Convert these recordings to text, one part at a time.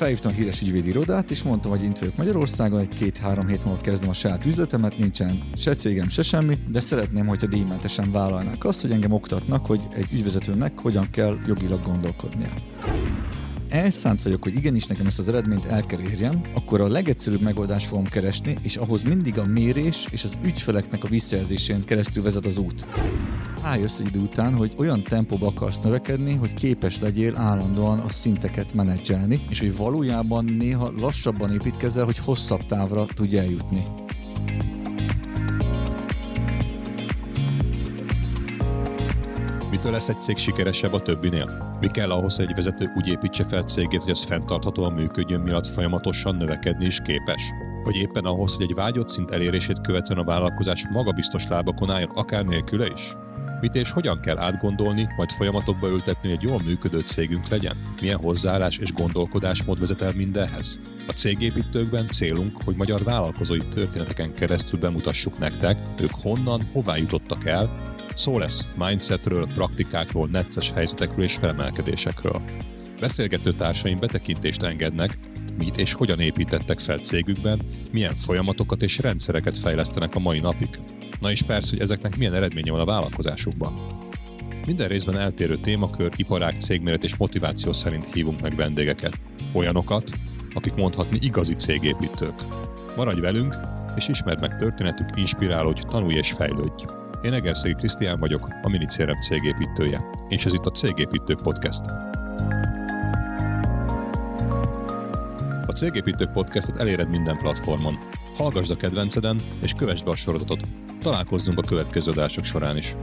felhívtam a híres ügyvédi irodát, és mondtam, hogy itt vagyok Magyarországon, egy 2-3 hét múlva kezdem a saját üzletemet, nincsen se cégem, se semmi, de szeretném, hogyha díjmentesen vállalnák azt, hogy engem oktatnak, hogy egy ügyvezetőnek hogyan kell jogilag gondolkodnia. Elszánt vagyok, hogy igenis nekem ezt az eredményt el kell érjem, akkor a legegyszerűbb megoldást fogom keresni, és ahhoz mindig a mérés és az ügyfeleknek a visszajelzésén keresztül vezet az út. Rájössz egy idő után, hogy olyan tempóba akarsz növekedni, hogy képes legyél állandóan a szinteket menedzselni, és hogy valójában néha lassabban építkezel, hogy hosszabb távra tudj eljutni. Mitől lesz egy cég sikeresebb a többinél? Mi kell ahhoz, hogy egy vezető úgy építse fel cégét, hogy az fenntarthatóan működjön, miatt folyamatosan növekedni is képes? Vagy éppen ahhoz, hogy egy vágyott szint elérését követően a vállalkozás magabiztos lábakon álljon, akár nélküle is? Mit és hogyan kell átgondolni, majd folyamatokba ültetni, hogy egy jól működő cégünk legyen? Milyen hozzáállás és gondolkodásmód vezet el mindenhez? A cégépítőkben célunk, hogy magyar vállalkozói történeteken keresztül bemutassuk nektek, ők honnan, hová jutottak el. Szó lesz mindsetről, praktikákról, necces helyzetekről és felemelkedésekről. Beszélgető társaim betekintést engednek, mit és hogyan építettek fel cégükben, milyen folyamatokat és rendszereket fejlesztenek a mai napig. Na és persze, hogy ezeknek milyen eredménye van a vállalkozásukban. Minden részben eltérő témakör, iparág, cégméret és motiváció szerint hívunk meg vendégeket. Olyanokat, akik mondhatni igazi cégépítők. Maradj velünk, és ismerd meg történetük, inspirálódj, tanulj és fejlődj. Én Egerszegi Krisztián vagyok, a MiniCRM cégépítője, és ez itt a Cégépítők Podcast. A Cégépítők Podcastet eléred minden platformon. Hallgasd a kedvenceden, és kövessd be a sorozatot. Találkozzunk a következő adások során is.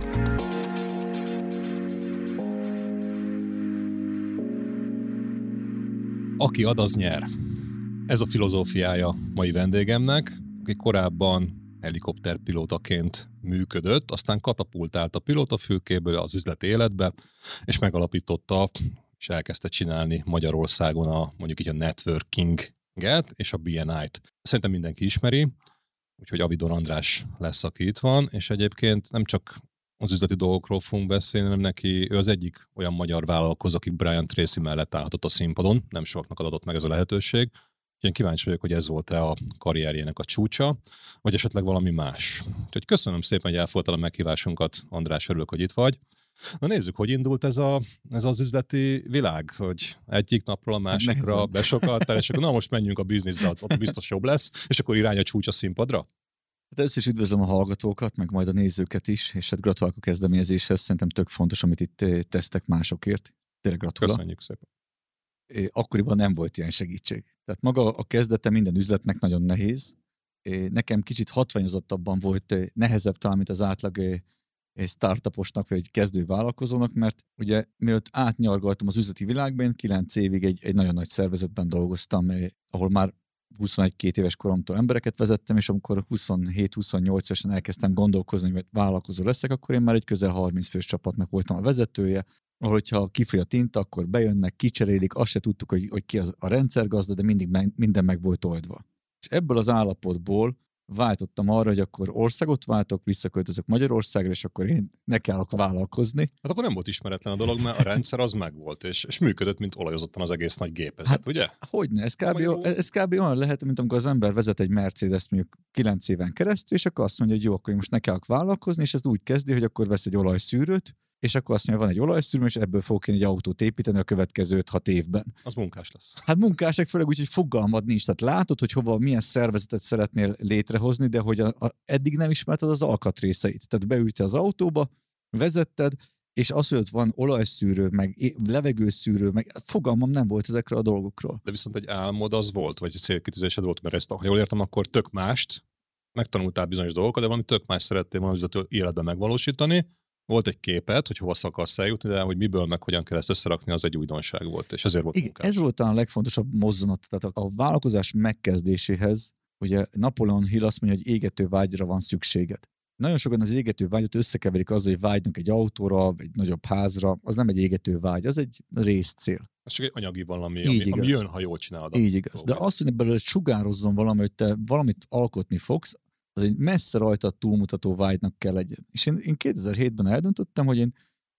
Aki ad, az nyer. Ez a filozófiája mai vendégemnek, aki korábban helikopterpilótaként működött, aztán katapultált a pilótafülkéből az üzleti életbe, és megalapította, és elkezdte csinálni Magyarországon mondjuk így a networkinget és a BNI-t. Szerintem mindenki ismeri, úgyhogy Avidon András lesz, aki itt van, és egyébként nem csak az üzleti dolgokról fogunk beszélni, hanem ő az egyik olyan magyar vállalkozó, aki Brian Tracy mellett állhatott a színpadon, nem soknak adott meg ez a lehetőség. Én kíváncsi vagyok, hogy ez volt-e a karrierjének a csúcsa, vagy esetleg valami más. Úgyhogy köszönöm szépen, hogy elfogadtad a meghívásunkat, András, örülök, hogy itt vagy. Na nézzük, hogy indult ez az üzleti világ, hogy egyik napról a másikra besokaltál, és akkor most menjünk a bizniszbe, ott biztos jobb lesz, és akkor irány a csúcs a színpadra? Hát először is üdvözlöm a hallgatókat, meg majd a nézőket is, és hát gratulálok a kezdeményezéshez, szerintem tök fontos, amit itt tesztek másokért. Tényleg gratulálok. Köszönjük szépen. Akkoriban nem volt ilyen segítség. Tehát maga a kezdete minden üzletnek nagyon nehéz. Nekem kicsit hatványozottabban volt nehezebb talán, mint az átlag startuposnak, vagy egy kezdő vállalkozónak, mert ugye mielőtt átnyargaltam az üzleti világban, 9 évig egy nagyon nagy szervezetben dolgoztam, ahol már 21-2 éves koromtól embereket vezettem, és amikor 27-28-esen elkezdtem gondolkozni, hogy vállalkozó leszek, akkor én már egy közel 30 fős csapatnak voltam a vezetője, ahol, hogyha kifogy a tinta, akkor bejönnek, kicserélik, azt se tudtuk, hogy ki az a rendszergazda, de mindig minden meg volt oldva. És ebből az állapotból váltottam arra, hogy akkor országot váltok, visszaköltözök Magyarországra, és akkor én nekiállok vállalkozni. Hát akkor nem volt ismeretlen a dolog, mert a rendszer az megvolt, és működött, mint olajozottan az egész nagy gépezet, hát, ugye? Hogyne, ez kb. Olyan lehet, mint amikor az ember vezet egy Mercedes mondjuk 9 éven keresztül, és akkor azt mondja, hogy jó, akkor én most nekiállok vállalkozni, és ez úgy kezdi, hogy akkor vesz egy olajszűrőt, és akkor azt mondja, van egy olajszűrőm, és ebből fogok én egy autót építeni a következő 5-6 évben. Az munkás lesz. Hát munkásság főleg úgy, hogy fogalmad nincs. Tehát látod, hogy hova, milyen szervezetet szeretnél létrehozni, de hogy eddig nem ismerted az alkatrészeit. Tehát beültél az autóba, vezetted, és az, hogy ott van olajszűrő, meg levegőszűrő, meg fogalmam nem volt ezekről a dolgokról. De viszont egy álmod az volt, vagy egy célkitűzésed volt, mert ezt, ha jól értem, akkor tök mást, megtanultál bizonyos dolgokat, de valami tök más szerettél volna az üzleti életben megvalósítani. Volt egy képet, hogy hova akarsz eljutni, de hogy miből meg hogyan kell ezt összerakni, az egy újdonság volt, és ezért volt munkás. Ez volt a legfontosabb mozzanat. Tehát a vállalkozás megkezdéséhez, ugye Napoleon Hill azt mondja, hogy égető vágyra van szükséged. Nagyon sokan az égető vágyat összekeverik azzal, hogy vágynak egy autóra, egy nagyobb házra. Az nem egy égető vágy, az egy részcél. Ez csak egy anyagi valami, ami jön, ha jól csinálod. Így igaz. De azt, hogy belőle sugározzon valami, hogy te valamit alkotni fogsz, az egy messze rajta túlmutató vágynak kell legyen. És én 2007-ben eldöntöttem, hogy én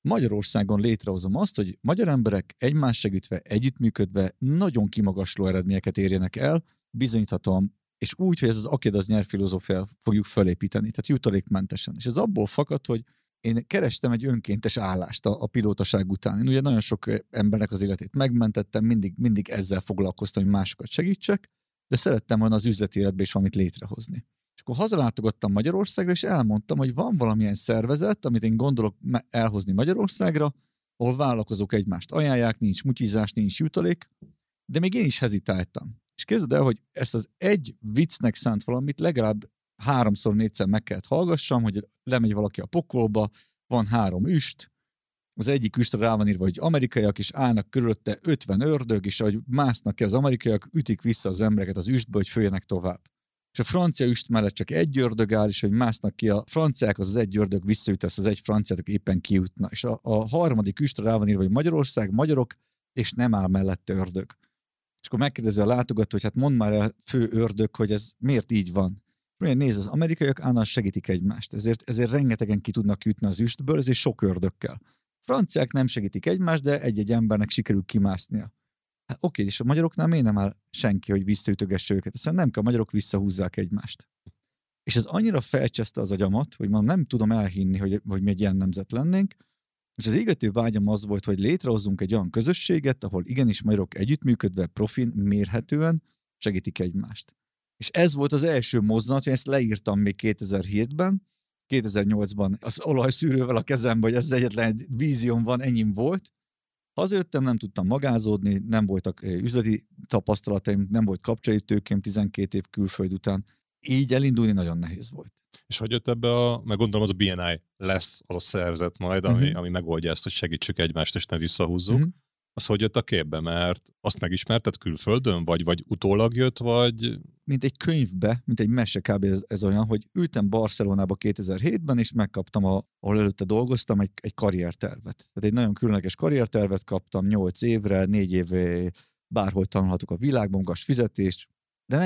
Magyarországon létrehozom azt, hogy magyar emberek egymás segítve, együttműködve nagyon kimagasló eredményeket érjenek el, bizonyíthatóan, és úgy, hogy ez az aked az nyer filozófiát fogjuk felépíteni, tehát jutalékmentesen. És ez abból fakad, hogy én kerestem egy önkéntes állást a pilótaság után. Én ugye nagyon sok embernek az életét megmentettem, mindig ezzel foglalkoztam, hogy másokat segítsek, de szerettem volna az üzleti életbe is valamit létrehozni. És akkor hazalátogattam Magyarországra, és elmondtam, hogy van valamilyen szervezet, amit én gondolok elhozni Magyarországra, ahol vállalkozók egymást ajánlják, nincs mutyizás, nincs jutalék, de még én is hezitáltam. És képzeld el, hogy ezt az egy viccnek szánt valamit legalább 3-4-szer meg kellett hallgassam, hogy lemegy valaki a pokolba, van 3 üst, az egyik üstre rá van írva, hogy amerikaiak, és állnak körülötte 50 ördög, és ahogy másznak ki az amerikaiak, ütik vissza az embereket az üstbe, hogy följenek tovább. És a francia üst mellett csak egy ördög áll, és hogy másznak ki a franciák, az egy ördög visszaüt, az egy franciát, aki éppen kijutna. És a harmadik üstre rá van írva, hogy Magyarország, magyarok, és nem áll mellette ördög. És akkor megkérdezi a látogató, hogy hát mondd már el, fő ördög, hogy ez miért így van. Nézd, az amerikaiak állnak segítik egymást, ezért rengetegen ki tudnak jutni az üstből, ezért sok ördög kell. Franciák nem segítik egymást, de egy-egy embernek sikerül kimásznia. Hát oké, és a magyaroknál miért nem áll senki, hogy visszaütögesse őket? Aztán nem kell, a magyarok visszahúzzák egymást. És ez annyira felcseszte az agyamat, hogy nem tudom elhinni, hogy mi egy ilyen nemzet lennénk, és az égető vágyam az volt, hogy létrehozzunk egy olyan közösséget, ahol igenis magyarok együttműködve, profin, mérhetően segítik egymást. És ez volt az első mozzanat, hogy ezt leírtam még 2007-ben, 2008-ban az olajszűrővel a kezemben, hogy ez egyetlen egy vízióm van, ennyim volt. Hazajöttem, nem tudtam magázódni, nem voltak üzleti tapasztalataim, nem volt kapcsolatőkém 12 év külföld után. Így elindulni nagyon nehéz volt. És hogy jött ebbe meg gondolom az a BNI lesz az a szervezet majd, ami megoldja ezt, hogy segítsük egymást, és ne visszahúzzuk. Az hogy jött a képbe? Mert azt megismerted külföldön, vagy utólag jött, vagy... Mint egy könyvbe, mint egy mese kb. Ez olyan, hogy ültem Barcelonába 2007-ben, és megkaptam, ahol előtte dolgoztam, egy karriertervet. Tehát egy nagyon különleges karriertervet kaptam 8 évre, 4 év bárhol tanulhatok a világban, magas fizetés, de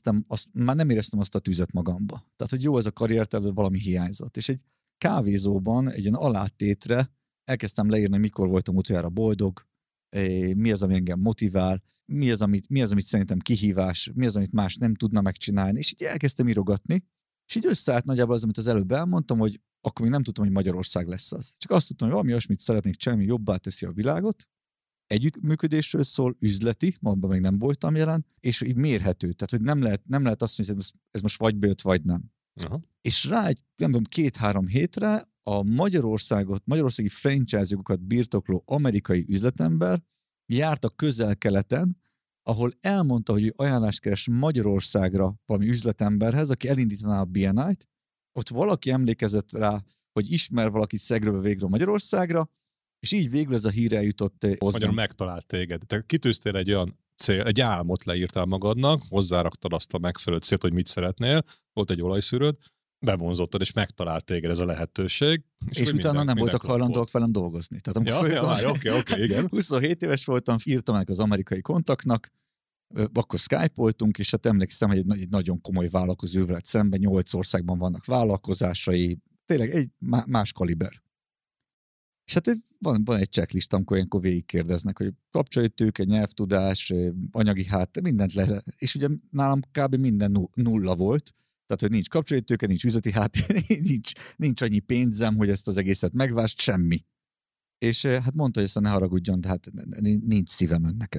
már nem éreztem azt a tüzet magamba. Tehát, hogy jó ez a karrierterv, valami hiányzott. És egy kávézóban, egy ilyen alátétre elkezdtem leírni, mikor voltam utoljára boldog, mi az, ami engem motivál, mi az, amit szerintem kihívás, mi az, amit más nem tudna megcsinálni, és így elkezdtem írogatni, és így összeállt nagyjából az, amit az előbb elmondtam, hogy akkor még nem tudtam, hogy Magyarország lesz az. Csak azt tudtam, hogy valami olyasmit szeretnék csinálni, jobbá teszi a világot, együttműködésről szól, üzleti, abban még nem voltam jelen, és így mérhető, tehát hogy nem lehet azt mondani, hogy ez most vagy bejött, vagy nem. Aha. És rá egy, nem tudom, 2-3 hétre a magyarországi franchise-jogokat birtokló amerikai üzletember járt a Közel-Keleten, ahol elmondta, hogy ő ajánlást keres Magyarországra valami üzletemberhez, aki elindítaná a BNI-t, ott valaki emlékezett rá, hogy ismer valakit szegről végről Magyarországra, és így végül ez a hír eljutott hozzám. Magyarul megtalált téged. Te kitűztél egy olyan cél, egy álmot leírtál magadnak, hozzáraktad azt a megfelelő célt, hogy mit szeretnél, volt egy olajszűrőd, bevonzottad, és megtalált téged ez a lehetőség. És utána nem voltak hajlandóak velem dolgozni. Tehát Oké, igen. 27 éves voltam, írtam ennek az amerikai kontaktnak, akkor Skype-oltunk, és hát emlékszem, hogy egy nagyon komoly vállalkozó lett szemben, 8 országban vannak vállalkozásai, tényleg egy más kaliber. És hát van egy checklist, amikor ilyenkor végigkérdeznek, hogy kapcsolatőke, nyelvtudás, anyagi háttér, mindent és ugye nálam kb. Minden nulla volt, tehát, hogy nincs kapcsolatőke, nincs üzleti háttér, nincs annyi pénzem, hogy ezt az egészet megvást, semmi. És hát mondta, hogy ezt ne haragudjon, de hát nincs szívem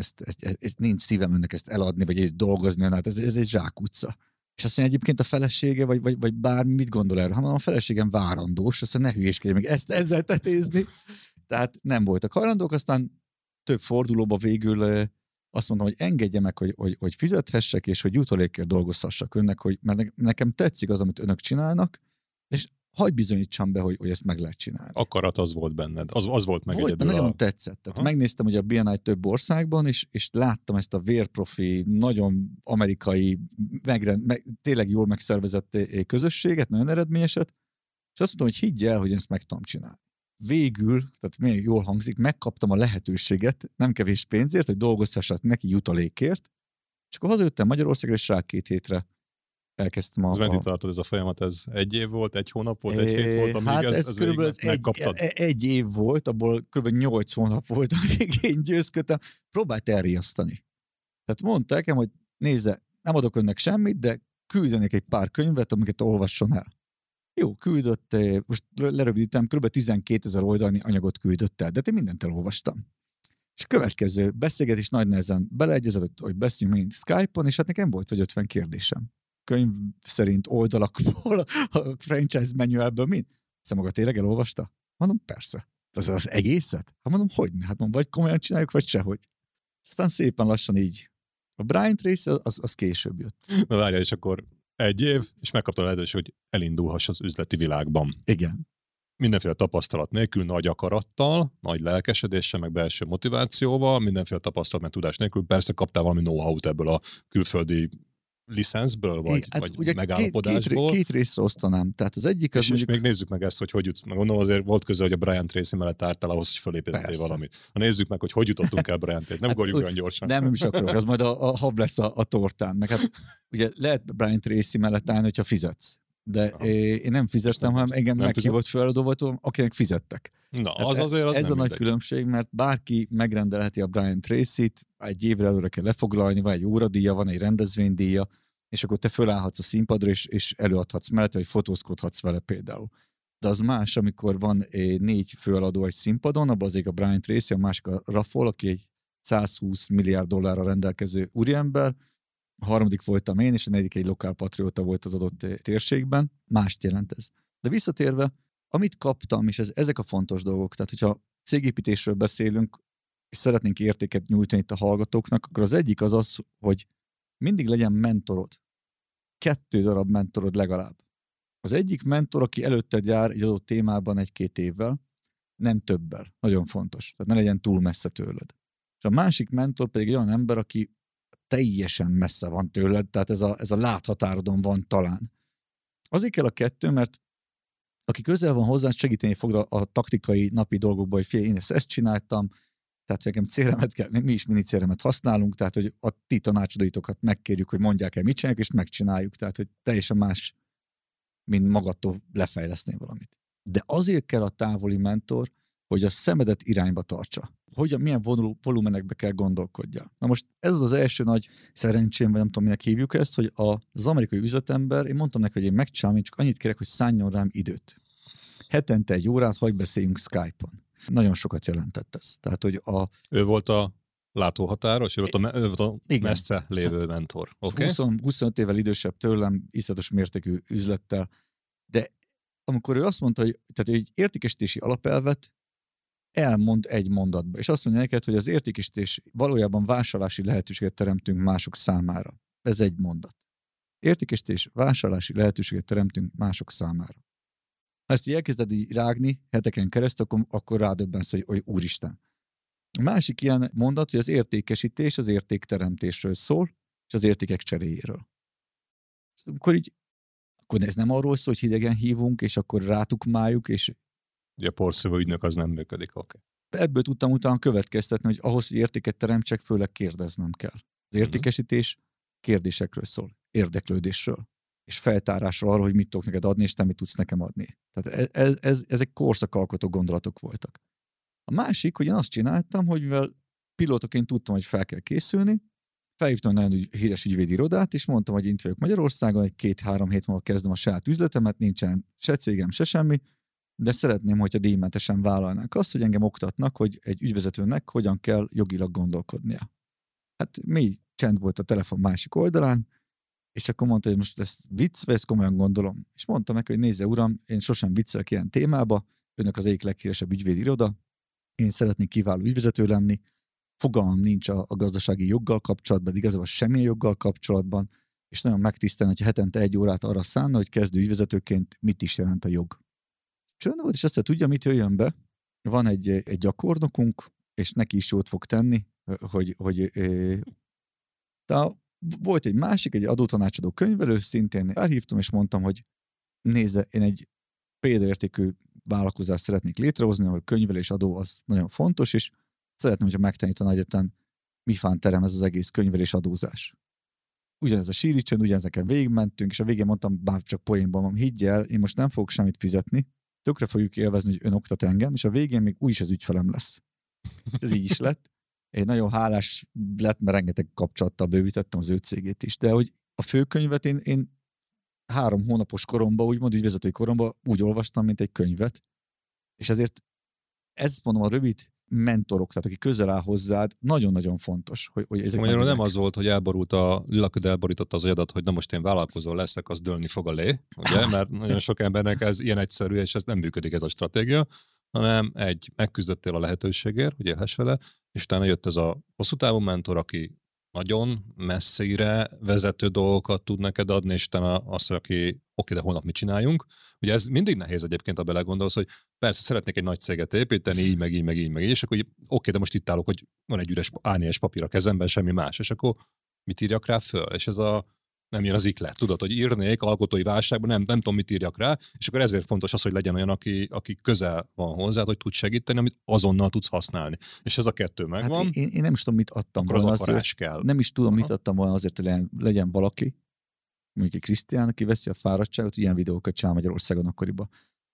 önnek ezt eladni, vagy egy dolgozni, hát ez egy zsákutca. És azt mondja, egyébként a felesége, vagy bármi mit gondol erről? Hanem a feleségem várandós, azt mondja, ne hülyéskedj meg ezzel tetézni. Tehát nem voltak hajlandók, aztán több fordulóba végül azt mondtam, hogy engedje meg, hogy fizethessek, és hogy jutalékért dolgozhassak önnek, mert nekem tetszik az, amit önök csinálnak, és hadd bizonyítsam be, hogy ezt meg lehet csinálni. Akarat az volt benned, az volt meg egyedül. Nagyon tetszett. Tehát megnéztem, hogy a BNI több országban, és láttam ezt a vérprofi, nagyon amerikai, tényleg jól megszervezett közösséget, nagyon eredményeset, és azt mondtam, hogy higgy el, hogy ezt meg tudom csinálni. Végül, tehát milyen jól hangzik, megkaptam a lehetőséget, nem kevés pénzért, hogy dolgozhassak neki jutalékért, és akkor hazajöttem Magyarországra, és rá 2 hétre elkezdtem Ez meddig tartott ez a folyamat? Ez 1 év volt, 1 hónap volt, 1 hét volt, amíg hát ez körülbelül megkaptad? egy év volt, abból kb. 8 hónap volt, amíg én győzködtem. Próbált elriasztani. Tehát mondta nekem, hogy nézze, nem adok önnek semmit, de küldenék egy pár könyvet, amiket olvasson el. Jó, küldött, most lerövidítem, kb. 12 000 oldalnyi anyagot küldött el, de én mindent elolvastam. És a következő beszélgetés nagy nehezen beleegyezett, hogy beszéljünk mind Skype-on, és hát nekem volt vagy 50 kérdésem. Könyv szerint oldalakból, a franchise manualből mind. Szóval maga tényleg elolvasta? Mondom, persze. Az egészet? Hát mondom, hogy ne? Hát mondom, vagy komolyan csináljuk, vagy sehogy. Aztán szépen lassan így. A Brian Tracy az később jött. Na várjál, és akkor 1 év, és megkapta a lehetőség, hogy elindulhass az üzleti világban. Igen. Mindenféle tapasztalat nélkül, nagy akarattal, nagy lelkesedéssel, meg belső motivációval, mindenféle tapasztalat, meg tudás nélkül. Persze kaptál valami know-how-t ebből a külföldi licenszből, vagy ugye megállapodásból. Két részre osztanám. Tehát az egyik az és még nézzük meg ezt, hogy jutsz. Meg gondolom azért volt köze, hogy a Brian Tracy mellett álltál ahhoz, hogy fölépítettél valamit. Ha nézzük meg, hogy jutottunk el Brian Tracy. Nem ugorjunk olyan gyorsan. Nem is akarok, az majd a hab lesz a tortán. Meg hát ugye lehet Brian Tracy mellett állni, hogyha fizetsz. De én nem fizettem, hanem engem meghívott feladó voltam, akinek fizettek. Na, az azért az ez nem a nagy mindegy. különbség, mert bárki megrendelheti a Brian Tracy-t, egy évre előre kell lefoglalni, vagy egy óradíja, van egy rendezvénydíja, és akkor te fölállhatsz a színpadra, és előadhatsz mellette, vagy fotózkodhatsz vele például. De az más, amikor van 4 főeladó egy színpadon, abban azért a Brian Tracy, a másik a Raffol, aki egy 120 milliárd dollárra rendelkező úriember, a harmadik voltam én, és a negyedik egy lokálpatrióta volt az adott térségben. Mást jelent ez. De visszatérve, amit kaptam, és ezek a fontos dolgok, tehát hogyha cégépítésről beszélünk, és szeretnénk értéket nyújtani itt a hallgatóknak, akkor az egyik az, hogy mindig legyen mentorod. 2 darab mentorod legalább. Az egyik mentor, aki előtted jár egy adott témában 1-2 évvel, nem többel. Nagyon fontos. Tehát ne legyen túl messze tőled. És a másik mentor pedig egy olyan ember, aki teljesen messze van tőled, tehát ez a láthatárodon van talán. Azért kell a 2, mert aki közel van hozzá, segíteni fog a taktikai napi dolgokban, hogy én ezt csináltam, tehát nekem CRM-et kell, mi is mini CRM-et használunk, tehát hogy a ti tanácsadóitokat megkérjük, hogy mondják el, mit csináljuk, és megcsináljuk, tehát hogy teljesen más, mint magadtól lefejleszteni valamit. De azért kell a távoli mentor, hogy a szemedet irányba tartsa. Milyen volumenekbe kell gondolkodja. Na most ez az első nagy szerencsém, vagy nem tudom, minek hívjuk ezt, hogy az amerikai üzletember, én mondtam neki, hogy én megcsinálom, én csak annyit kérek, hogy szálljon rám időt. Hetente 1 órát, hagyj beszéljünk Skype-on. Nagyon sokat jelentett ez. Tehát, hogy Ő volt a látóhatáros, ő volt a messze lévő mentor. Okay? 25 évvel idősebb tőlem, iszonyatos mértékű üzlettel, de amikor ő azt mondta, hogy tehát egy értékesítési alapelvet elmond egy mondatba, és azt mondja neked, hogy az értékesítés valójában vásárlási lehetőséget teremtünk mások számára. Ez egy mondat. Értékesítés, vásárlási lehetőséget teremtünk mások számára. Ha ezt így elkezded így rágni heteken keresztül, akkor rádöbbensz, hogy úristen. A másik ilyen mondat, hogy az értékesítés az értékteremtésről szól, és az értékek cseréjéről. Akkor ez nem arról szól, hogy hidegen hívunk, és akkor rátukmáljuk, és ugye a porszívó ügynök az nem működik, oké. Ebből tudtam utána következtetni, hogy ahhoz, hogy értéket teremtsek, főleg kérdeznem kell. Az értékesítés kérdésekről szól, érdeklődésről, és feltárásról arról, hogy mit tudok neked adni, és te mit tudsz nekem adni. Tehát ezek korszakalkotó gondolatok voltak. A másik, hogy én azt csináltam, hogy mivel pilótaként tudtam, hogy fel kell készülni, felhívtam egy nagyon híres ügyvédi irodát, és mondtam, hogy itt vagyok Magyarországon, egy 2-3 hét múlva kezdem a saját üzletemet, nincsen se cégem, se semmi, de szeretném, hogyha díjmentesen vállalnák azt, hogy engem oktatnak, hogy egy ügyvezetőnek hogyan kell jogilag gondolkodnia. Hát mély csend volt a telefon másik oldalán, és akkor mondta, hogy most ez vicc, vagy ezt komolyan gondolom. És mondtam neki, hogy nézze uram, én sosem viccelek ilyen témába, önök az egyik leghíresebb ügyvédi iroda, én szeretnék kiváló ügyvezető lenni, fogalmam nincs a gazdasági joggal kapcsolatban, de igazából semmilyen joggal kapcsolatban, és nagyon megtisztelne, hogy hetente 1 órát arra szánna, hogy kezdő ügyvezetőként mit is jelent a jog. Csönd volt, és azt tudja, mit jöjjön be. Van egy gyakornokunk, és neki is jót fog tenni, de volt egy másik, egy adótanácsadó könyvelő, szintén elhívtam, és mondtam, hogy nézze, én egy példaértékű vállalkozást szeretnék létrehozni, ahol könyvelés, adó az nagyon fontos, és szeretném, hogyha megtanítana egyetlen mi fán terem ez az egész könyvelés adózás. ugyanez a síricsen, ugyanezeken végigmentünk, és a végén mondtam, bár csak poénban van, higgyel, én most nem fogok semmit fizetni, tökre fogjuk élvezni, hogy ön oktat engem, és a végén még úgyis az ügyfelem lesz. Ez így is lett. Én nagyon hálás lett, mert rengeteg kapcsolattal bővítettem az ő cégét is. De hogy a főkönyvet én 3 hónapos koromban, úgymond ügyvezetői koromban úgy olvastam, mint egy könyvet. És ezért ezt mondom, a rövid mentorok, tehát aki közel áll hozzád, nagyon-nagyon fontos, hogy ezek magyarul nem az volt, hogy elborult a lilaköd elborította az agyadat, hogy na most én vállalkozó leszek, az dőlni fog a lé, ugye? Mert nagyon sok embernek ez ilyen egyszerű, és ez nem működik ez a stratégia, hanem megküzdöttél a lehetőségért, hogy élhess vele, és utána jött ez a hosszú távú mentor, aki nagyon messzire vezető dolgokat tud neked adni, és utána azt, aki oké, de holnap mit csináljunk. Ugye ez mindig nehéz egyébként, ha belegondolsz, hogy persze szeretnék egy nagy céget építeni, így, meg így, meg így, meg így, és akkor oké, de most itt állok, hogy van egy üres A4-es papír a kezemben, semmi más, és akkor mit írjak rá föl? És ez nem jön az iklet. Tudod, hogy írnék alkotói válságban, nem tudom, mit írjak rá, és akkor ezért fontos az, hogy legyen olyan, aki közel van hozzá, hogy tud segíteni, amit azonnal tudsz használni. És ez a kettő megvan. Hát én nem is tudom, mit adtam volna azért. Kell. Nem is tudom, mit adtam volna azért, hogy legyen valaki, mondjuk egy Krisztián, aki veszi a fáradtságot, hogy ilyen videókat csinál Magyarországon akkoriban.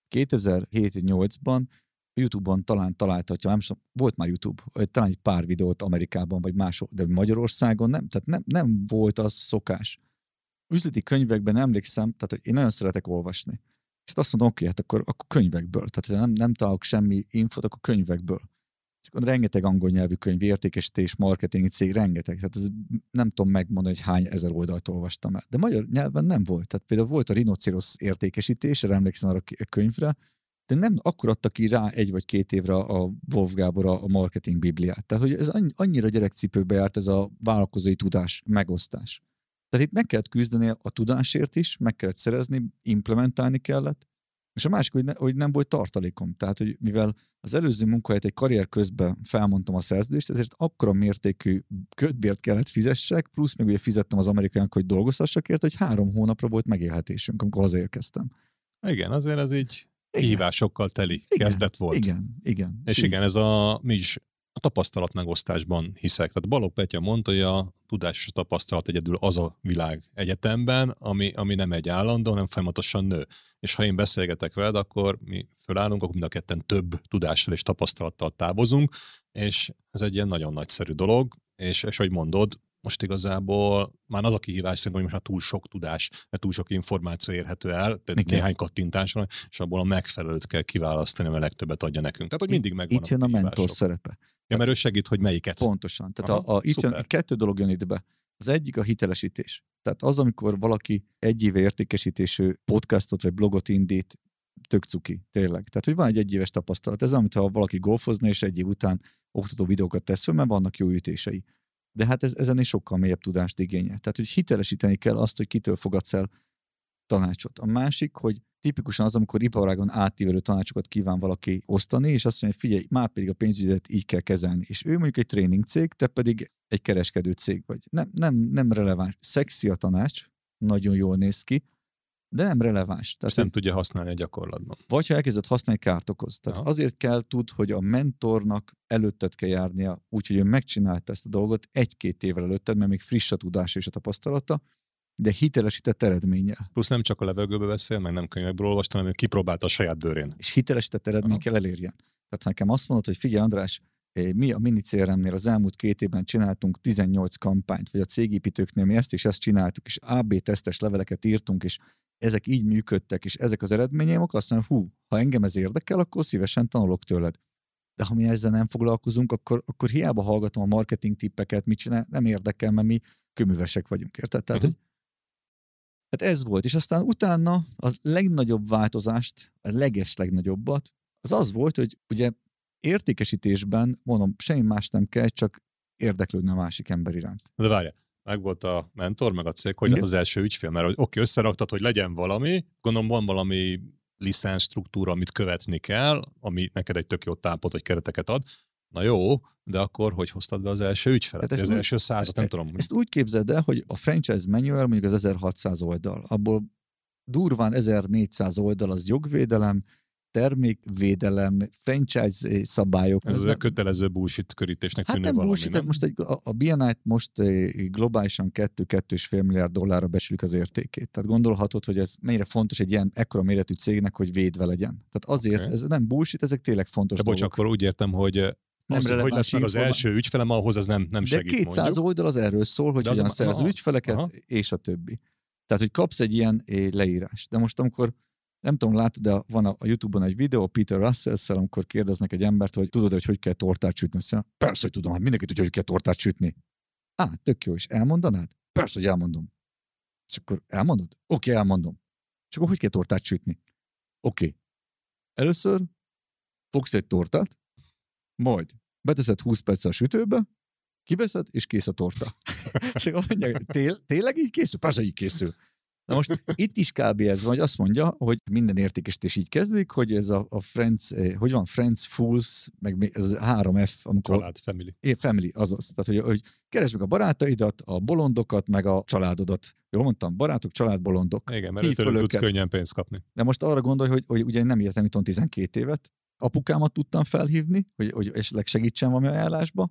2007-8-ban YouTube-on talán találtatja, nem tudom, volt már YouTube, talán egy pár videót Amerikában, vagy máshol, de Magyarországon nem, tehát nem volt az szokás. Üzleti könyvekben emlékszem, tehát én nagyon szeretek olvasni. És azt mondom, oké, hát akkor könyvekből. Tehát nem találok semmi infót, akkor könyvekből. És akkor rengeteg angol nyelvű könyv, értékesítés, marketingi cég, rengeteg. Tehát ez nem tudom megmondani, hogy hány ezer oldalt olvastam el. De magyar nyelven nem volt. Tehát például volt a Rhinoceros értékesítés, emlékszem arra a könyvre, de nem akkor adta ki rá 1 vagy 2 évre a Wolf Gábor a marketing bibliát. Tehát, hogy ez annyira gyerekcipőbe járt ez a vállalkozói tudás megosztás. Tehát itt meg kellett küzdeni a tudásért is, meg kellett szerezni, implementálni kellett, és a másik, hogy nem volt tartalékom. Tehát, hogy mivel az előző munkahelyet egy karrier közben felmondtam a szerződést, ezért akkora mértékű kötbért kellett fizessek, plusz még ugye fizettem az amerikaiak, hogy dolgozhassak érte, hogy 3 hónapra volt megélhetésünk, amikor hazaérkeztem. Igen, azért ez így kihívásokkal teli kezdet volt. Igen. És igen, mi is a tapasztalat megosztásban hiszek. Tehát Balogh Petya mondta, hogy a tudás és a tapasztalat egyedül az a világ egyetemben, ami nem egy állandó, hanem folyamatosan nő. És ha én beszélgetek veled, akkor mi fölállunk, akkor mind a ketten több tudással és tapasztalattal távozunk, és ez egy ilyen nagyon nagyszerű dolog, és hogy mondod, most igazából már az a kihívás szerintem, hogy most már túl sok tudás, mert túl sok információ érhető el, tehát néhány kattintáson, és abból a megfelelőt kell kiválasztani, mert a legtöbbet adja nekünk. Tehát, hogy mindig megvan itt jön a mentor szerepe. Ja, mert ő segít, hogy melyiket. Pontosan. Tehát itt jön, 2 dolog jön ide be. Az egyik a hitelesítés. Tehát az, amikor valaki 1 éve értékesítésű podcastot vagy blogot indít, tök cuki, tényleg. Tehát, hogy van egy 1 éves tapasztalat. Ez olyan, mintha valaki golfozna, és 1 év után oktató videókat tesz föl, mert vannak jó ütései. De hát ezen is sokkal mélyebb tudást igényel. Tehát, hogy hitelesíteni kell azt, hogy kitől fogadsz el tanácsot. A másik, hogy tipikusan az, amikor iparágon átívelő tanácsokat kíván valaki osztani, és azt mondja, figyelj, már pedig a pénzügyet így kell kezelni. És ő mondjuk egy tréning cég, te pedig egy kereskedő cég vagy. Nem releváns. Szexi a tanács, nagyon jól néz ki, de nem releváns. Tehát, nem tudja használni a gyakorlatban. Vagy ha elkezded használni, kárt okoz. Tehát azért kell tud, hogy a mentornak előtted kell járnia, úgyhogy ő megcsinálta ezt a dolgot 1-2 évvel előtted, mert még friss a tudása és a tapasztalata, de hitelesített eredménnyel. Plusz nem csak a levegőbe beszél, meg nem könyvekből olvastam, hanem ő kipróbálta a saját bőrén. És hitelesített eredmény kell elérjen. Tehát ha nekem azt mondod, hogy figyelj András, mi a mini CRM-nél az elmúlt 2 évben csináltunk 18 kampányt, vagy a cégépítőknél mi ezt és ezt csináltuk, és AB tesztes leveleket írtunk, és ezek így működtek, és ezek az eredményeim, akkor azt mondom, ha engem ez érdekel, akkor szívesen tanulok tőled. De ha mi ezzel nem foglalkozunk, akkor hiába hallgatom a marketing tippeket, mit csinál, nem érdekel, mert mi köművesek vagyunk, érted? Tehát, hogy ez volt, és aztán utána a legnagyobb változást, a legeslegnagyobbat, az volt, hogy ugye értékesítésben, mondom, semmi más nem kell, csak érdeklődni a másik ember iránt. De várjál, meg volt a mentor, meg a cég, hogy lett az első ügyfél, mert oké, összeraktad, hogy legyen valami, gondolom van valami licensz struktúra, amit követni kell, ami neked egy tök jó tápot vagy kereteket ad. Na jó, de akkor hogy hoztad be az első ügyfelet? Hát az első 100-at, nem tudom. Ezt úgy képzeld el, hogy a franchise manual mondjuk az 1600 oldal, abból durván 1400 oldal az jogvédelem, termékvédelem, franchise szabályok. Ez a kötelező bullshit körítésnek tűnő nem valami, bullshit, nem? Most a BNI-t most globálisan 2-2,5 milliárd dollárra becsülik az értékét. Tehát gondolhatod, hogy ez mennyire fontos egy ilyen ekkora méretű cégnek, hogy védve legyen. Tehát azért ez nem bullshit, ezek tényleg fontos dolgok. De bocs, akkor úgy értem, hogy hogy lesz meg az első ügyfelem, ahhoz ez nem segít. De 200 mondjuk. Oldal az erről szól, hogy hogyan szerző ügyfeleket, és a többi. Tehát, hogy kapsz egy ilyen leírás. De most amikor, nem tudom, látod, de van a YouTube-on egy videó, Peter Russell-szel, amikor kérdeznek egy embert, hogy tudod, hogy kell tortát sütni? Azt persze, hogy tudom, hát mindenki tudja, hogy kell tortát sütni. Tök jó, és elmondanád? Persze, hogy elmondom. És akkor elmondod? Oké, elmondom. És akkor hogy kell tortát sütni? Oké. Először fogsz egy tortát, majd beteszed 20 perccel a sütőbe, kiveszed, és kész a torta. És akkor mondják, tényleg így készül? Persze, így készül. Na most itt is kb. Ez van, hogy azt mondja, hogy minden értékesítés így kezdődik, hogy ez a Friends, hogy van Friends, Fools, meg ez a 3F, amikor... Család, family. Family, azaz. Tehát, hogy keresd meg a barátaidat, a bolondokat, meg a családodat. Jól mondtam, barátok, család, bolondok. Igen, mert őtől tudsz könnyen pénzt kapni. De most arra gondolj, hogy ugye nem értem, itt 12 évet. Apukámat tudtam felhívni, hogy esetleg segítsen valami ajánlásba.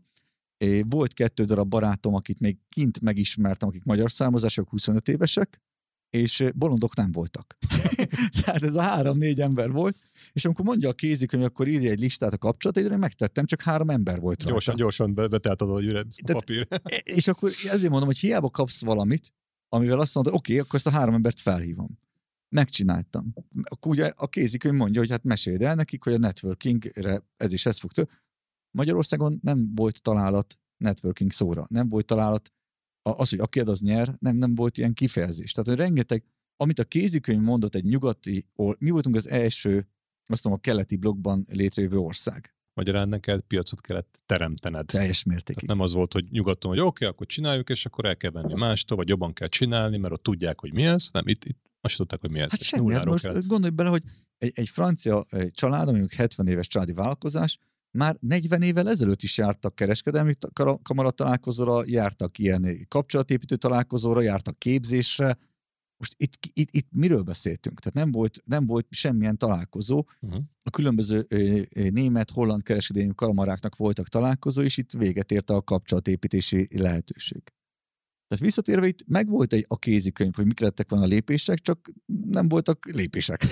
Volt 2 darab barátom, akit még kint megismertem, akik magyar származások, 25 évesek, és bolondok nem voltak. Tehát ez a 3-4 ember volt, és amikor mondja a kézikönyv, akkor írja egy listát a kapcsolataidra, én megtettem, csak 3 ember volt rajta. Gyorsan betelted a üred papír. És akkor ezért mondom, hogy hiába kapsz valamit, amivel azt mondod, oké, akkor ezt a 3 embert felhívom. Megcsináltam. Akkor ugye a kézikönyv mondja, hogy hát meséld el nekik, hogy a networkingre ez fog történni. Magyarországon nem volt találat networking szóra. Nem volt találat az, hogy aki ad, az nyer, nem volt ilyen kifejezés. Tehát, hogy rengeteg, amit a kézikönyv mondott egy nyugati, mi voltunk az első, azt mondom, a keleti blokkban létrejövő ország. Magyarán neked piacot kellett teremtened. Teljes mértékig. Nem az volt, hogy nyugaton, hogy oké, akkor csináljuk, és akkor el kell venni mástól, vagy jobban kell csinálni, mert ott tudják, hogy mi ez. Nem, itt azt tudták, hogy mi ez. Hát semmi, hát most gondolj bele, hogy egy francia család, mondjuk 70 éves családi vállalkozás, már 40 évvel ezelőtt is jártak kereskedelmi kamara találkozóra, jártak ilyen kapcsolatépítő találkozóra, jártak képzésre. Most itt miről beszéltünk? Tehát nem volt semmilyen találkozó. A különböző német, holland kereskedelmi kamaráknak voltak találkozó, és itt véget ért a kapcsolatépítési lehetőség. Tehát visszatérve itt megvolt a kézikönyv, hogy mik lettek volna a lépések, csak nem voltak lépések.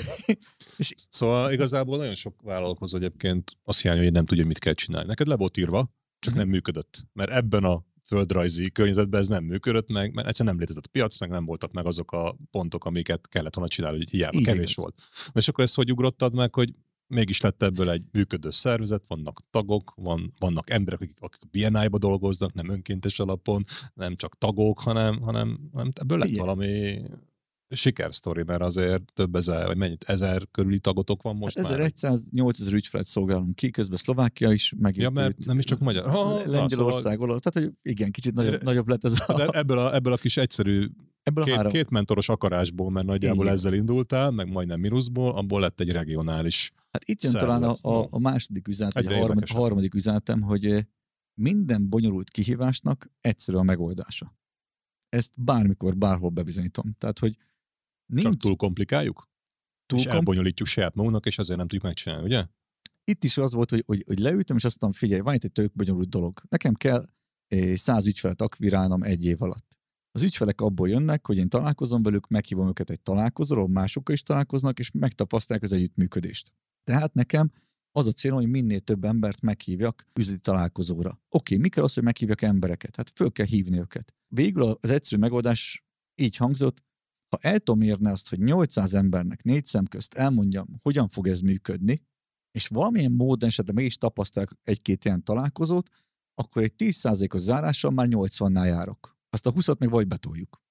Szóval igazából nagyon sok vállalkozó egyébként azt hiányolja, hogy nem tudja, mit kell csinálni. Neked le volt írva, csak nem működött. Mert ebben a földrajzi környezetben ez nem működött meg, mert egyszerűen nem létezett a piac, meg nem voltak meg azok a pontok, amiket kellett volna csinálni, hogy hiába így kevés volt. És akkor ezt hogy ugrottad meg, hogy mégis lett ebből egy működő szervezet, vannak tagok, vannak emberek, akik a BNI-ba dolgoznak, nem önkéntes alapon, nem csak tagok, hanem ebből lett valami sikersztori, mert azért több ezer, vagy mennyit, 1000 körüli tagotok van most hát 1100-8000 ügyfelet szolgálunk ki, közben Szlovákia is megépült. Ja, mert nem is csak magyar. Lengyelország, tehát hogy igen, kicsit nagyobb lett ez a... Ebből a kis egyszerű két mentoros akarásból, mert nagyjából igen, ezzel indultál, meg majdnem mínuszból, abból lett egy regionális. Hát itt jön talán a második üzenet, vagy a harmadik üzenetem, hogy minden bonyolult kihívásnak egyszerű a megoldása. Ezt bármikor, bárhol bebizonyítom. Tehát, hogy csak túl komplikáljuk? És elbonyolítjuk saját magunknak, és azért nem tudjuk megcsinálni, ugye? Itt is az volt, hogy leültem, és azt mondtam, figyelj, van itt egy tök bonyolult dolog. Nekem kell 100 ügyfelet akvirálnom 1 év alatt. Az ügyfelek abból jönnek, hogy én találkozom velük, meghívom őket egy találkozóra, másokkal is találkoznak, és megtapasztalják az együttműködést. Tehát nekem az a célom, hogy minél több embert meghívjak üzleti találkozóra. Oké, mi kell az, hogy meghívjak embereket? Hát föl kell hívni őket. Végül az egyszerű megoldás így hangzott, ha el tudom érni azt, hogy 800 embernek 4 szem közt elmondjam, hogyan fog ez működni, és valamilyen módon esetleg meg is tapasztalják 1-2 ilyen találkozót, akkor egy 10%-os zárással már 80-nál járok. Azt a 20-at meg vagy betoljuk.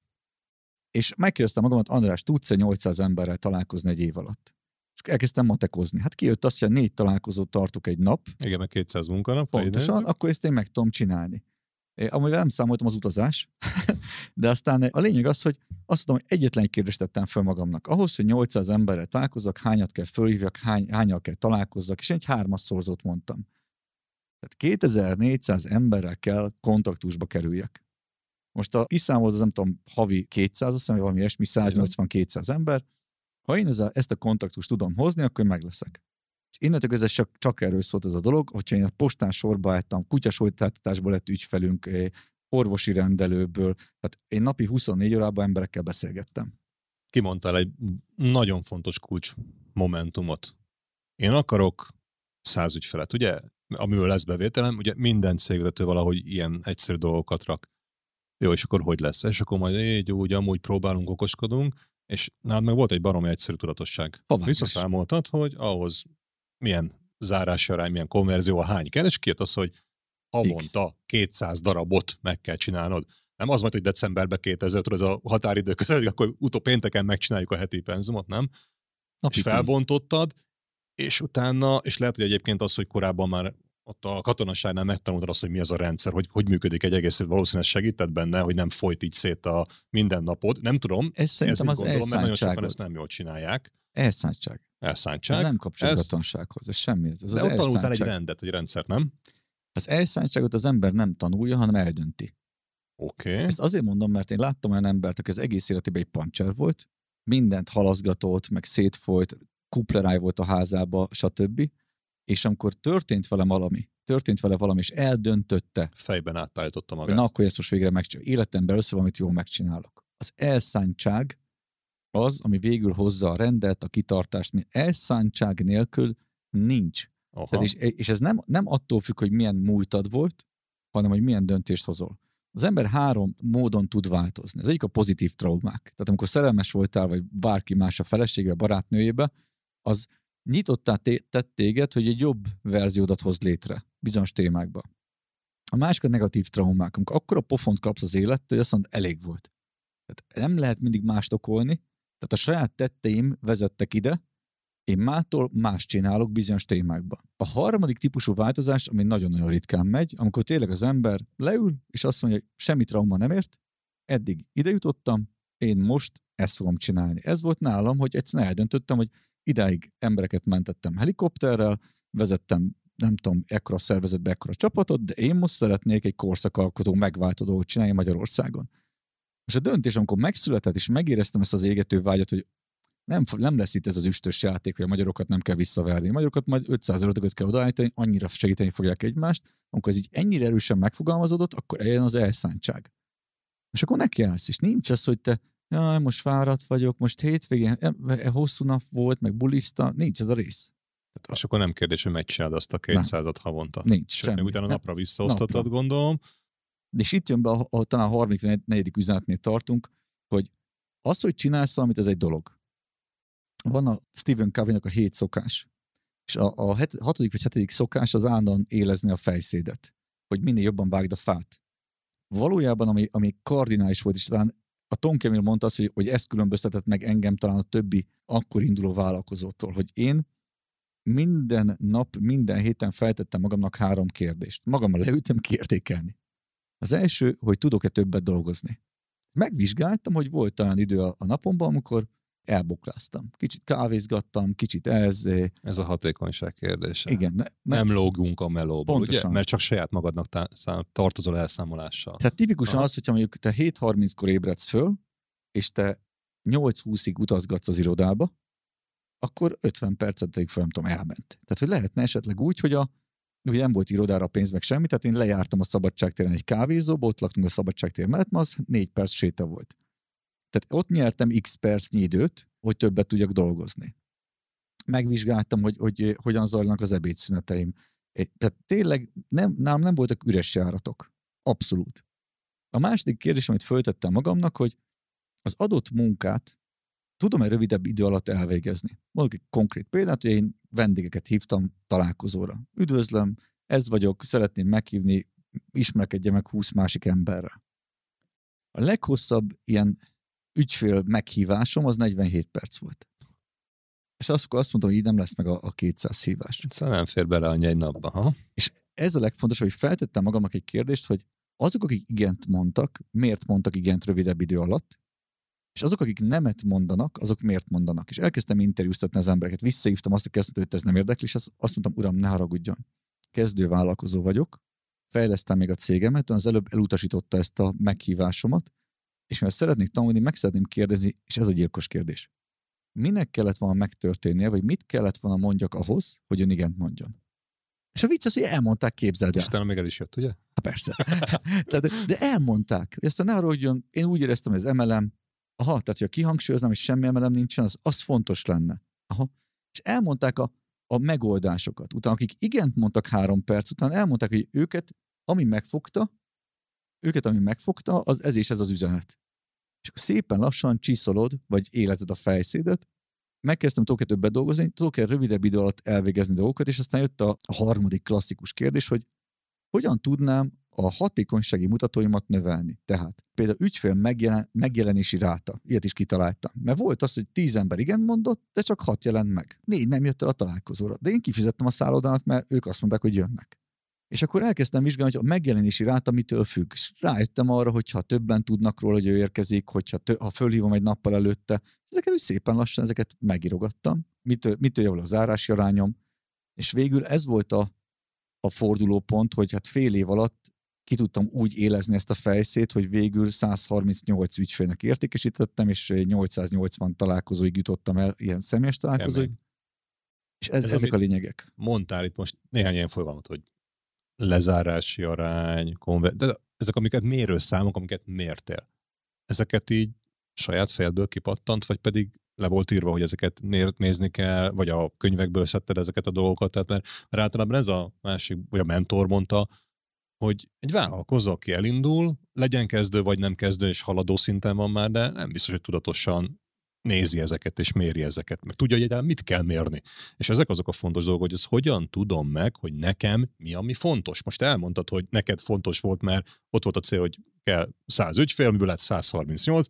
És megkérdeztem magamat, András, tudsz-e 800 emberrel találkozni 1 év alatt? És elkezdtem matekozni. Hát kijött azt, hogy 4 találkozót tartok egy nap. Igen, meg 200 munkanap. Pontosan, akkor ezt én meg tudom csinálni. Amivel nem számoltam az utazás, de aztán a lényeg az, hogy azt tudom, hogy egyetlen egy kérdést tettem fel magamnak. Ahhoz, hogy 800 emberrel találkozzak, hányat kell fölhívjak, hányal kell találkozzak, és egy 3-as szorzót mondtam. Tehát 2400 emberrel kell kontaktusba kerüljek. Most a kiszámolt, az nem tudom, havi 200, azt hiszem, valami ilyesmi, 180-200 ember. Ha én ezt a kontaktust tudom hozni, akkor meg leszek. Innentől kezdve csak erről szólt ez a dolog, hogyha én a postán sorba álltam, kutyasojtáltatásból lett ügyfelünk, orvosi rendelőből, tehát én napi 24 órában emberekkel beszélgettem. Kimondtál egy nagyon fontos kulcs momentumot. Én akarok 100 ügyfelet, ugye? Amivel lesz bevételem, ugye minden cégvezető valahogy ilyen egyszerű dolgokat rak. Jó, és akkor hogy lesz? És akkor majd így, úgy, amúgy próbálunk, okoskodunk, és nálad meg volt egy baromi egyszerű tudatosság. Visszaszámoltad, hogy ahhoz milyen zárási arány, milyen konverzió, hány kell, és kijött az, hogy havonta 200 darabot meg kell csinálnod. Nem az majd, hogy decemberben 2000, tudod, ez a határidő között, akkor pénteken megcsináljuk a heti penzumot, nem? Napi és felbontottad, és utána, és lehet, hogy egyébként az, hogy korábban már ott a katonaságnál megtanultad azt, hogy mi az a rendszer, hogy működik egy egész, valószínűleg segített benne, hogy nem folyt így szét a mindennapod. Nem tudom, ez szerintem az gondolom, mert nagyon sokan ezt nem jól csinálják. Elszántság. Ez nem kapcsolódik katonsághoz, ez semmi. Ez de ott tanultál egy rendet, egy rendszert, nem? Az elszántságot az ember nem tanulja, hanem eldönti. Oké. Ezt azért mondom, mert én láttam olyan embert, aki az egész életében egy pancser volt, mindent halaszgatott, meg szétfolyt, kupleráj volt a házába, stb. És amikor történt vele valami, és eldöntötte. Fejben átállította magát. Na, akkor ezt most végre megcsinálom. Életemben először valamit jól megcsinálok. Az elszántság az, ami végül hozza a rendet, a kitartást. Elszántság nélkül nincs. Tehát és ez nem attól függ, hogy milyen múltad volt, hanem hogy milyen döntést hozol. Az ember 3 módon tud változni. Az egyik a pozitív traumák. Tehát amikor szerelmes voltál, vagy bárki más a feleségbe, barátnőjébe, az nyitottá tett téged, hogy egy jobb verziódat hoz létre bizonyos témákban. A másik a negatív traumák, amikor akkora pofont kapsz az élettől, hogy azt mondod, elég volt. Tehát nem lehet mindig mást okolni, tehát a saját tetteim vezettek ide, én mától más csinálok bizonyos témákban. A harmadik típusú változás, ami nagyon-nagyon ritkán megy, amikor tényleg az ember leül, és azt mondja, hogy semmi trauma nem ért, eddig ide jutottam, én most ezt fogom csinálni. Ez volt nálam, hogy egyszerűen eldöntöttem, hogy idáig embereket mentettem helikopterrel, vezettem, nem tudom, ekkora szervezetbe, ekkora csapatot, de én most szeretnék egy korszakalkotó, megváltó dolgot csinálni Magyarországon. És a döntés, amikor megszületett, és megéreztem ezt az égető vágyat, hogy nem lesz itt ez az üstös játék, hogy a magyarokat nem kell visszaverni. A magyarokat majd 500 ördögöt kell odaállítani, annyira segíteni fogják egymást. Amikor ez így ennyire erősen megfogalmazódott, akkor eljön az elszántság. És akkor nekiállsz, és nincs az, hogy te jaj, most fáradt vagyok, most hétvégén hosszú nap volt, meg bulizta, nincs ez a rész. És akkor nem kérdés, hogy megcsináld azt a 200-at havonta. Nincs, semmi. Még utána napra visszaosztottad, napra. Gondolom. És itt jön be, talán a 34. üzenetnél tartunk, hogy az, hogy csinálsz valamit, ez egy dolog. Van a Stephen Covey-nak a 7 szokás. És a 6. vagy 7. szokás az állandóan élezni a fejszédet. Hogy minél jobban vágd a fát. Valójában, ami kardinális volt, és talán a Tom Kemér mondta azt, hogy ezt különböztetett meg engem talán a többi akkor induló vállalkozótól, hogy én minden nap, minden héten feltettem magamnak 3 kérdést. Magammal leültem kiértékelni. Az első, hogy tudok-e többet dolgozni. Megvizsgáltam, hogy volt talán idő a napomban, amikor elbokláztam. Kicsit kávézgattam, kicsit ez a hatékonyság kérdése. Igen. Nem lógunk a melóból, pontosan. Ugye? Mert csak saját magadnak tartozol elszámolással. Tehát tipikusan az, hogyha mondjuk te 7:30-kor ébredsz föl, és te 8:20-ig utazgatsz az irodába, akkor 50 percet föl, nem tudom, elment. Tehát, hogy lehetne esetleg úgy, hogy ugye nem volt irodára pénz, meg semmi, tehát én lejártam a Szabadságtéren egy kávézóba, ott laktunk a Szabadságtér mellett, ma az 4 perc séta volt. Tehát ott nyertem x percnyi időt, hogy többet tudjak dolgozni. Megvizsgáltam, hogy hogyan zajlanak az ebédszüneteim. Tehát tényleg nálam nem voltak üres járatok. Abszolút. A második kérdés, amit föltettem magamnak, hogy az adott munkát tudom-e rövidebb idő alatt elvégezni. Mondjuk egy konkrét példát, hogy én vendégeket hívtam találkozóra. Üdvözlöm, ez vagyok, szeretném meghívni, ismerkedje meg 20 másik emberrel. A leghosszabb ilyen ügyfél meghívásom az 47 perc volt. És azt mondtam, hogy így nem lesz meg a 200 hívás. Szóval nem fér bele annyi egy napba, ha? És ez a legfontosabb, hogy feltettem magamnak egy kérdést, hogy azok, akik igent mondtak, miért mondtak igent rövidebb idő alatt, és azok, akik nemet mondanak, azok miért mondanak. És elkezdtem interjúztatni az embereket. Visszahívtam azt a kezdőt, hogy ez nem érdekli, és azt mondtam, uram, ne haragudjon. Kezdő vállalkozó vagyok, fejlesztem még a cégemet, az előbb elutasította ezt a meghívásomat, és mivel szeretnék tanulni, meg szeretném kérdezni, és ez a gyilkos kérdés. minek kellett volna megtörténnie, vagy mit kellett volna mondjak ahhoz, hogy ön igent mondjon. És a vicc az, hogy elmondták, képzeld el. És utána még el is jött, ugye? Hát persze. De elmondták. Hogy aztán ne arra, hogy én úgy éreztem, hogy az emelem, tehát, hogy a kihangsúlyoznám, hogy semmi emelem nincsen, az fontos lenne. És elmondták a megoldásokat. Utána, akik igent mondtak 3 perc után, elmondták, hogy őket, ami megfogta, az ez és ez az üzenet. És akkor szépen lassan csiszolod, vagy életed a fejszédet, megkezdtem tudok bedolgozni, tudok rövidebb idő alatt elvégezni dolgokat, és aztán jött a harmadik klasszikus kérdés, hogy hogyan tudnám a hatékonysági mutatóimat növelni. Tehát például ügyfél megjelenési ráta, ilyet is kitaláltam. Mert volt az, hogy 10 ember igen mondott, de csak 6 jelent meg. 4 nem jött el a találkozóra. De én kifizettem a szállodának, mert ők azt mondták, hogy jönnek. És akkor elkezdtem vizsgálni, hogy a megjelenési ráta mitől függ. És rájöttem arra, hogyha többen tudnak róla, hogy ő érkezik, ha fölhívom egy nappal előtte, ezeket úgy szépen lassan ezeket megírogattam. Mitől javul a zárási arányom. És végül ez volt a fordulópont, hogy hát fél év alatt ki tudtam úgy élezni ezt a fejszét, hogy végül 138 ügyfélnek értékesítettem, és 880 találkozóig jutottam el, ilyen személyes találkozóig. És ezek a lényegek. Mondtál itt most néhány ilyen fogalmat, hogy lezárási arány, de ezek, amiket mérőszámok, amiket mértél. Ezeket így saját fejedből kipattant, vagy pedig le volt írva, hogy ezeket nézni kell, vagy a könyvekből szedted ezeket a dolgokat, tehát mert általában ez a másik, vagy a mentor mondta, hogy egy vállalkozó, aki elindul, legyen kezdő, vagy nem kezdő, és haladó szinten van már, de nem biztos, hogy tudatosan nézi ezeket, és méri ezeket, meg tudja, hogy egyáltalán mit kell mérni. És ezek azok a fontos dolgok, hogy ezt hogyan tudom meg, hogy nekem mi, ami fontos. Most elmondtad, hogy neked fontos volt, mert ott volt a cél, hogy kell 100 ügyfél, amiből lett 138,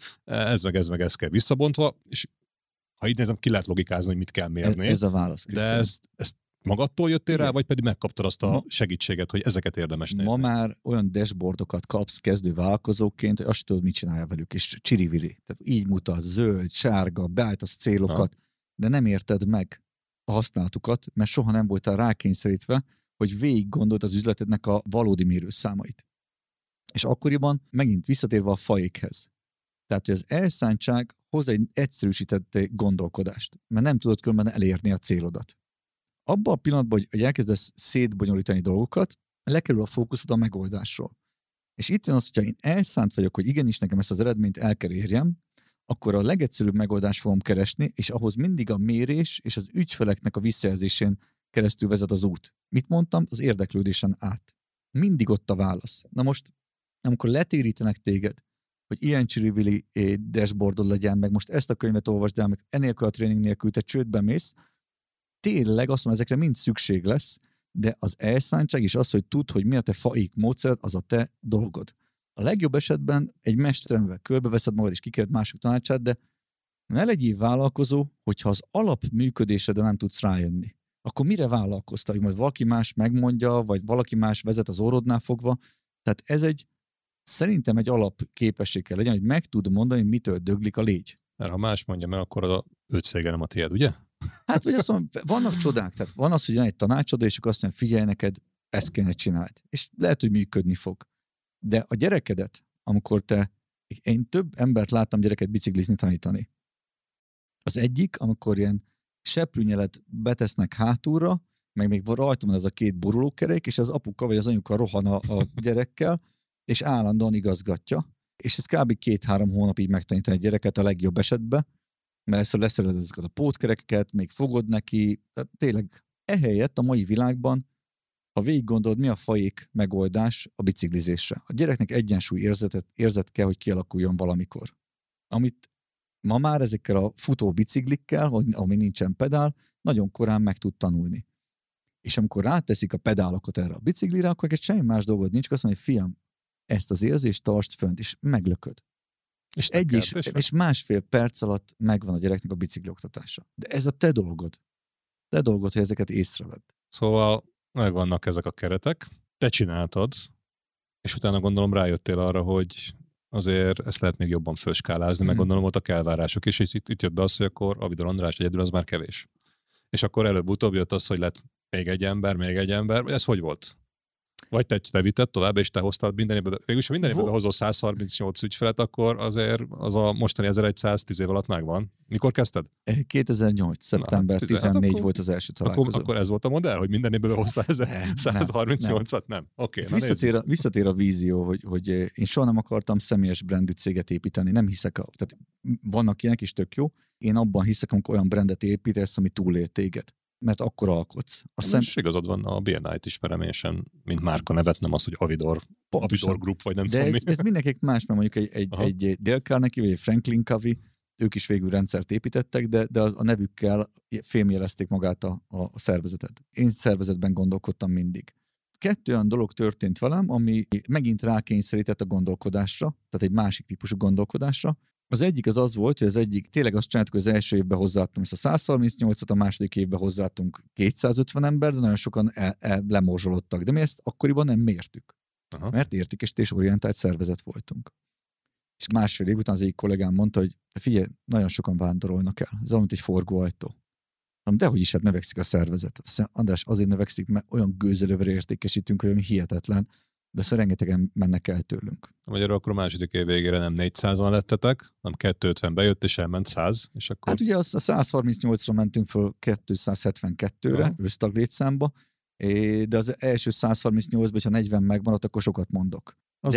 ez kell visszabontva, és ha így nézem, ki lehet logikázni, hogy mit kell mérni. Ez a válasz, Krisztián. De ezt magadtól jöttél rá, vagy pedig megkaptad azt a segítséget, hogy ezeket érdemes nézni? Ma már olyan dashboardokat kapsz kezdő vállalkozóként, hogy azt tudod, mit csinálja velük, és csiriviri. Tehát így mutat, zöld, sárga, beállítasz célokat, de nem érted meg a használatukat, mert soha nem voltál rákényszerítve, hogy végig gondold az üzletednek a valódi mérőszámait. És akkoriban megint visszatérve a faékhez. Tehát, hogy az elszántság hoz egy egyszerűsített gondolkodást, mert nem tudod különben elérni a célodat. Abban a pillanatban, hogy elkezdesz szétbonyolítani dolgokat, lekerül a fókuszod a megoldásról. És itt jön az, hogyha én elszánt vagyok, hogy igenis nekem ezt az eredményt el kell érjem, akkor a legegyszerűbb megoldást fogom keresni, és ahhoz mindig a mérés és az ügyfeleknek a visszajelzésén keresztül vezet az út. Mit mondtam? Az érdeklődésen át. Mindig ott a válasz. Na most, amikor letérítenek téged, hogy ilyen csirivili dashboardod legyen, meg most ezt a könyvet olvasd el, meg enélkül a tréning nélkül te csődbe mész, tényleg azt mondom, ezekre mind szükség lesz, de az elszántság és az, hogy tudd, hogy mi a te faik módszer, az a te dolgod. A legjobb esetben egy mesteremvel körbeveszed magad és kikered mások tanácsát, de ne legyél vállalkozó, hogyha az alapműködésedre nem tudsz rájönni. Akkor mire vállalkoztál, hogy majd valaki más megmondja, vagy valaki más vezet az orrodnál fogva. Tehát ez szerintem egy alapképesség kell legyen, hogy meg tud mondani, hogy mitől döglik a légy. Mert ha más mondja meg, akkor az 5 cége nem a tiéd, ugye? Hát, vagy azt mondom, vannak csodák, tehát van az, hogy jön egy tanácsadó, és akkor azt mondja, figyelj neked, ezt kéne csináld. És lehet, hogy működni fog. De a gyerekedet, amikor én több embert láttam gyereket biciklizni tanítani. Az egyik, amikor ilyen seprűnyelet betesznek hátulra, meg még rajta van ez a 2 borulókerék, és az apuka vagy az anyuka rohan a gyerekkel, és állandóan igazgatja. És ez kb. 2-3 hónapig megtanítani egy gyereket a legjobb esetben, mert ezt leszereled ezeket a pótkerekeket, még fogod neki, tehát tényleg ehelyett a mai világban, ha végig gondolod, mi a faék megoldás a biciklizésre. A gyereknek egyensúly érzet kell, hogy kialakuljon valamikor. Amit ma már ezekkel a futó biciklikkel, ami nincsen pedál, nagyon korán meg tud tanulni. És amikor ráteszik a pedálokat erre a biciklire, akkor egy semmi más dolgod nincs, azt mondja, hogy fiam, ezt az érzést tartsd fönt, és meglököd. És és 1,5 perc alatt megvan a gyereknek a bicikli oktatása. De ez a te dolgod. Te dolgod, hogy ezeket észrevedd. Szóval megvannak ezek a keretek, te csináltad, és utána gondolom rájöttél arra, hogy azért ezt lehet még jobban fölskálázni, meg gondolom voltak elvárások is, és itt jött be az, hogy akkor Avidor András egyedül az már kevés. És akkor előbb-utóbb jött az, hogy lett még egy ember, vagy ez hogy volt? Vagy te vitted tovább, és te hoztad minden évben, végülis ha minden évben behozol 138 ügyfelet, akkor azért az a mostani 1110 év alatt megvan. Mikor kezdted? 2008. szeptember 14 volt az első találkozó. Akkor ez volt a modell, hogy minden évben behoztál 138-at? Nem. Oké, visszatér a vízió, hogy én soha nem akartam személyes brandű céget építeni. Nem hiszek, tehát vannak ilyenek is tök jó. Én abban hiszek, amikor olyan brandet építesz, ami túlél téged. Mert akkor alkotsz. És igazad van, a BNI-t ismerem én sem, mint márka nevet, nem az, hogy Avidor Group, vagy nem de tudom ez mindenkinek más, mert mondjuk egy Dale Carnegie, vagy egy Franklin Covey, ők is végül rendszert építettek, de a nevükkel fémjelezték magát a szervezetet. Én szervezetben gondolkodtam mindig. 2 olyan dolog történt velem, ami megint rákényszerített a gondolkodásra, tehát egy másik típusú gondolkodásra. Az egyik az volt, hogy tényleg azt csináltuk, hogy az első évben hozzáadtam ezt a 138-at, a második évben hozzáadtunk 250 ember, de nagyon sokan lemorzsolódtak. De mi ezt akkoriban nem mértük. Aha. Mert értékesítésorientált szervezet voltunk. És 1,5 év után az egyik kollégám mondta, hogy figyelj, nagyon sokan vándorolnak el. Ez olyan, mint egy forgóajtó. Dehogy is, hát növekszik a szervezet. András, azért növekszik, mert olyan gőzölővel értékesítünk, hogy ami hihetetlen, de szóval rengetegen mennek el tőlünk. Magyarul akkor a második év végére nem 400-an lettetek, hanem 250 bejött, és elment 100, és akkor... Hát ugye a 138-ra mentünk föl 272-re, össztaglétszámba, de az első 138-ban, ha 40 megmaradt, akkor sokat mondok.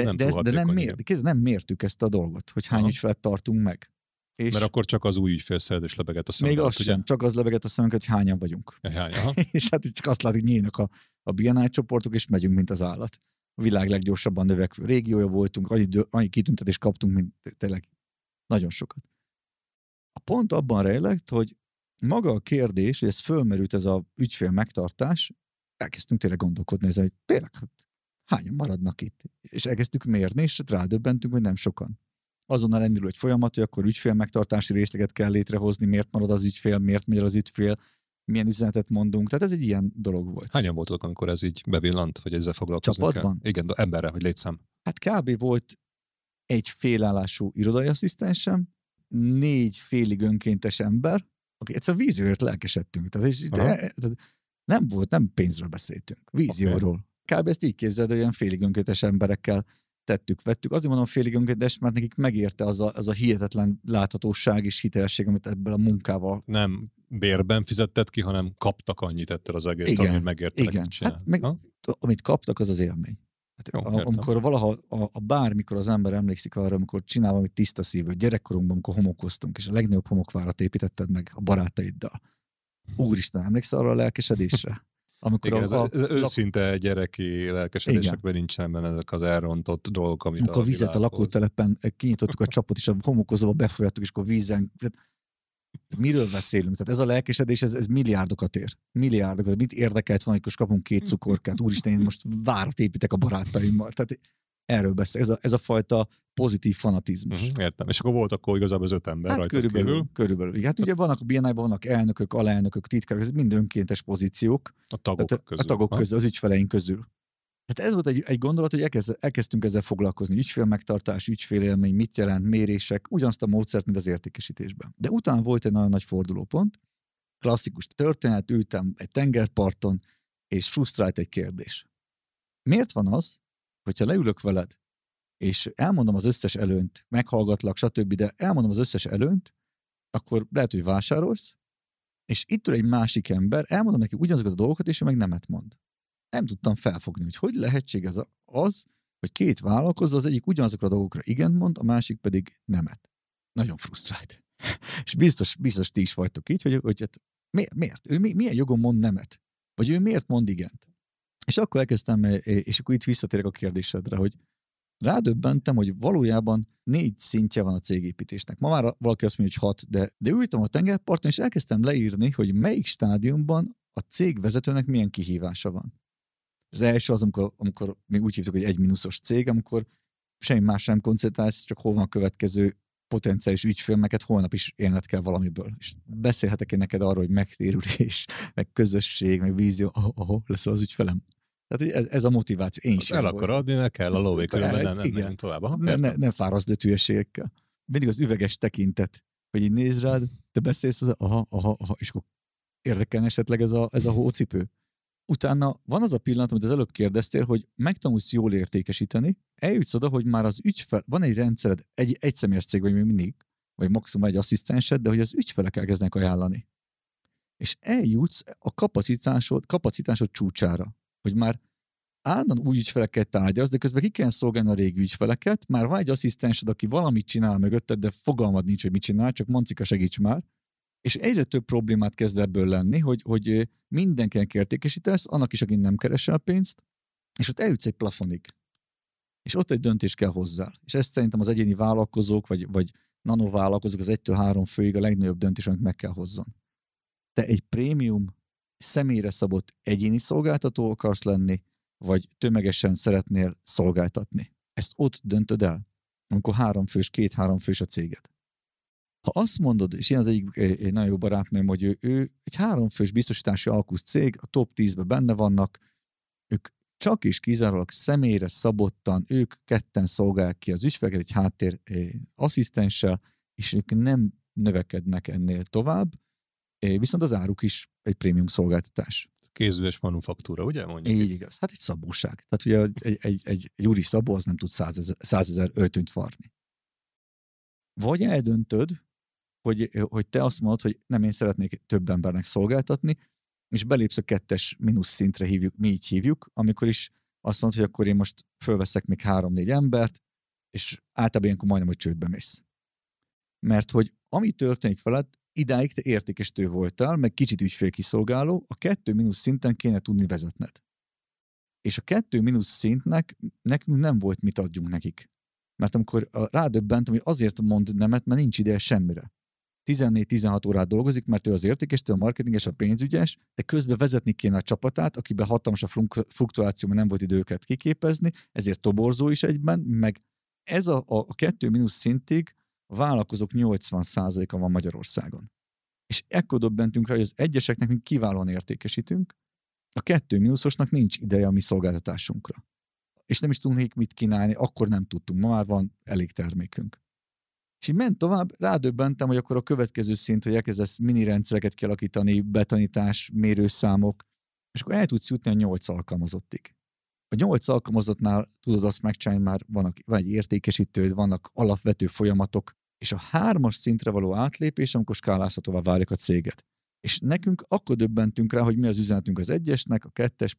Nem mértük ezt a dolgot, hogy hány ügyfelet tartunk meg. És mert akkor csak az új ügyfélszerzés lebegett a szemünket. Még az sem, csak az lebegett a szemünket, hogy hányan vagyunk. És hát csak azt látjuk, hogy nyílnak a BNI csoportok, és megyünk, mint az állat. A világ leggyorsabban növekvő régiója voltunk, annyi kitüntetést kaptunk, mint tényleg nagyon sokat. A pont abban rejlett, hogy maga a kérdés, hogy ez fölmerült, ez az ügyfél megtartás, elkezdtünk tényleg gondolkodni, hogy tényleg hányan maradnak itt. És elkezdtük mérni, és rádöbbentünk, hogy nem sokan. Azonnal elindul egy folyamat, hogy akkor ügyfél megtartási részleget kell létrehozni, miért marad az ügyfél, miért megy el az ügyfél, milyen üzenetet mondunk. Tehát ez egy ilyen dolog volt. Hányan voltok, amikor ez így bevillant, vagy ezzel foglalkozni kell? Csapatban? Igen, de emberre, hogy létszám. Hát kb. Volt egy félállású irodai asszisztensem, 4 félig önkéntes ember, aki egyszerűen vízióért lelkesedtünk. Tehát nem pénzről beszéltünk, vízióról. Okay. Kb. Ezt így képzeld, hogy ilyen félig önkéntes emberekkel vettük. Azért mondom félig önkéntes, mert nekik megérte az a hihetetlen láthatóság és hitelesség, amit ebből a munkával... Nem bérben fizetted ki, hanem kaptak annyit ettől az egész, amit megértenek. Igen, amit kaptak, az élmény. Hát, amikor valaha, bármikor az ember emlékszik arra, amikor csinál valamit tiszta szívű, gyerekkorunkban, amikor homokoztunk, és a legnagyobb homokvárat építetted meg a barátaiddal. Úristen, emlékszel arra a lelkesedésre? Amikor igen, ez őszinte gyereki lelkesedésekben nincsen benne ezek az elrontott dolgok, amit amikor a vizet a lakótelepen kinyitottuk a csapot, és a homokozóba befolyattuk, és akkor vízen... Miről beszélünk? Tehát ez a lelkesedés, ez milliárdokat ér. Milliárdokat. Mit érdekelt van, amikor kapunk 2 cukorkát? Úristen, én most várat építek a barátaimmal. Tehát erről beszél. Ez a fajta pozitív fanatizmus. Értem. És akkor volt igazából az 5 ember hát rajta körülbelül. Hát ugye vannak a BNI-ban, vannak elnökök, alelnökök, titkárok, ez mind önkéntes pozíciók. A tagok közül, az ügyfeleink közül. Tehát ez volt egy gondolat, hogy elkezdtünk ezzel foglalkozni. Ügyfélmegtartás, ügyfélélmény, mit jelent, mérések, ugyanazt a módszert, mint az értékesítésben. De utána volt egy nagyon nagy fordulópont, klasszikus történet, ültem egy tengerparton, és frusztrált egy kérdés. Miért van az, hogyha leülök veled, és elmondom az összes előnyt, meghallgatlak, stb., de elmondom az összes előnyt, akkor lehet, hogy vásárolsz, és itt ül egy másik ember, elmondom neki ugyanazokat a dolgokat, és ő meg nemet mond. Nem tudtam felfogni, hogy lehetséges az, hogy 2 vállalkozó, az egyik ugyanazokra a dolgokra igent mond, a másik pedig nemet. Nagyon frusztrált. És biztos ti is vagytok így, hogy hát miért? Ő milyen jogon mond nemet? Vagy ő miért mond igent? És akkor elkezdtem, és akkor itt visszatérek a kérdésedre, hogy rádöbbentem, hogy valójában 4 szintje van a cégépítésnek. Ma már valaki azt mondja, hogy 6, de ültem a tengerparton, és elkezdtem leírni, hogy melyik stádiumban a cégvezetőnek milyen kihívása van. Az első az, amikor még úgy hívtuk, hogy 1 mínuszos cég, amikor semmi más nem koncentrálsz, csak hol van a következő potenciális ügyfél, meket holnap is élned kell valamiből. És beszélhetek én neked arról, hogy megtérülés, meg közösség, meg vízió, lesz az ügyfelem. Tehát ez a motiváció. Én sem el akar adni, meg kell a lóvé, különben nem megyünk tovább. Ne fáraszd a hülyeségekkel. Mindig az üveges tekintet, hogy így néz rád, te beszélsz, és akkor érdekelne esetleg ez a hócipő. utána van az a pillanat, amit az előbb kérdeztél, hogy megtanulsz jól értékesíteni, eljutsz oda, hogy már az ügyfel, van egy rendszered, egy személyes cég vagy még mindig, vagy maximum egy asszisztensed, de hogy az ügyfelek elkezdenek ajánlani. És eljutsz a kapacitásod csúcsára, hogy már állandóan új ügyfeleket tárgyalsz, de közben ki kell szolgálni a régi ügyfeleket, már van egy asszisztensed, aki valamit csinál mögötted, de fogalmad nincs, hogy mit csinál, csak Mancika segíts már, és egyre több problémát kezd ebből lenni, hogy mindenkinek értékesítesz, annak is, aki nem keresel pénzt, és ott eljutsz egy plafonig. És ott egy döntés kell hozzá. És ezt szerintem az egyéni vállalkozók, vagy nanovállalkozók az 1-3 főig a legnagyobb döntés, amit meg kell hozzon. Te egy prémium, személyre szabott egyéni szolgáltató akarsz lenni, vagy tömegesen szeretnél szolgáltatni. Ezt ott döntöd el, amikor 2-3 fős a céged. Ha azt mondod, és én az egyik egy nagyon jó barátnőm, hogy ő egy 3 fős biztosítási alkusz cég, a top 10-ben benne vannak, ők csak és kizárólag személyre szabottan, ők ketten szolgálják ki az ügyfeleket egy háttér asszisztenssel, és ők nem növekednek ennél tovább, viszont az áruk is egy prémium szolgáltatás. Kézműves manufaktúra, ugye mondjuk? Így igaz. Hát egy szabóság. Tehát ugye egy úri szabó az nem tud 100 000 öltönyt varni. Vagy eldöntöd, hogy te azt mondod, hogy nem, én szeretnék több embernek szolgáltatni, és belépsz a 2-es mínusz szintre, mi így hívjuk, amikor is azt mondod, hogy akkor én most fölveszek még 3-4 embert, és általában ilyenkor majdnem, hogy csődbe mész. Mert hogy ami történik veled, idáig te értékesítő voltál, meg kicsit ügyfélkiszolgáló, a 2 mínusz szinten kéne tudni vezetned. És a 2 mínusz szintnek nekünk nem volt mit adjunk nekik. Mert amikor rádöbbentem, hogy azért mond nemet, mert nincs ideje semmire. 14-16 órát dolgozik, mert ő az értékesítő, a marketinges, a pénzügyes, de közben vezetni kéne a csapatát, akiben hatalmas a fluktuáció, mert nem volt idő őket kiképezni, ezért toborzó is egyben, meg ez a 2 mínusz szintig a vállalkozók 80%-a van Magyarországon. És ekkor döbbentünk rá, hogy az egyeseknek mi kiválóan értékesítünk, a 2 mínuszosnak nincs ideje a mi szolgáltatásunkra. És nem is tudunk nekik mit kínálni, akkor nem tudtunk, ma már van elég termékünk. És így ment tovább, rádöbbentem, hogy akkor a következő szint, hogy elkezdesz mini rendszereket kialakítani, betanítás, mérőszámok, és akkor el tudsz jutni a 8 alkalmazottig. A 8 alkalmazottnál tudod azt megcsinálni, már van egy értékesítőd, vannak alapvető folyamatok, és a 3-as szintre való átlépés, amikor skálázhatóvá válik a céged. És nekünk akkor döbbentünk rá, hogy mi az üzenetünk az 1-esnek, a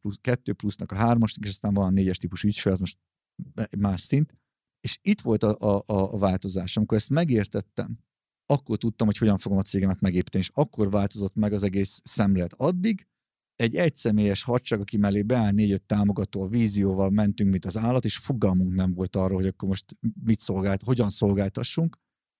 2 plusznak, a 3-asnak, és aztán van a 4-es típusú ügyfél, az most más szint. És itt volt a változás. Amikor ezt megértettem, akkor tudtam, hogy hogyan fogom a cégemet megépíteni, és akkor változott meg az egész szemlélet. Addig egy egyszemélyes hadság, aki mellé beáll 4-5 támogató, a vízióval mentünk, mint az állat, és fogalmunk nem volt arról, hogy akkor most hogyan szolgáltassunk.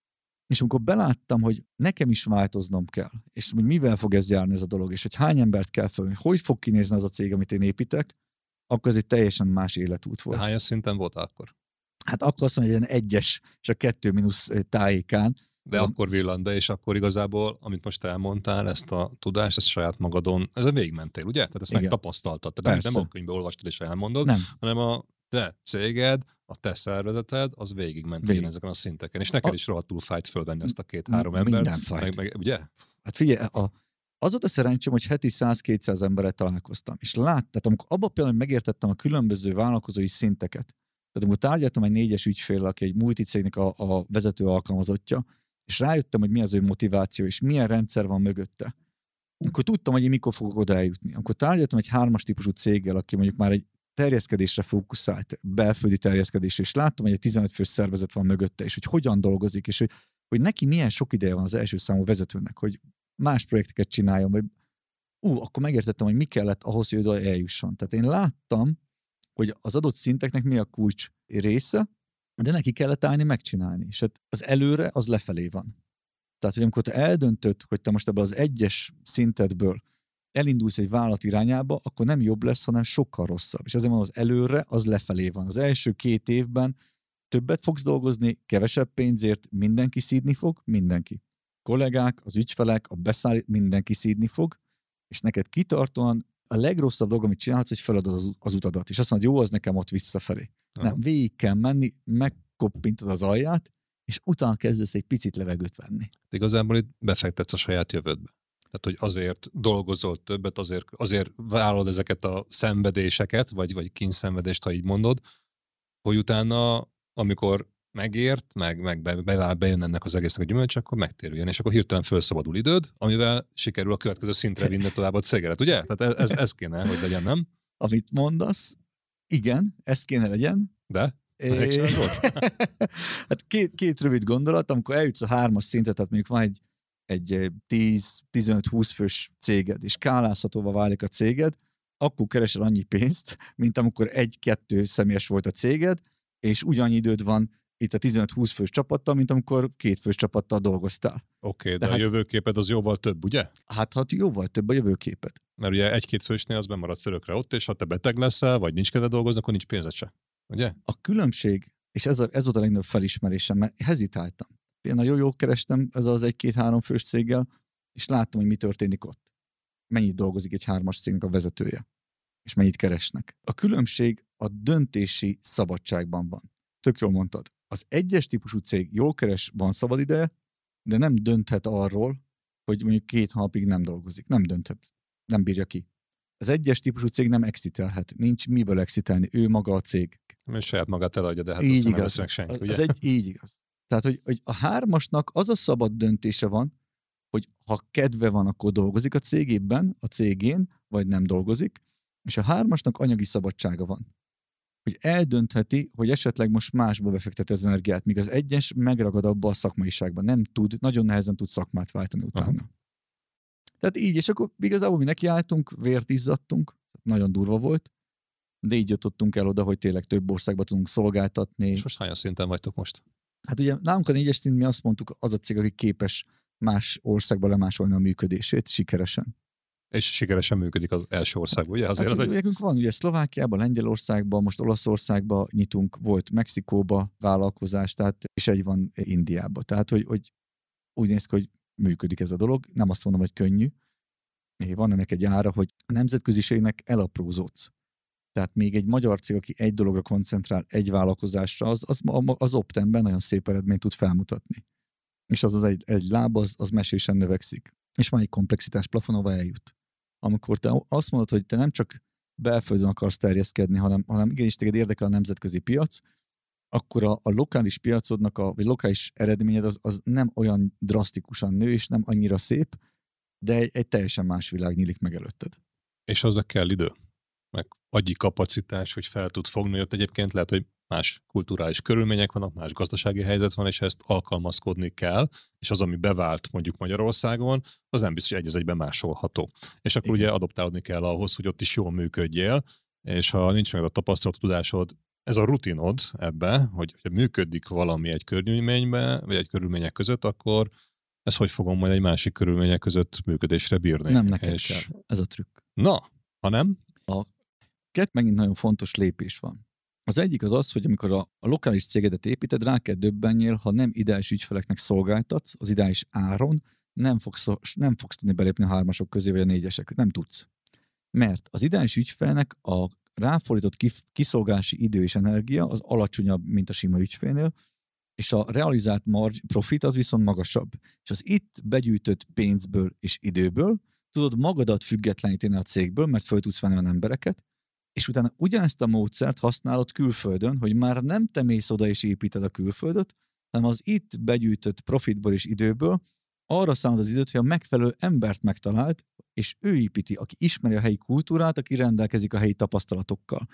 És amikor beláttam, hogy nekem is változnom kell, és hogy mivel fog ez járni ez a dolog, és hogy hány embert kell felvenni, hogy fog kinézni az a cég, amit én építek, akkor ez egy teljesen más életút volt. De hányas szinten volt akkor? Hát akkor azt mondja, hogy egy 1-es és a 2 mínusz tájékán. De akkor villant be, és akkor igazából, amit most elmondtál, ezt a tudást, ezt saját magadon, ezen végigmentél, ugye? Tehát ezt megtapasztaltad. Tehát nem a könyvbe olvastad és elmondod, hanem a te céged, a te szervezeted, az végigment ezeken a szinteken. És neked is rohadtul fájt fölvenni ezt a 2-3 embert. Minden fájt. Ugye? Hát figyelj, az volt a szerencsém, hogy heti 100-200 emberrel találkoztam. És tehát amikor abban például megértettem a különböző vállalkozói szinteket, tehát amikor tárgyaltam egy 4-es ügyféllel, aki egy multicégnek a vezető alkalmazottja, és rájöttem, hogy mi az ő motiváció, és milyen rendszer van mögötte, akkor tudtam, hogy én mikor fogok oda eljutni. Amikor tárgyaltam egy 3-as típusú céggel, aki mondjuk már egy terjeszkedésre fókuszált, belföldi terjeszkedésre, és láttam, hogy egy 15 fős szervezet van mögötte, és hogy hogyan dolgozik, és hogy neki milyen sok ideje van az első számú vezetőnek, hogy más projekteket csináljon, vagy akkor megértettem, hogy mi kellett ahhoz, hogy oda eljusson. Tehát én láttam, hogy az adott szinteknek mi a kulcs része, de neki kellett állni, megcsinálni. És hát az előre, az lefelé van. Tehát, hogy amikor te eldöntöd, hogy te most ebből az 1-es szintedből elindulsz egy vállalat irányába, akkor nem jobb lesz, hanem sokkal rosszabb. És ezért van az előre, az lefelé van. Az első 2 évben többet fogsz dolgozni, kevesebb pénzért, mindenki szídni fog, mindenki. Kollégák, az ügyfelek, a beszállít, mindenki szídni fog, és neked kitartóan a legrosszabb dolog, amit csinálhatsz, hogy feladod az utadat, és azt mondod, jó, az nekem ott visszafelé. Nem, végig kell menni, megkoppintod az alját, és utána kezdesz egy picit levegőt venni. Igazából itt befektetsz a saját jövődbe. Tehát, hogy azért dolgozol többet, azért vállalod ezeket a szenvedéseket, vagy kínszenvedést, ha így mondod, hogy utána, amikor megért, meg bejön ennek az egésznek a gyümölcs, akkor megtérüljön, és akkor hirtelen felszabadul időd, amivel sikerül a következő szintre vinni tovább a cégedet, ugye? Tehát ez kéne, hogy legyen, nem? Amit mondasz, igen, ez kéne legyen. De? Volt? Hát két rövid gondolat, amikor eljutsz a 3-as szintre, tehát mondjuk van egy 10-15-20 fős céged, és skálázhatóvá válik a céged, akkor keresel annyi pénzt, mint amikor 1-2 személyes volt a céged, és ugyannyi időd van itt a 15-20 fős csapattal, mint amikor 2 fős csapattal dolgoztál. Oké, de a jövőképed az jóval több, ugye? Hát jóval több a jövőképed. Mert ugye 1-2 fősnél az bemaradsz örökre ott, és ha te beteg leszel, vagy nincs kedved dolgozni, akkor nincs pénzed se. Ugye? A különbség, és ez volt a legnagyobb felismerésem, mert hezitáltam. Én nagyon jól kerestem ez az 1-2-3 fős céggel, és láttam, hogy mi történik ott. Mennyit dolgozik egy 3-as cégnek a vezetője, és mennyit keresnek. A különbség a döntési szabadságban van. Tök jól mondtad. Az 1-es típusú cég jól keres, van szabad ideje, de nem dönthet arról, hogy mondjuk 2 hónapig nem dolgozik. Nem dönthet. Nem bírja ki. Az 1-es típusú cég nem exitelhet. Nincs miből exitelni. Ő maga a cég. És saját magát eladja, de hát így azt igaz. nem vesz meg senki, ugye? Így igaz. Tehát, hogy a 3-asnak az a szabad döntése van, hogy ha kedve van, akkor dolgozik a cégén, vagy nem dolgozik, és a 3-asnak anyagi szabadsága van. Hogy eldöntheti, hogy esetleg most másba befektet az energiát, míg az 1-es megragad abba a szakmaiságban. Nem tud, nagyon nehezen tud szakmát váltani utána. Aha. Tehát így, és akkor igazából mi nekiálltunk, vért izzadtunk, nagyon durva volt, de így jutottunk el oda, hogy tényleg több országba tudunk szolgáltatni. És most hányan szinten vagytok most? Hát ugye nálunk a 4-es szint, mi azt mondtuk, az a cég, aki képes más országba lemásolni a működését sikeresen. És sikeresen működik az első országban, ugye? Azért hát, nekünk van ugye Szlovákiában, Lengyelországban, most Olaszországban nyitunk, volt Mexikóba vállalkozás, tehát, és egy van Indiában. Tehát, hogy úgy néz ki, hogy működik ez a dolog. Nem azt mondom, hogy könnyű. Van ennek egy ára, hogy a nemzetköziségnek elaprózódsz. Tehát még egy magyar cég, aki egy dologra koncentrál, egy vállalkozásra, az Optenben nagyon szép eredményt tud felmutatni. És az egy láb, az mesésen növekszik. És van egy komplexitás plafon, ahol eljut. Amikor te azt mondod, hogy te nem csak belföldön akarsz terjeszkedni, hanem igenis téged érdekel a nemzetközi piac, akkor a lokális piacodnak, vagy lokális eredményed az nem olyan drasztikusan nő, és nem annyira szép, de egy teljesen más világ nyílik meg előtted. És az meg kell idő, meg agyi kapacitás, hogy fel tud fogni, ott egyébként lehet, hogy más kulturális körülmények vannak, más gazdasági helyzet van, és ezt alkalmazkodni kell, és az, ami bevált mondjuk Magyarországon, az nem biztos, hogy egy az egyben másolható. És akkor ugye adoptálódni kell ahhoz, hogy ott is jól működjél, és ha nincs meg a tapasztalat, tudásod, ez a rutinod ebbe, hogy működik valami egy körülményben, vagy egy körülmények között, akkor ez hogy fogom majd egy másik körülmények között működésre bírni? Nem neked kell. Ez a trükk. Na, ha nem? Megint nagyon fontos lépés van. Az egyik az, hogy amikor a lokális cégedet építed, rá kell döbbenjél, ha nem ideális ügyfeleknek szolgáltatsz, az ideális áron, nem fogsz tudni belépni a 3-asok közé, vagy a 4-esek. Nem tudsz. Mert az ideális ügyfelnek a ráfordított kiszolgálási idő és energia az alacsonyabb, mint a sima ügyfélnél, és a realizált profit az viszont magasabb. És az itt begyűjtött pénzből és időből tudod magadat függetleníteni a cégből, mert föl tudsz venni olyan embereket, és utána ugyanezt a módszert használod külföldön, hogy már nem te mész oda és építed a külföldöt, hanem az itt begyűjtött profitból és időből arra számod az időt, hogy a megfelelő embert megtalált, és ő építi, aki ismeri a helyi kultúrát, aki rendelkezik a helyi tapasztalatokkal.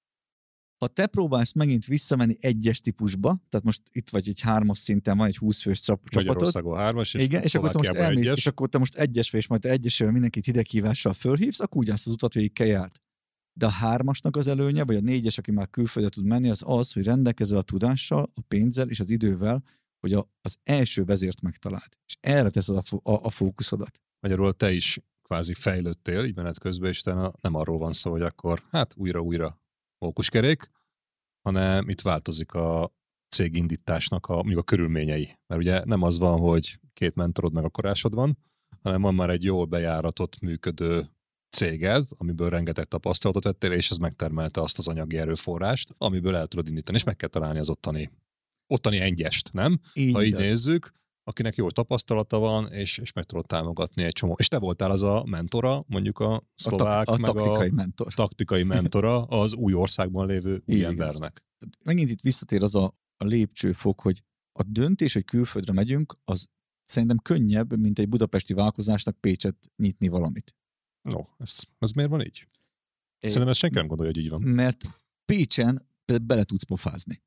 Ha te próbálsz megint visszamenni 1-es típusba, tehát most itt vagy egy 3-as szinten, van egy 20 fős csapatod. Magyarországon 3-as, és igen, és akkor te most elmész, és akkor te most 1-es és majd te 1-esről mindenkit hideghívással fölhívsz, akkor ugyanazt az utat végig kell járt. De a 3-asnak az előnye, vagy a 4-es, aki már külföldre tud menni, az, hogy rendelkezel a tudással, a pénzzel és az idővel, hogy az első vezért megtaláld. És erre teszed a fókuszodat. Magyarul te is kvázi fejlődtél, így menet közben, és nem arról van szó, hogy akkor újra mókuskerék, hanem itt változik a cégindításnak mondjuk a körülményei. Mert ugye nem az van, hogy 2 mentorod meg a korásod van, hanem van már egy jól bejáratott, működő céged, amiből rengeteg tapasztalatot vettél, és ez megtermelte azt az anyagi erőforrást, amiből el tudod indítani, és meg kell találni az ottani 1-est, nem? Így ha így nézzük, akinek jó tapasztalata van, és meg tudod támogatni egy csomó. És te voltál az a mentora, mondjuk a szlovák, a taktikai mentor. Taktikai mentora az új országban lévő új embernek. Megint itt visszatér az a lépcsőfok, hogy a döntés, hogy külföldre megyünk, az szerintem könnyebb, mint egy budapesti vállalkozásnak Pécset nyitni valamit. No, ez miért van így? Szerintem ezt senki nem gondolja, hogy így van. Mert Pécsen bele tudsz pofázni.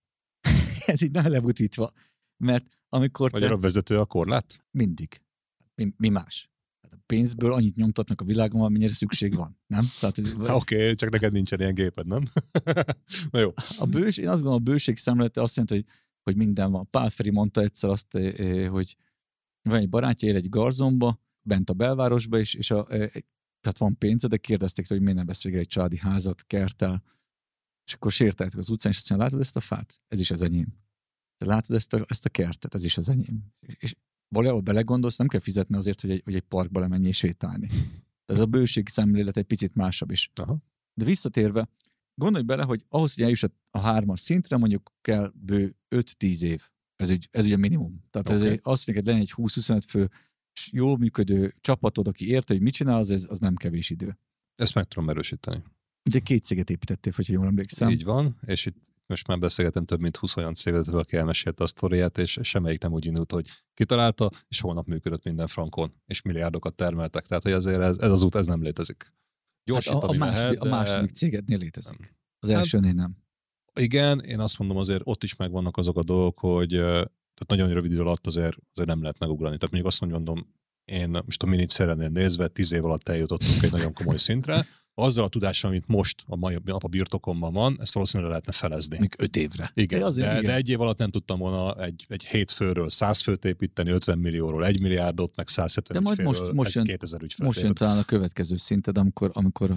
Ez így nem lebutítva. Mert amikor Vagy a vezető a korlát? Mindig. Mi más? A pénzből annyit nyomtatnak a világon, amennyire szükség van, nem? Oké, csak neked nincsen ilyen géped, nem? Na jó. Én azt gondolom, a bőség szemlélete azt jelenti, hogy minden van. Pál Feri mondta egyszer azt, hogy van egy barátja, él egy garzonba, bent a belvárosba, és tehát van pénze, de kérdezték, hogy miért nem vesz végre egy családi házat, kerttel, és akkor sétáltak az utcán, és azt mondja, látod ezt a fát? Ez is az enyém. Te látod ezt a kertet? Ez is az enyém. És valahol belegondolsz, nem kell fizetni azért, hogy egy parkba lemenj és sétálni. De ez a bőség szemlélet egy picit másabb is. Aha. De visszatérve, gondolj bele, hogy ahhoz, hogy eljuss a 3-as szintre, mondjuk kell bő 5-10 év. Ez ugye a minimum. Tehát okay. Az, hogy neked legyen egy 20-25 fő jól működő csapatod, aki érte, hogy mit csinál, az nem kevés idő. Ezt meg tudom erősíteni. Ugye 2 céget építettél, hogyha jól emlékszem. Így van, és itt most már beszélgetem több mint 20 olyan céget, aki elmesélte a sztoriát, és semmelyik nem úgy indult, hogy kitalálta, és holnap működött minden frankon, és milliárdokat termeltek. Tehát, hogy azért ez az út, ez nem létezik. Gyorsítani lehet, a második cégednél létezik. Nem. Az elsőnél nem. Igen, én azt mondom, azért ott is megvannak azok a dolgok, hogy tehát nagyon rövid idő alatt azért nem lehet megugrani. Tehát mondjuk azt mondom, én most a minit szerennél nézve 10 év alatt eljutottunk egy nagyon komoly szintre. Azzal a tudással, amit most a mai nap a birtokomban van, ezt valószínűleg lehetne felezni. Még 5 évre. Igen, de 1 év alatt nem tudtam volna egy 7 főről 100 főt építeni, 50 millióról 1 milliárdot, meg 170 ügyfélről most 2000 ügyfél. Most jön talán a következő szinted, amikor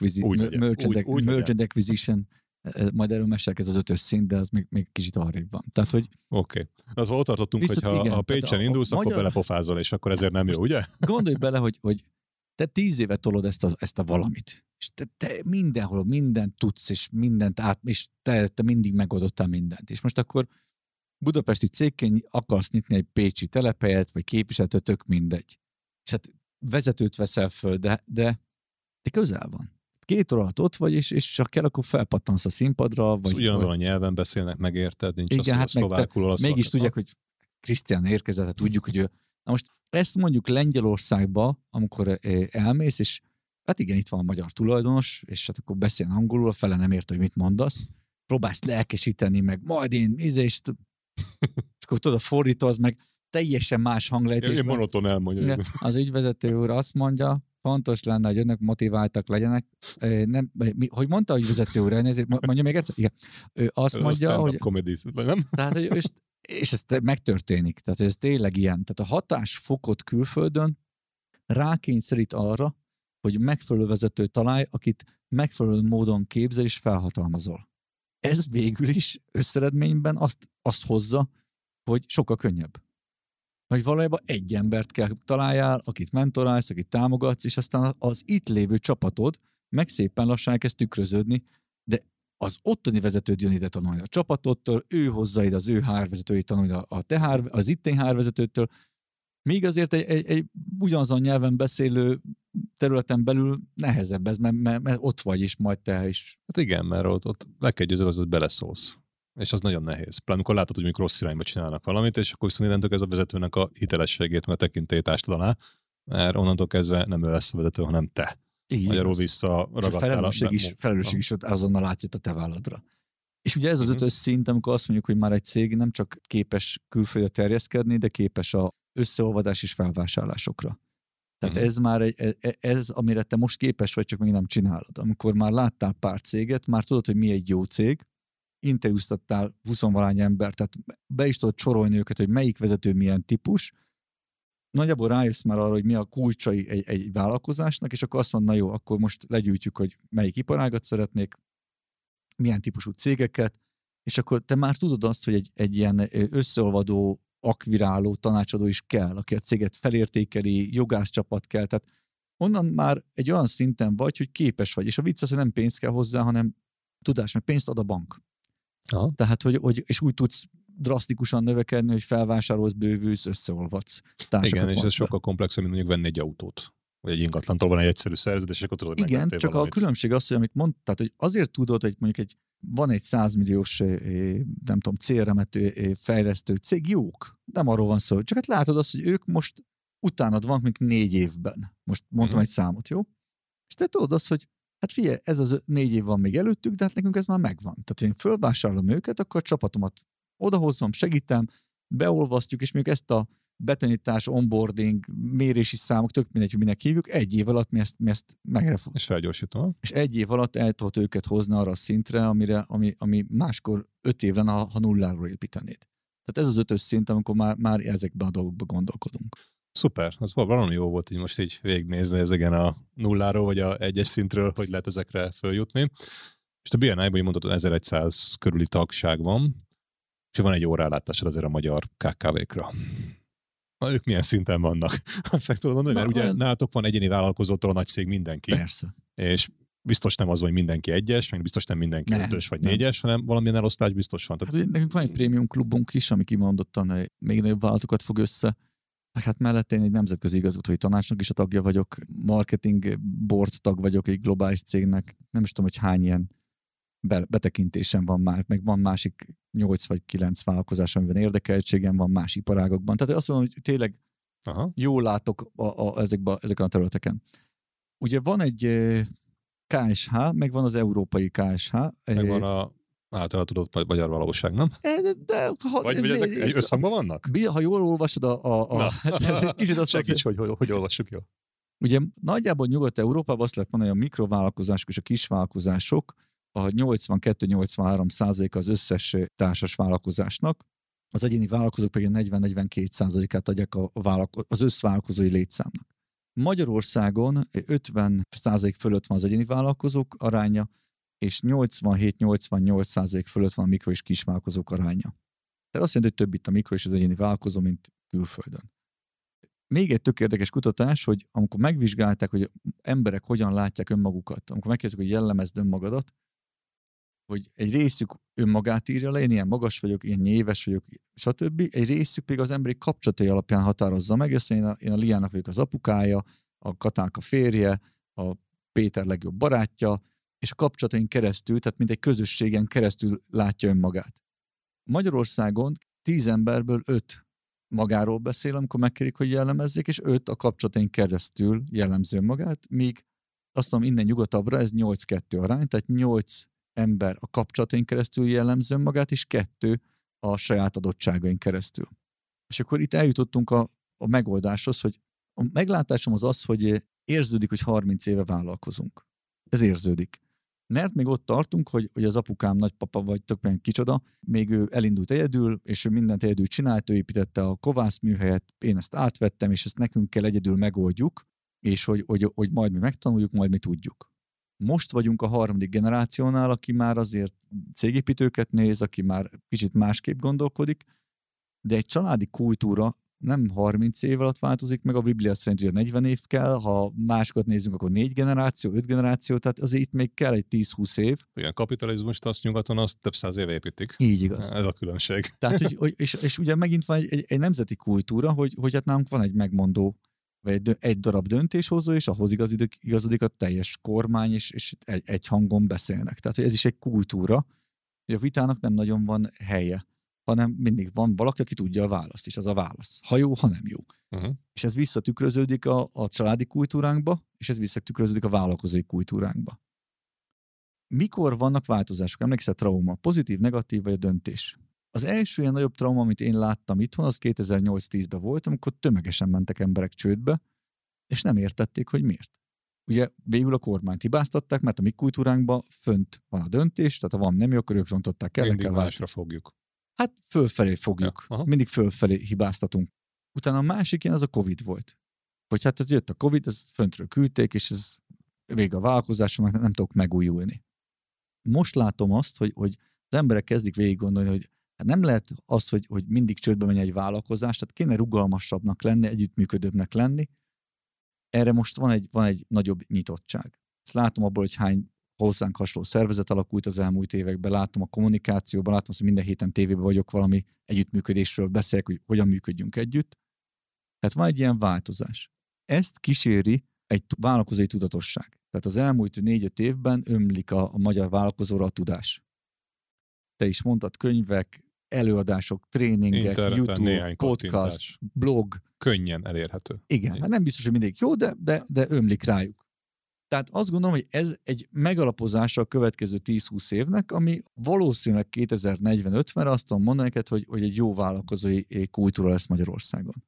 merchant acquisition, majd erről mesélek, ez az 5-ös szint, de az még kicsit arrébb van. Tehát, hogy... Oké. Az volt tartottunk, hogy ha Pécsen indulsz, akkor belepofázol, és akkor ezért nem jó, ugye? Gondolj bele, hogy te 10 éve tolod ezt a valamit. És te mindenhol, mindent tudsz, és mindent és te mindig megoldottál mindent. És most akkor budapesti cégként akarsz nyitni egy pécsi telephelyet, vagy képviseletet, tök mindegy. És hát vezetőt veszel föl, de közel van. 2 óra alatt ott vagy, és csak kell, akkor felpattansz a színpadra. Vagy ugyanazon a nyelven beszélnek, megérted? Nincs igen, az, hogy szlovákul, olaszul. Mégis tudják, hogy Krisztián érkezett, hát tudjuk, hogy ő... Na most ezt mondjuk Lengyelországba, amikor elmész, és hát igen, itt van a magyar tulajdonos, és hát akkor beszél angolul, a fele nem érte, hogy mit mondasz, próbálsz lelkesíteni, meg majd és akkor tudod, fordító, az meg teljesen más hanglejtés. Én monoton elmondja. Az ügyvezető úr azt mondja, fontos lenne, hogy önök motiváltak legyenek. Hogy mondta, hogy vezető úr, mondja még egyszer? Igen. Ő azt mondja, hogy... Comedy, nem? Tehát, és ez megtörténik. Tehát ez tényleg ilyen. Tehát a hatásfokot külföldön rákényszerít arra, hogy megfelelő vezetőt találj, akit megfelelő módon képzel és felhatalmazol. Ez végül is összeredményben azt hozza, hogy sokkal könnyebb. Hogy valójában egy embert kell találjál, akit mentorálsz, akit támogatsz, és aztán az itt lévő csapatod meg szépen lassan elkezd tükröződni, de az ottani vezetőd jön ide tanulni a csapatottól, ő hozza ide az ő HR-vezetőit tanulni az itteni HR-vezetőtől, még azért egy ugyanazon nyelven beszélő területen belül nehezebb ez, mert ott vagy is, majd te is. Hát igen, mert ott le kell győződni, hogy beleszólsz. És az nagyon nehéz. Pláne amikor látod, hogy rossz irányba csinálnak valamit, és akkor viszont innentől ez a vezetőnek a hitelességét, mert a tekintélyt ástad alá, mert onnantól kezdve nem ő lesz a vezető, hanem te. Magyarul visszaragadtál. A felelősség is ott azonnal átjött a te válladra. És ugye ez az 5-ös szint, amikor azt mondjuk, hogy már egy cég nem csak képes külföldre terjeszkedni, de képes a összeolvadás és felvásárlásokra. Tehát ez már ez, amire te most képes vagy, csak még nem csinálod. Amikor már láttál pár céget, már tudod, hogy mi egy jó cég, interjúztattál 20-valány embert, tehát be is tudod sorolni őket, hogy melyik vezető milyen típus, nagyjából rájössz már arra, hogy mi a kulcsai egy vállalkozásnak, és akkor azt mondod, na jó, akkor most legyűjtjük, hogy melyik iparágat szeretnék, milyen típusú cégeket, és akkor te már tudod azt, hogy egy ilyen összeolvadó, akviráló tanácsadó is kell, aki a céget felértékeli, jogászcsapat kell, tehát onnan már egy olyan szinten vagy, hogy képes vagy, és a vicc az, hogy nem pénz kell hozzá, hanem tudás, mert pénzt ad a bank. Aha. Tehát, hogy és úgy tudsz drasztikusan növekedni, hogy felvásárolsz, bővülsz, összeolvadsz. Igen, és ez sokkal komplexabb, mint mondjuk venni egy autót. Vagy egy ingatlantól van egy egyszerű szerződés, és akkor tudod, hogy igen, csak valamit. A különbség az, hogy amit mondtad, hogy azért tudod, hogy mondjuk van egy 100 milliós, nem tudom, CRM-et fejlesztő cég, jók. Nem arról van szó. Csak hát látod azt, hogy ők most utánad vannak még 4 évben. Most mondtam egy számot, jó? És te tudod azt, hogy hát figyelj, ez az 4 év van még előttük, de hát nekünk ez már megvan. Tehát, hogy én fölvásárolom őket, akkor a csapatomat odahozom, segítem, beolvasztjuk, és még ezt a betanítás, onboarding, mérési számok, tök mindegy, hogy minek hívjuk, 1 év alatt mi ezt megrefogjuk. És felgyorsítom. És 1 év alatt el tudod őket hozni arra a szintre, ami máskor 5 év lenne, ha nulláról építenéd. Tehát ez az 5-ös szint, amikor már ezekben a dolgokban gondolkodunk. Szuper, az valami jó volt, hogy most így végignézni ezeken a nulláról, vagy a 1-es szintről, hogy lehet ezekre följutni. És a BNI-ban így mondtad, 1100 körüli tagság van, és van egy jó rálátásod azért a magyar KKV-kra. Ők milyen szinten vannak? Azt meg tudod mondani, mert ugye nálatok van egyéni vállalkozótól a nagy cég mindenki. Persze. És biztos nem az, hogy mindenki 1-es, meg biztos nem mindenki 5-ös vagy 4-es, hanem valamilyen elosztás biztos van. Hát, nekünk van egy prémium klubunk is, ami kimondottan még nagyobb vállalatokat fog össze. Hát mellette én egy nemzetközi igazgatói tanácsnak is a tagja vagyok, marketing board tag vagyok egy globális cégnek. Nem is tudom, hogy hány ilyen betekintésem van már, meg van másik 8 vagy 9 vállalkozás, amiben érdekeltségem van más iparágokban. Tehát azt mondom, hogy tényleg jól látok ezeken a területeken. Ugye van egy KSH, meg van az európai KSH. Meg van a általában tudott magyar valóság, nem? Vagy ezek egy összhangban vannak? Ha jól olvasod kicsit azt segíts, hogy olvassuk jól. Ugye nagyjából Nyugat-Európában azt lehet mondani, hogy a mikrovállalkozások és a kisvállalkozások a 82-83% az összes társas vállalkozásnak, az egyéni vállalkozók pedig 40-42%-át adják az összvállalkozói létszámnak. Magyarországon 50% fölött van az egyéni vállalkozók aránya, és 87-88% fölött van a mikro- és kisvállalkozók aránya. Tehát azt jelenti, hogy több itt a mikro- és az egyéni vállalkozó, mint külföldön. Még egy tök érdekes kutatás, hogy amikor megvizsgálták, hogy emberek hogyan látják önmagukat, amikor megkérdezik, hogy jellemezd önmagadat, hogy egy részük önmagát írja le, én ilyen magas vagyok, ilyen nyéves vagyok, stb. Egy részük pedig az emberi kapcsolatai alapján határozza meg, ezt én a Liának vagyok az apukája, a Katának a férje, a Péter legjobb barátja, és a kapcsolataink keresztül, tehát mint egy közösségen keresztül látja önmagát. Magyarországon 10 emberből 5 magáról beszél, amikor megkérik, hogy jellemezzék, és 5 a kapcsolataink keresztül jellemzi önmagát, míg azt mondom, innen nyugatabbra ez 8-2 arány, tehát 8 ember a kapcsolataink keresztül jellemzi önmagát, és 2 a saját adottságaink keresztül. És akkor itt eljutottunk a megoldáshoz, hogy a meglátásom az, hogy érződik, hogy 30 éve vállalkozunk. Ez érződik. Mert még ott tartunk, hogy az apukám, nagypapa vagy tök meg kicsoda, még ő elindult egyedül, és ő mindent egyedül csinált, ő építette a kovász műhelyet, én ezt átvettem, és ezt nekünk kell egyedül megoldjuk, és hogy majd mi megtanuljuk, majd mi tudjuk. Most vagyunk a 3. generációnál, aki már azért cégépítőket néz, aki már kicsit másképp gondolkodik, de egy családi kultúra nem 30 év alatt változik meg, a Biblia szerint ugye 40 év kell, ha másokat nézzünk, akkor 4 generáció, 5 generáció, tehát azért itt még kell egy 10-20 év. Igen, kapitalizmust azt nyugaton azt több száz éve építik. Így igaz. Ez a különbség. Tehát, és ugye megint van egy nemzeti kultúra, hogy hát nálunk van egy megmondó, vagy egy darab döntéshozó, és ahhoz igazodik a teljes kormány, és egy hangon beszélnek. Tehát, hogy ez is egy kultúra, hogy a vitának nem nagyon van helye, hanem mindig van valaki, aki tudja a választ, és az a válasz. Ha jó, ha nem jó. És ez visszatükröződik a családi kultúránkba, és ez visszatükröződik a vállalkozói kultúránkba. Mikor vannak változások? Emlékszel, trauma? Pozitív, negatív vagy a döntés? Az első ilyen nagyobb trauma, amit én láttam itthon, az 2008-10-ben volt, amikor tömegesen mentek emberek csődbe, és nem értették, hogy miért. Ugye végül a kormányt hibáztatták, mert a mi kultúránkban fönt van a döntés, tehát ha van nem jó, akkor ők rontották el, mindig másra fogjuk. Hát fölfelé fogjuk. Ja, mindig fölfelé hibáztatunk. Utána a másik ilyen az a Covid volt. Hogy hát ez jött a Covid, ez föntről küldték, és ez vége a vállalkozásomnak, nem tudok megújulni. Most látom azt, hogy az emberek kezdik végig gondolni, hogy hát nem lehet az, hogy mindig csődbe menj egy vállalkozás, tehát kéne rugalmasabbnak lenni, együttműködőbbnek lenni. Erre most van egy nagyobb nyitottság. Ezt látom abból, hogy hány hozzánk hasonló szervezet alakult az elmúlt években, látom a kommunikációban, látom, hogy minden héten tévében vagyok, valami együttműködésről beszélek, hogy hogyan működjünk együtt. Tehát van egy ilyen változás. Ezt kíséri egy vállalkozói tudatosság. Tehát az elmúlt 4-5 évben ömlik a magyar vállalkozóra a tudás. Te is mondtad, könyvek, előadások, tréningek, interneten YouTube, podcast, blog. Könnyen elérhető. Igen, hát nem biztos, hogy mindig jó, de ömlik rájuk. Tehát azt gondolom, hogy ez egy megalapozása a következő 10-20 évnek, ami valószínűleg 2040-50-re azt tudom mondani neked, hogy egy jó vállalkozói kultúra lesz Magyarországon.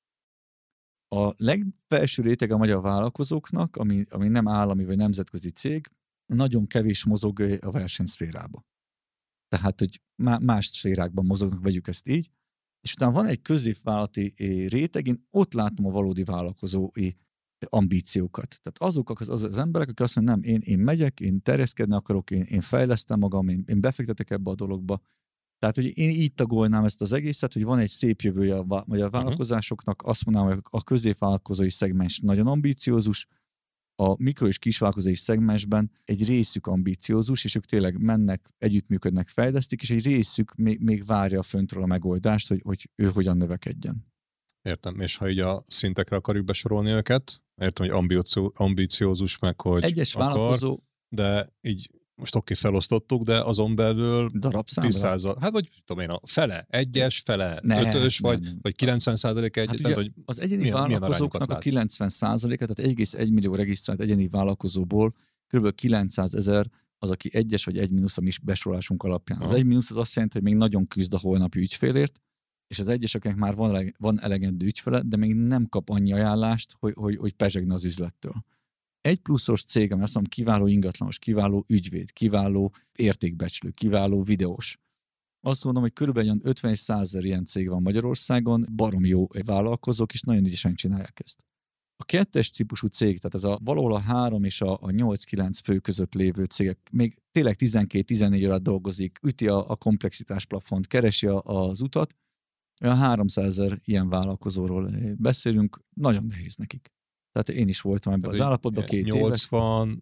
A legfelső réteg a magyar vállalkozóknak, ami nem állami vagy nemzetközi cég, nagyon kevés mozog a versenyszférába. Tehát, hogy más szférákban mozognak, vegyük ezt így, és utána van egy középvállalati réteg, én ott látom a valódi vállalkozói ambíciókat. Tehát azok az emberek, akik azt mondják, nem, én megyek, én terjeszkedni akarok, én fejlesztem magam, én befektetek ebbe a dologba. Tehát, hogy én így tagolnám ezt az egészet, hogy van egy szép jövője a magyar vállalkozásoknak, azt mondanám, hogy a középvállalkozói szegmens nagyon ambíciózus, a mikro- és kisvállalkozói szegmensben egy részük ambíciózus, és ők tényleg mennek, együttműködnek, fejlesztik, és egy részük még várja a föntről a megoldást, hogy ő hogyan növekedjen. Értem, és ha így a szintekre akarjuk besorolni őket, értem, hogy ambíciózus meg, hogy egyes vállalkozó, de így most felosztottuk, de azon belül darabszámra? 10%, hát vagy tudom én, a fele egyes, fele ötös, vagy 90% egyes. Hát tehát, hogy az egyéni vállalkozóknak a 90%-a, tehát 1,1 millió regisztrált egyéni vállalkozóból kb. 900 000 az, aki egyes vagy 1- a mi besorolásunk alapján. Az 1- az azt jelenti, hogy még nagyon küzd a holnapi ügyfélért, és az egyeseknek már van elegendő ügyfele, de még nem kap annyi ajánlást, hogy pezsegne az üzlettől. Egy pluszos cég, ami azt mondom, kiváló ingatlanos, kiváló ügyvéd, kiváló értékbecslő, kiváló videós. Azt mondom, hogy körülbelül 50-100 ilyen cég van Magyarországon, baromi jó vállalkozók, és nagyon ügyesen csinálják ezt. A 2-es típusú cég, tehát ez valahol a 3 és a 8-9 fő között lévő cégek, még tényleg 12-14 órát dolgozik, üti a komplexitás plafont, keresi az utat, olyan 300 000 ilyen vállalkozóról beszélünk, nagyon nehéz nekik. Tehát én is voltam ebben az állapotban 2 évet. 80%,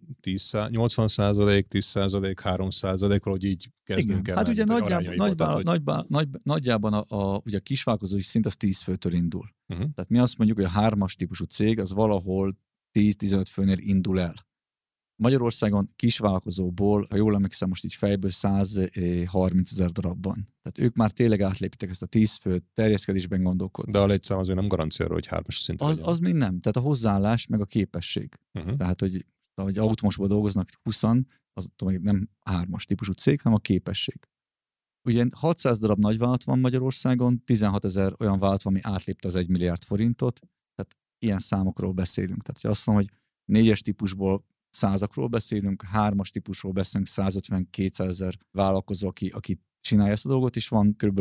10%, 3%, valahogy így kezdünk el. Hát ugye nagyjában ugye a kisvállalkozói szint az 10 főtől indul. Tehát mi azt mondjuk, hogy a 3-as típusú cég az valahol 10-15 főnél indul el. Magyarországon kisvállalkozóból, ha jól emlékszem, most így fejből 130 000 darab van. Tehát ők már tényleg átlépítek ezt a 10 főt, terjeszkedésben gondolkodnak. De a létszám azért nem garancia arra, hogy 3-as szint az még nem. Tehát a hozzáállás meg a képesség. Tehát, hogy automosban dolgoznak 20-an, az még nem 3-as típusú cég, hanem a képesség. Ugye 600 darab nagyvállalat van Magyarországon, 16 000 olyan vállalat van, ami átlépte az 1 milliárd forintot, tehát ilyen számokról beszélünk. Tehát azt mondom, hogy 4-es típusból 100-akról beszélünk, 3-as típusról beszélünk, 150-200 000 vállalkozó, aki csinálja ezt a dolgot, és van kb.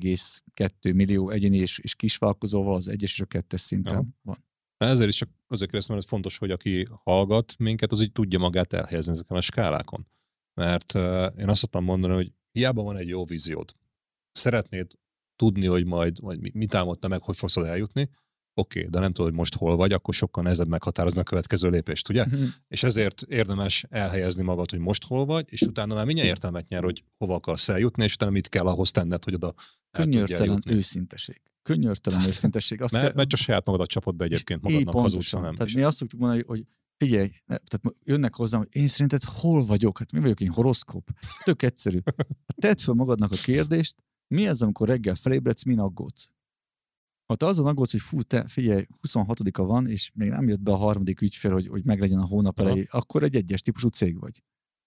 1,2 millió egyéni és kisvállalkozóval az 1-es és a 2-es szinten van. Ezért is csak azért kérdeztem, mert ez fontos, hogy aki hallgat minket, az így tudja magát elhelyezni ezeken a skálákon. Mert én azt szoktam mondani, hogy hiába van egy jó víziód. Szeretnéd tudni, hogy majd mit álmodta meg, hogy fogsz eljutni, oké, de nem tudod, hogy most hol vagy, akkor sokkal nehezebb meghatározni a következő lépést, ugye? És ezért érdemes elhelyezni magad, hogy most hol vagy, és utána már mindjárt értelmet nyer, hogy hova akarsz eljutni, és utána mit kell ahhoz tenned, hogy oda Könyörtelen őszinteség. Könyörtelen őszinteség. Mert csak saját magadat csapod be egyébként magadnak hazudszal, nem. Tehát mi azt szoktuk mondani, hogy figyelj, tehát jönnek hozzám, hogy én szerinted hol vagyok? Hát mi vagyok én, horoszkóp? Tök egyszerű. Tedd fel magadnak a kérdést, mi az, amikor reggel felébredsz, min aggódsz? Ha te azon aggódsz, hogy fú, te figyelj, 26-a van, és még nem jött be a 3. ügyfél, hogy meglegyen a hónap elejé, akkor egy 1-es típusú cég vagy.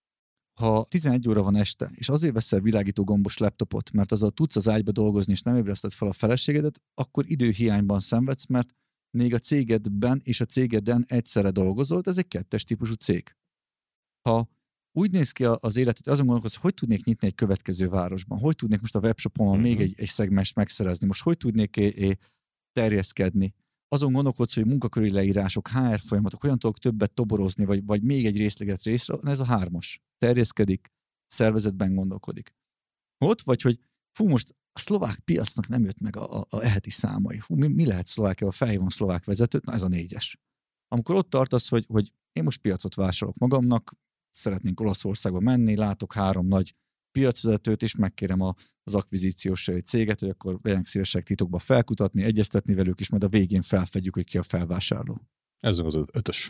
Ha 11 óra van este, és azért veszel világító gombos laptopot, mert azzal tudsz az ágyba dolgozni, és nem ébreszted fel a feleségedet, akkor időhiányban szenvedsz, mert még a cégedben és a cégeden egyszerre dolgozol, ez egy 2-es típusú cég. Ha úgy néz ki az életet, azon gondolkodsz, hogy tudnék nyitni egy következő városban, hogy tudnék most a webshopon még egy szegmest megszerezni, most hogy tudnék terjeszkedni. Azon gondolkodsz, hogy munkaköri leírások, HR folyamatok, hogyan tudok többet toborozni, vagy még egy részleget részre, ez a 3-as. Terjeszkedik, szervezetben gondolkodik. Ott vagy, hogy fú, most a szlovák piacnak nem jött meg a eheti számai. Fú, mi lehet Szlovákiában, felhívom szlovák vezetőt, na ez a 4-es. Amikor ott tartasz, hogy én most piacot vásárolok magamnak, szeretnénk Olaszországba menni, látok 3 nagy piacvezetőt, és megkérem az akvizíciós céget, hogy akkor legyenek szívesek titokba felkutatni, egyeztetni velük, és majd a végén felfedjük, hogy ki a felvásárló. Ez az 5-ös.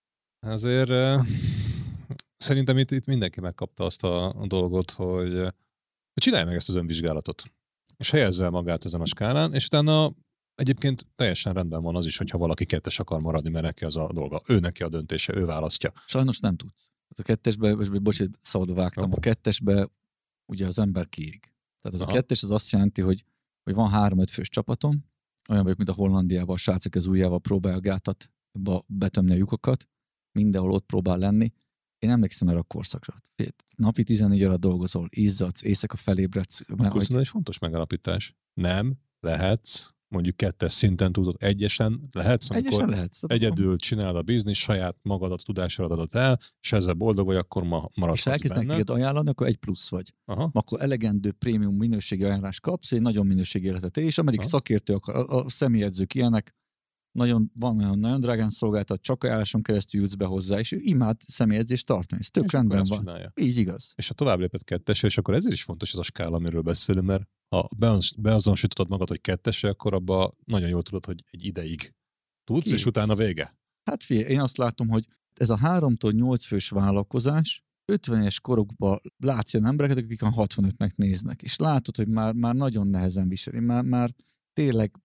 Azért szerintem itt mindenki megkapta azt a dolgot, hogy csinálj meg ezt az önvizsgálatot, és helyezze el magát ezen a skálán, és utána egyébként teljesen rendben van az is, hogyha valaki 2-es akar maradni, mert neki az a dolga. Ő neki a döntése, ő választja. Sajnos nem tudsz. A 2-esbe, bocsánat, szabadba vágtam, a 2-esbe ugye az ember kiég. Tehát az a 2-es az azt jelenti, hogy van 3-5 fős csapatom, olyan vagyok, mint a Hollandiában, a srácok az ujjával próbálja a gátat betömni a lyukokat, mindenhol ott próbál lenni. Én emlékszem erre a korszakra. Napi 14 óra dolgozol, izzadsz, éjszaka felébredsz. Akkor ez egy fontos megállapítás. Nem lehetsz, mondjuk 2-es szinten tudod, egyesen lehetsz, amikor egyedül csinálod a biznisz, saját magadat, tudásodat adod el, és ezzel boldog vagy, akkor maradhatsz és elkezdnek téged ajánlani, akkor 1+ vagy. Aha. Akkor elegendő prémium minőségi ajánlást kapsz, egy nagyon minőségi életet él, és ameddig szakértők, a személyedzők ilyenek, van olyan nagyon drágán szolgáltat, csak ajánláson keresztül jutsz be hozzá, és ő imád személyedzést tartani. Ez tök rendben van. Csinálja. Így igaz. És ha tovább lépett 2-esre, és akkor ezért is fontos ez a skála, amiről beszélünk, mert ha beazonosítod magad, hogy 2-esre, akkor abban nagyon jól tudod, hogy egy ideig tudsz, és utána vége. Hát figyelj, én azt látom, hogy ez a 3-8 fős vállalkozás 50-es korokban látsz olyan embereket, akik a 65-nek néznek, és látod, hogy már nagyon nehezen viseli, már tényleg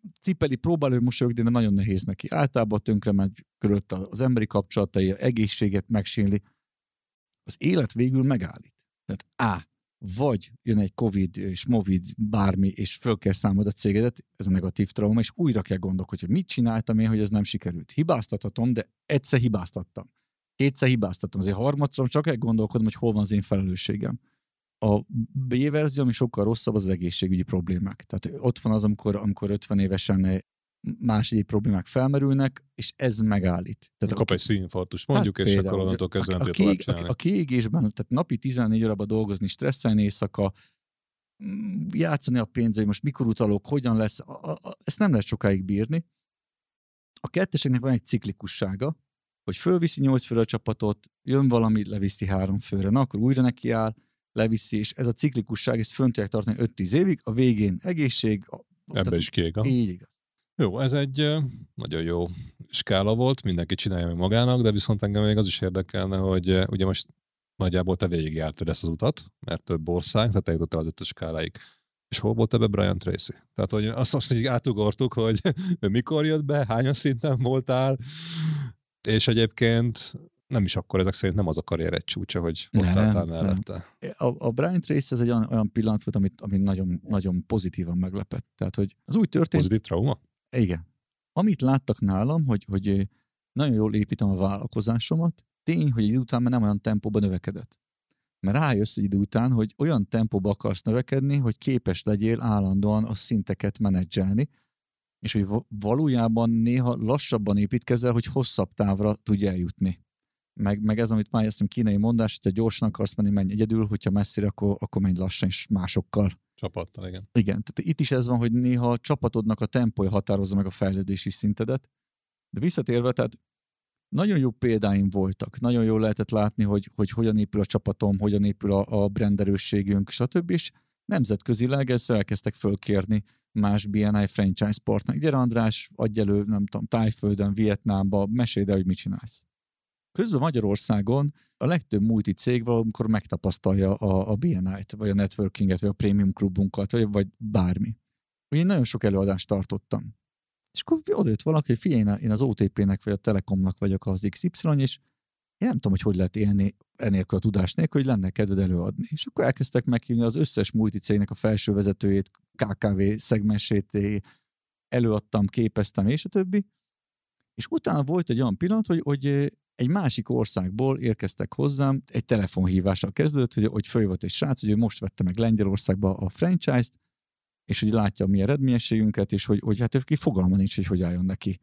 próbáló mosolyogni, de nagyon nehéz neki. Általában tönkrement körülött az emberi kapcsolatai, egészséget megsínli. Az élet végül megállít. Tehát vagy jön egy Covid és Movid bármi, és föl kell számolod a cégedet, ez a negatív trauma, és újra kell gondolkodni, hogy mit csináltam én, hogy ez nem sikerült. Hibáztathatom, de egyszer hibáztattam. 2-szer hibáztattam, azért 3-szor csak kell gondolkodnom, hogy hol van az én felelősségem. A B-verzió, ami sokkal rosszabb, az egészségügyi problémák. Tehát ott van az, amikor 50 évesen más egyéb problémák felmerülnek, és ez megállít. Tehát kap egy szívinfarktust mondjuk, és akkor onnantól kezdve nem tudja tovább csinálni. A kiégésben, tehát napi 14 órában dolgozni, stresszelni éjszaka, játszani a pénzzel, hogy most mikor utalok, hogyan lesz, ezt nem lehet sokáig bírni. A 2-eseknek van egy ciklikussága, hogy fölviszi 8 főre a csapatot, jön valami, leviszi 3 főre, na akkor újra nekiáll, leviszi, és ez a ciklikusság, ezt fönn tudják tartani 5-10 évig, a végén egészség. Ebbe is kiég. Így igaz. Jó, ez egy nagyon jó skála volt, mindenki csinálja meg magának, de viszont engem még az is érdekelne, hogy ugye most nagyjából te végigjártad ezt az utat, mert több ország, tehát eljutottál az 5-ös skáláig. És hol volt ebbe Brian Tracy? Tehát, hogy azt most így átugortuk, hogy mikor jött be, hányan szinten voltál, és egyébként nem is akkor, ezek szerint nem az a karrier egy csúcsa, hogy ott álltál mellette. A Brian Tracy ez egy olyan pillanat volt, amit nagyon, nagyon pozitívan meglepett. Tehát, hogy az úgy történt... Pozitív trauma? Igen. Amit láttak nálam, hogy nagyon jól építem a vállalkozásomat, tény, hogy egy idő után már nem olyan tempóban növekedett. Mert rájössz egy idő után, hogy olyan tempóban akarsz növekedni, hogy képes legyél állandóan a szinteket menedzselni, és hogy valójában néha lassabban építkezel, hogy hosszabb távra tudj eljutni. Meg ez, amit már ezt kínai mondás, hogyha gyorsan akarsz menni, menj egyedül, hogyha messzire, akkor menj lassan és másokkal. Csapattal, igen. Igen, tehát itt is ez van, hogy néha a csapatodnak a tempója határozza meg a fejlődési szintedet. De visszatérve, tehát nagyon jó példáim voltak. Nagyon jól lehetett látni, hogy hogyan épül a csapatom, hogyan épül a brand erősségünk, stb. És nemzetközileg ezt elkezdtek fölkérni más BNI franchise partnernek. Gyere András, adj elő, nem tudom, Tájföldön, Vietnámba, mesélj el, hogy mit csinálsz. Közben Magyarországon a legtöbb multicég valamikor megtapasztalja a BNI-t, vagy a networkinget, vagy a prémium klubunkat, vagy bármi. Ugye én nagyon sok előadást tartottam. És akkor odajött valaki, hogy figyelj, én az OTP-nek, vagy a Telekomnak vagyok az XY, és én nem tudom, hogy lehet élni enélkül a tudás nélkül, hogy lenne kedved előadni. És akkor elkezdtek meghívni az összes multicégnek a felső vezetőjét, KKV szegmensét, előadtam, képeztem, és a többi. És utána volt egy olyan pillanat, hogy egy másik országból érkeztek hozzám, egy telefonhívással kezdődött, hogy följött egy srác, hogy ő most vette meg Lengyelországba a franchise-t, és hogy látja a mi eredményességünket, és hogy hát neki fogalma nincs, hogy álljon neki.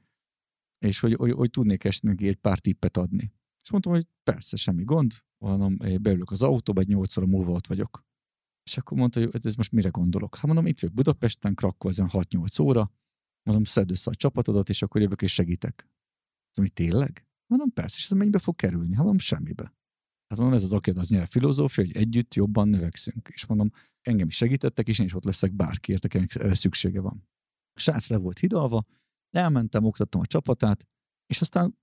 És hogy tudnék neki egy pár tippet adni. És mondtam, hogy persze, semmi gond, mondom, beülök az autóba, egy 8 óra múlva ott vagyok. És akkor mondta, hogy ez most mire gondolok? Hát mondom, itt vagyok Budapesten, Krakkó, ezen 6-8 óra, mondom, szedd össze a csapatodat, és akkor jövök és segítek. Mondom, hogy tényleg? Mondom, persze, és ez mennyibe fog kerülni? Hát mondom, semmibe. Hát mondom, ez az akad az nyer filozófia, hogy együtt jobban növekszünk. És mondom, engem is segítettek, és én is ott leszek bárkiért, akinek erre szüksége van. A srác le volt hidalva, elmentem, oktattam a csapatát, és aztán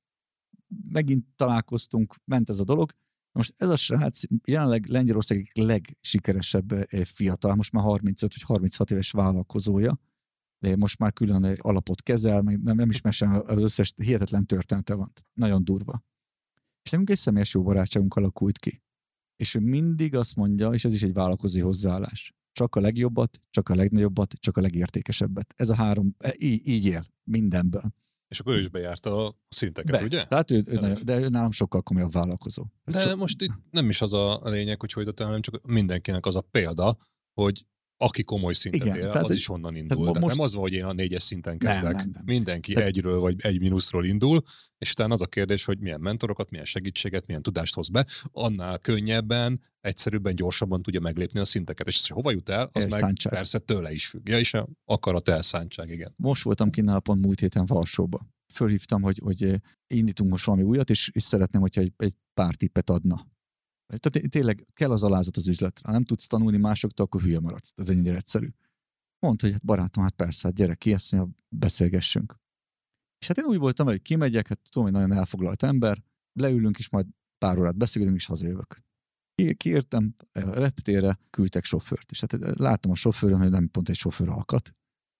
megint találkoztunk, ment ez a dolog. Most ez a srác jelenleg Lengyelország egyik legsikeresebb fiatal, most már 35 vagy 36 éves vállalkozója, de most már külön alapot kezel, meg nem is mesélem, az összes hihetetlen története van. Nagyon durva. És nekünk egy személyes jó barátságunk alakult ki. És ő mindig azt mondja, és ez is egy vállalkozói hozzáállás, csak a legjobbat, csak a legnagyobbat, csak a legértékesebbet. Ez a három, így él mindenből. És akkor ő is bejárta a szinteket, ugye? Tehát de ő nálam sokkal komolyabb vállalkozó. De most itt nem is az a lényeg, hogy jutott el, hanem csak mindenkinek az a példa, hogy aki komoly szintet ér, az is onnan indul. Tehát most... nem az van, hogy én a 4-es szinten kezdek. Nem. Mindenki egyről vagy egy mínuszról indul, és utána az a kérdés, hogy milyen mentorokat, milyen segítséget, milyen tudást hoz be, annál könnyebben, egyszerűbben, gyorsabban tudja meglépni a szinteket. És hogy hova jut el, az meg persze tőle is függ. Ja, és a akarat elszántság, igen. Most voltam kint pont múlt héten Varsóba. Fölhívtam, hogy indítunk most valami újat, és szeretném, hogyha egy pár tippet adna. Tehát tényleg kell az alázat az üzletre. Ha nem tudsz tanulni másoktól, akkor hülye maradsz. Ez ennyire egyszerű. Mondta, hogy hát barátom, hát persze, hát gyere ki, ezt mondja, beszélgessünk. És hát én úgy voltam, hogy kimegyek, hát tudom, hogy nagyon elfoglalt ember, leülünk, és majd pár órát beszélgetünk, és hazajövök. Kiértem, a reptérre küldtek sofőrt. És hát láttam a sofőrön, hogy nem pont egy sofőr alkat.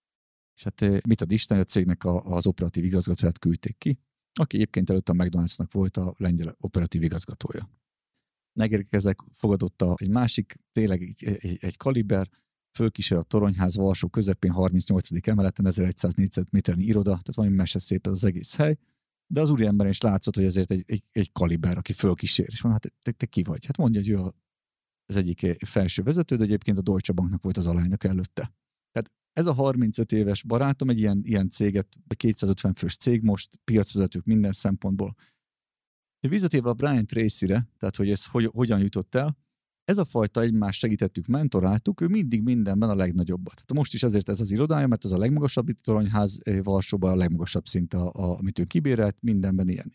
És hát mit ad Isten, a cégnek az operatív igazgatóját küldték ki, aki egyébként előtt a McDonald'snak volt a lengyel operatív igazgatója. Megérkezek, fogadott egy másik, tényleg egy kaliber, fölkísér a Toronyház Varsó közepén, 38. emeleten, 1100 négyzetméternyi iroda, tehát valami meseszép ez az egész hely, de az úriember is látszott, hogy ezért egy kaliber, aki fölkísér, és mondja, hát te ki vagy? Hát mondja, hogy ő az egyik felső vezető, de egyébként a Deutsche Banknak volt az alelnök előtte. Tehát ez a 35 éves barátom egy ilyen céget, 250 fős cég most, piacvezetők minden szempontból. Visszatérve a Brian Tracyre, tehát hogy ez hogyan jutott el, ez a fajta egymást segítettük, mentoráltuk, ő mindig mindenben a legnagyobbat. Tehát most is ezért ez az irodája, mert ez a legmagasabb itt a Toronyház Varsóban, a legmagasabb szint, amit ő kibérelt, mindenben ilyen.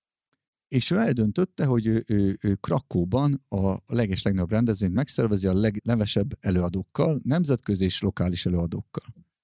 És ő eldöntötte, hogy ő Krakóban a legnagyobb rendezvényt megszervezi a legnevesebb előadókkal, nemzetközi és lokális előadókkal.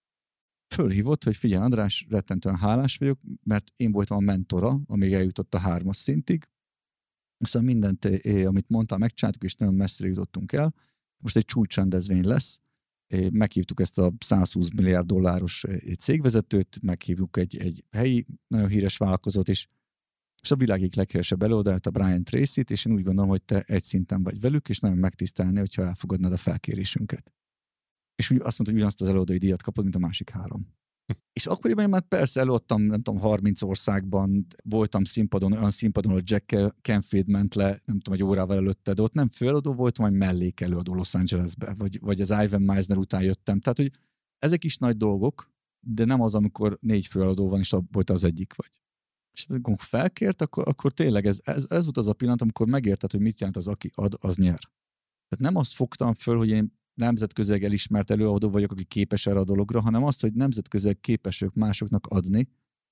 Fölhívott, hogy figyelj András, rettentően hálás vagyok, mert én voltam a mentora, amíg eljutott a 3-as szintig. Aztán mindent, amit mondtam, megcsináltuk, és nagyon messzire jutottunk el. Most egy csúcsrendezvény lesz. Meghívtuk ezt a 120 milliárd dolláros cégvezetőt, meghívjuk egy helyi, nagyon híres vállalkozót is, és a világ egyik leghíresebb előadást, a Brian Tracyt, és én úgy gondolom, hogy te egy szinten vagy velük, és nagyon megtisztelné, hogyha elfogadnád a felkérésünket. És úgy azt mondta, hogy ugyanazt az előadói díjat kapod, mint a másik 3. És akkoriban én már persze előadtam, nem tudom, 30 országban, voltam színpadon, olyan színpadon, hogy Jack Canfield ment le, nem tudom, egy órával előtte, de ott nem főeladó voltam, hanem mellékelőadó Los Angelesbe, vagy az Ivan Meisner után jöttem. Tehát, hogy ezek is nagy dolgok, de nem az, amikor 4 főeladó van, és abból te az egyik vagy. És amikor felkért, akkor tényleg ez volt az a pillanat, amikor megérted, hogy mit jelent az, aki ad, az nyer. Tehát nem azt fogtam föl, hogy én nemzetközileg elismert előadó vagyok, aki képes erre a dologra, hanem azt, hogy nemzetközileg képes vagyok másoknak adni,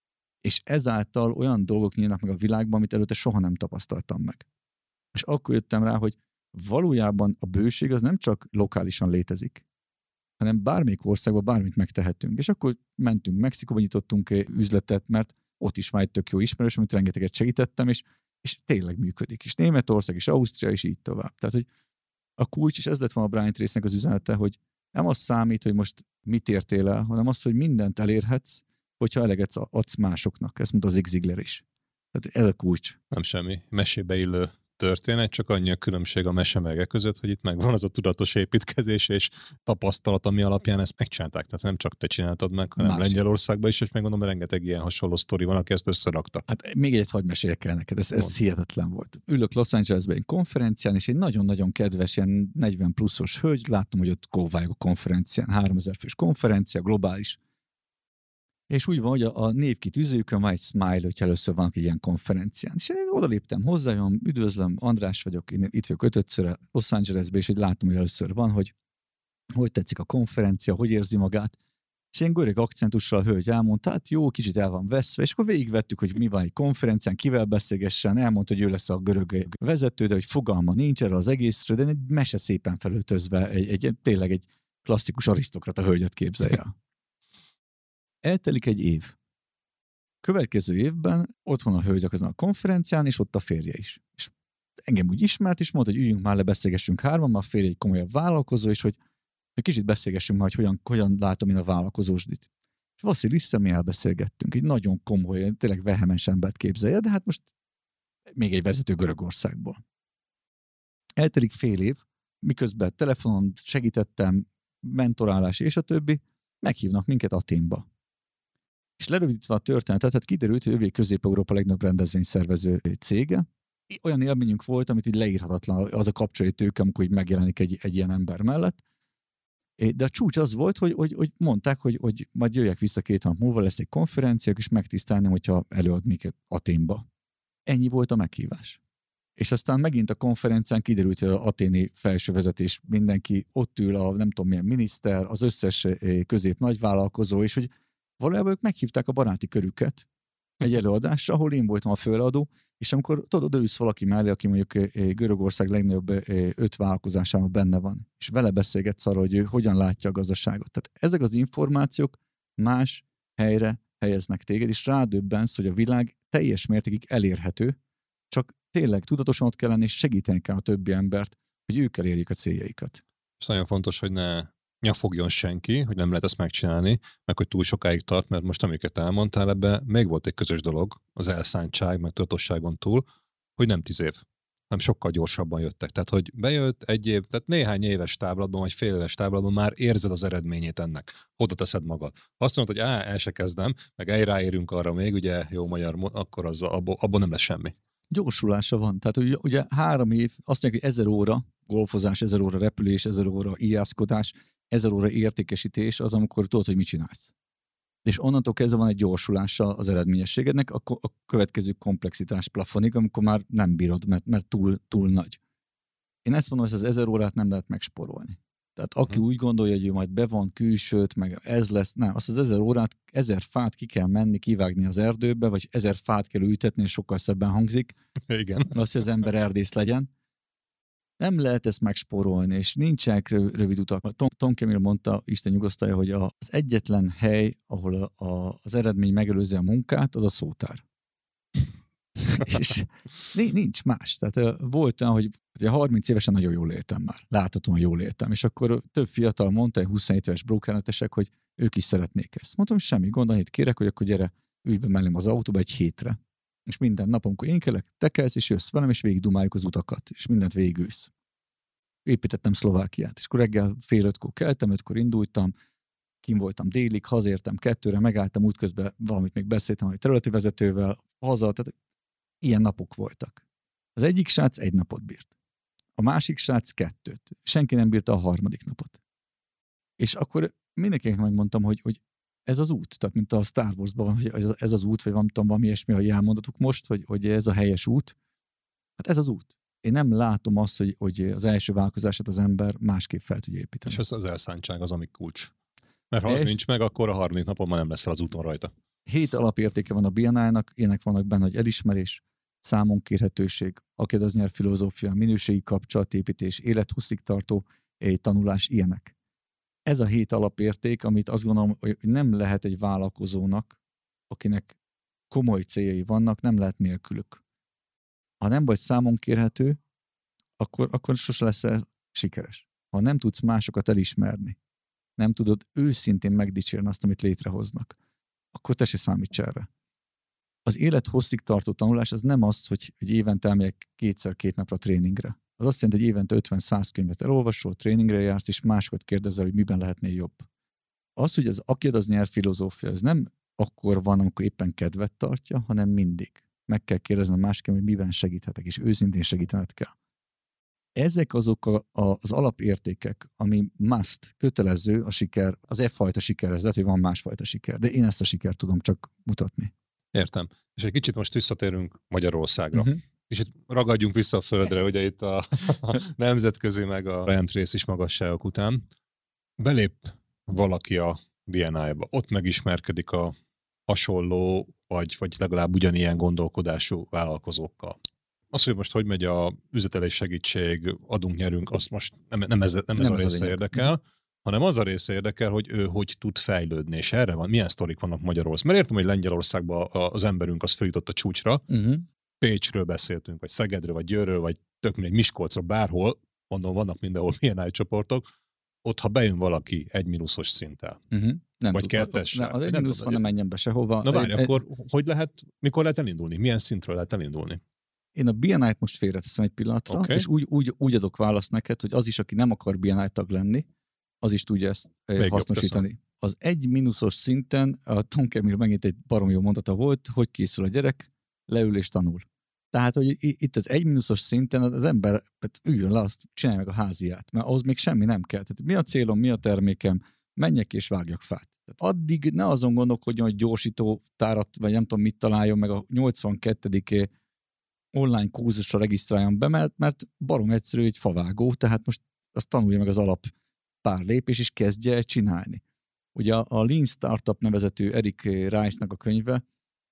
és ezáltal olyan dolgok nyílnak meg a világban, amit előtte soha nem tapasztaltam meg. És akkor jöttem rá, hogy valójában a bőség az nem csak lokálisan létezik, hanem bármelyik országban bármit megtehetünk. És akkor mentünk Mexikóba, nyitottunk üzletet, mert ott is már egy tök jó ismerős, amit rengeteget segítettem, és tényleg működik. És Németország, és Ausztria, és így tovább. Tehát, hogy a kulcs, és ez lett volna a Brian Tracynek az üzenete, hogy nem az számít, hogy most mit értél el, hanem az, hogy mindent elérhetsz, hogyha eleget adsz másoknak. Ezt mondta Zig Ziglar is. Tehát ez a kulcs. Nem semmi. Mesébe illő történet, csak annyi a különbség a mesemege között, hogy itt megvan az a tudatos építkezés és tapasztalat, ami alapján ezt megcsinálták. Tehát nem csak te csináltad meg, hanem Lengyelországban is, és megmondom, hogy rengeteg ilyen hasonló sztori van, aki ezt összerakta. Hát még egyet hadd meséljek el neked, ez hihetetlen volt. Ülök Los Angelesben egy konferencián, és egy nagyon-nagyon kedves, ilyen 40 pluszos hölgy, láttam, hogy ott kóvályog a konferencián, 3000 fős konferencia, globális. És úgy van, hogy a névkitűzőjükön van egy smile, hogyha először van egy ilyen konferencián. És én odaléptem hozzá, üdvözlöm, András vagyok, én itt vagyok 5-ször Los Angelesbe, és így látom, hogy először van, hogy tetszik a konferencia, hogy érzi magát. És ilyen görög akcentussal a hölgy elmondta, hát jó, kicsit el van veszve, és akkor végigvettük, hogy mi van egy konferencián, kivel beszélgessen, elmondta, hogy ő lesz a görög vezető, de hogy fogalma nincs erről az egészről, de egy mese szépen felöltözve, tényleg egy klasszikus arisztokrata hölgyet képzelje el. Eltelik egy év. Következő évben ott van a hölgy azon a konferencián, és ott a férje is. És engem úgy ismert, és mondta, hogy üljünk már le, beszélgessünk hárman, mert a férje egy komolyabb vállalkozó, és hogy kicsit beszélgessünk már, hogy hogyan látom én a vállalkozósdit. És Vasszilisszal mi elbeszélgettünk, egy nagyon komoly, tényleg vehemes embert képzelje, de hát most még egy vezető Görögországból. Eltelik fél év, miközben telefonon segítettem, mentorálás és a többi, meghívnak minket Athénba. És lerövidítve a történetet, tehát kiderült, hogy ővé Közép-Európa legnagyobb rendezvényszervező cége. Olyan élményünk volt, amit így leírhatatlan az a kapcsolódó tőke, amikor így megjelenik egy ilyen ember mellett. De a csúcs az volt, hogy mondták, hogy majd jöjjek vissza 2 hónap múlva, lesz egy konferencia, és megtisztelném, hogyha előadnék Athénba. Ennyi volt a meghívás. És aztán megint a konferencián kiderült, hogy az athéni felső vezetés, mindenki ott ül, a nem tudom milyen miniszter, az összes közép nagyvállalkozó, és hogy valójában ők meghívták a baráti körüket egy előadásra, ahol én voltam a főadó, és amikor odaülsz valaki mellé, aki mondjuk Görögország legnagyobb 5 vállalkozásában benne van, és vele beszélgetsz arra, hogy ő hogyan látja a gazdaságot. Tehát ezek az információk más helyre helyeznek téged, és rádöbbensz, hogy a világ teljes mértékig elérhető, csak tényleg tudatosan ott kell lenni, és segíteni kell a többi embert, hogy ők elérjék a céljaikat. És nagyon fontos, hogy ne nyafogjon senki, hogy nem lehet ezt megcsinálni, meg hogy túl sokáig tart, mert most amiket elmondtál, ebbe még volt egy közös dolog, az elszántság, meg tudatosságon túl, hogy nem 10 év, hanem sokkal gyorsabban jöttek. Tehát, hogy bejött 1 év, tehát néhány éves távlatban, vagy fél éves távlatban már érzed az eredményét ennek. Oda teszed magad. Azt mondod, hogy el se kezdem, meg ráérünk arra még, ugye jó magyar, akkor az abban nem lesz semmi. Gyorsulása van. Tehát ugye 3 év, azt mondják, hogy 1000 óra golfozás, 1000 óra repülés, 1000 óra íjászkodás, 1000 óra értékesítés az, amikor tudod, hogy mit csinálsz. És onnantól kezdve van egy gyorsulása az eredményességednek, a következő komplexitás plafonig, amikor már nem bírod, mert túl nagy. Én ezt mondom, hogy az 1000 órát nem lehet megsporolni. Tehát aki úgy gondolja, hogy ő majd bevon külsőt, meg ez lesz, nem, azt az 1000 órát, 1000 fát ki kell menni, kivágni az erdőbe, vagy 1000 fát kell ültetni, és sokkal szebben hangzik. Igen. Az, hogy az ember erdész legyen. Nem lehet ezt megspórolni, és nincsenek rövid utak. Tom Kemirr mondta, Isten nyugosztalja, hogy az egyetlen hely, ahol az eredmény megelőzi a munkát, az a szótár. És nincs más. Tehát volt olyan, hogy 30 évesen nagyon jól éltem már. Láthatóan jól éltem. És akkor több fiatal mondta, 27 éves brókernetesek, hogy ők is szeretnék ezt. Mondtam, hogy semmi gond, annyit kérek, hogy akkor gyere, ülj be mellém az autóba 1 hétre. És minden nap, amikor én kelek, te kelsz, és jössz velem, és végig dumáljuk az utakat, és mindent végigülsz. Építettem Szlovákiát, és akkor reggel 4:30 keltem, 5-kor indultam, kim voltam délig, hazértem 2-re, megálltam útközben, valamit még beszéltem a területi vezetővel, haza, tehát ilyen napok voltak. Az egyik srác 1 napot bírt. A másik srác 2-t. Senki nem bírta a 3. napot. És akkor mindenkinek megmondtam, hogy ez az út, tehát mint a Star Wars-ban van, hogy ez az út, vagy nem tudom, valami ilyesmi, hogy elmondatuk most, hogy ez a helyes út. Hát ez az út. Én nem látom azt, hogy az első vállalkozását az ember másképp fel tudja építeni. És ez az elszántság az, ami kulcs. Mert ha az nincs meg, akkor a 30 napon már nem leszel az úton rajta. 7 alapértéke van a BNI-nak, ilyenek vannak benne, hogy elismerés, számonkérhetőség, akérdeznyelv filozófia, minőségi kapcsolatépítés, élethosszig tartó tanulás, ilyenek. Ez a 7 alapérték, amit azt gondolom, hogy nem lehet egy vállalkozónak, akinek komoly céljai vannak, nem lehet nélkülük. Ha nem vagy számonkérhető, akkor sose leszel sikeres. Ha nem tudsz másokat elismerni, nem tudod őszintén megdicsérni azt, amit létrehoznak, akkor te se számíts erre. Az élet hosszig tartó tanulás az nem az, hogy évente elmegyek 2-2 napra tréningre. Az azt jelenti, hogy évente 50-100 könyvet elolvasol, tréningre jársz, és másokat kérdezel, hogy miben lehetnél jobb. Az, hogy az akid az nyer filozófia, ez nem akkor van, amikor éppen kedvet tartja, hanem mindig. Meg kell kérdezni a másikat, hogy miben segíthetek, és őszintén segítened kell. Ezek azok az alapértékek, ami must, kötelező a siker, az fajta sikerhez, lehet, hogy van másfajta siker, de én ezt a sikert tudom csak mutatni. Értem. És egy kicsit most visszatérünk Magyarországra. És itt ragadjunk vissza a földre, ugye itt a nemzetközi meg a rendrész is magasságok után. Belép valaki a BNI-ba. Ott megismerkedik a hasonló, vagy legalább ugyanilyen gondolkodású vállalkozókkal. Az, hogy most hogy megy a üzletelés segítség, adunk, nyerünk, azt most nem ez a része érdekel, hanem az a része érdekel, hogy ő hogy tud fejlődni, és erre van, milyen sztorik vannak Magyarországon. Mert értem, hogy Lengyelországban az emberünk az följutott a csúcsra, Pécsről beszéltünk, vagy Szegedről, vagy Győrről, vagy tök mindegy, Miskolcról, bárhol, mondom, vannak mindenhol BNI csoportok, ott, ha bejön valaki egy mínuszos szinttel, vagy kettessel. Az egy mínusz van, nem menjen be sehova. Na várj, akkor mikor lehet elindulni? Milyen szintről lehet elindulni? Én a BNI-t most félreteszem egy pillanatra, és úgy adok választ neked, hogy az is, aki nem akar BNI tag lenni, az is tudja ezt hasznosítani. Az egy mínuszos szinten, a Tom Kemil megint egy baromi jó mondata volt, hogy készül a gyerek, leül és tanul. Tehát, hogy itt az egy mínuszos szinten az ember üljön le, azt csinálja meg a háziát, mert ahhoz még semmi nem kell. Tehát mi a célom, mi a termékem, menjek és vágjak fát. Tehát addig ne azon gondolkodjon, hogy gyorsító tárat, vagy nem tudom mit találjon, meg a 82. online kurzusra regisztráljon be, mert barom egyszerű egy favágó, tehát most azt tanulja meg az alap pár lépés, és kezdje csinálni. Ugye a Lean Startup nevezetű Eric Rice-nak a könyve,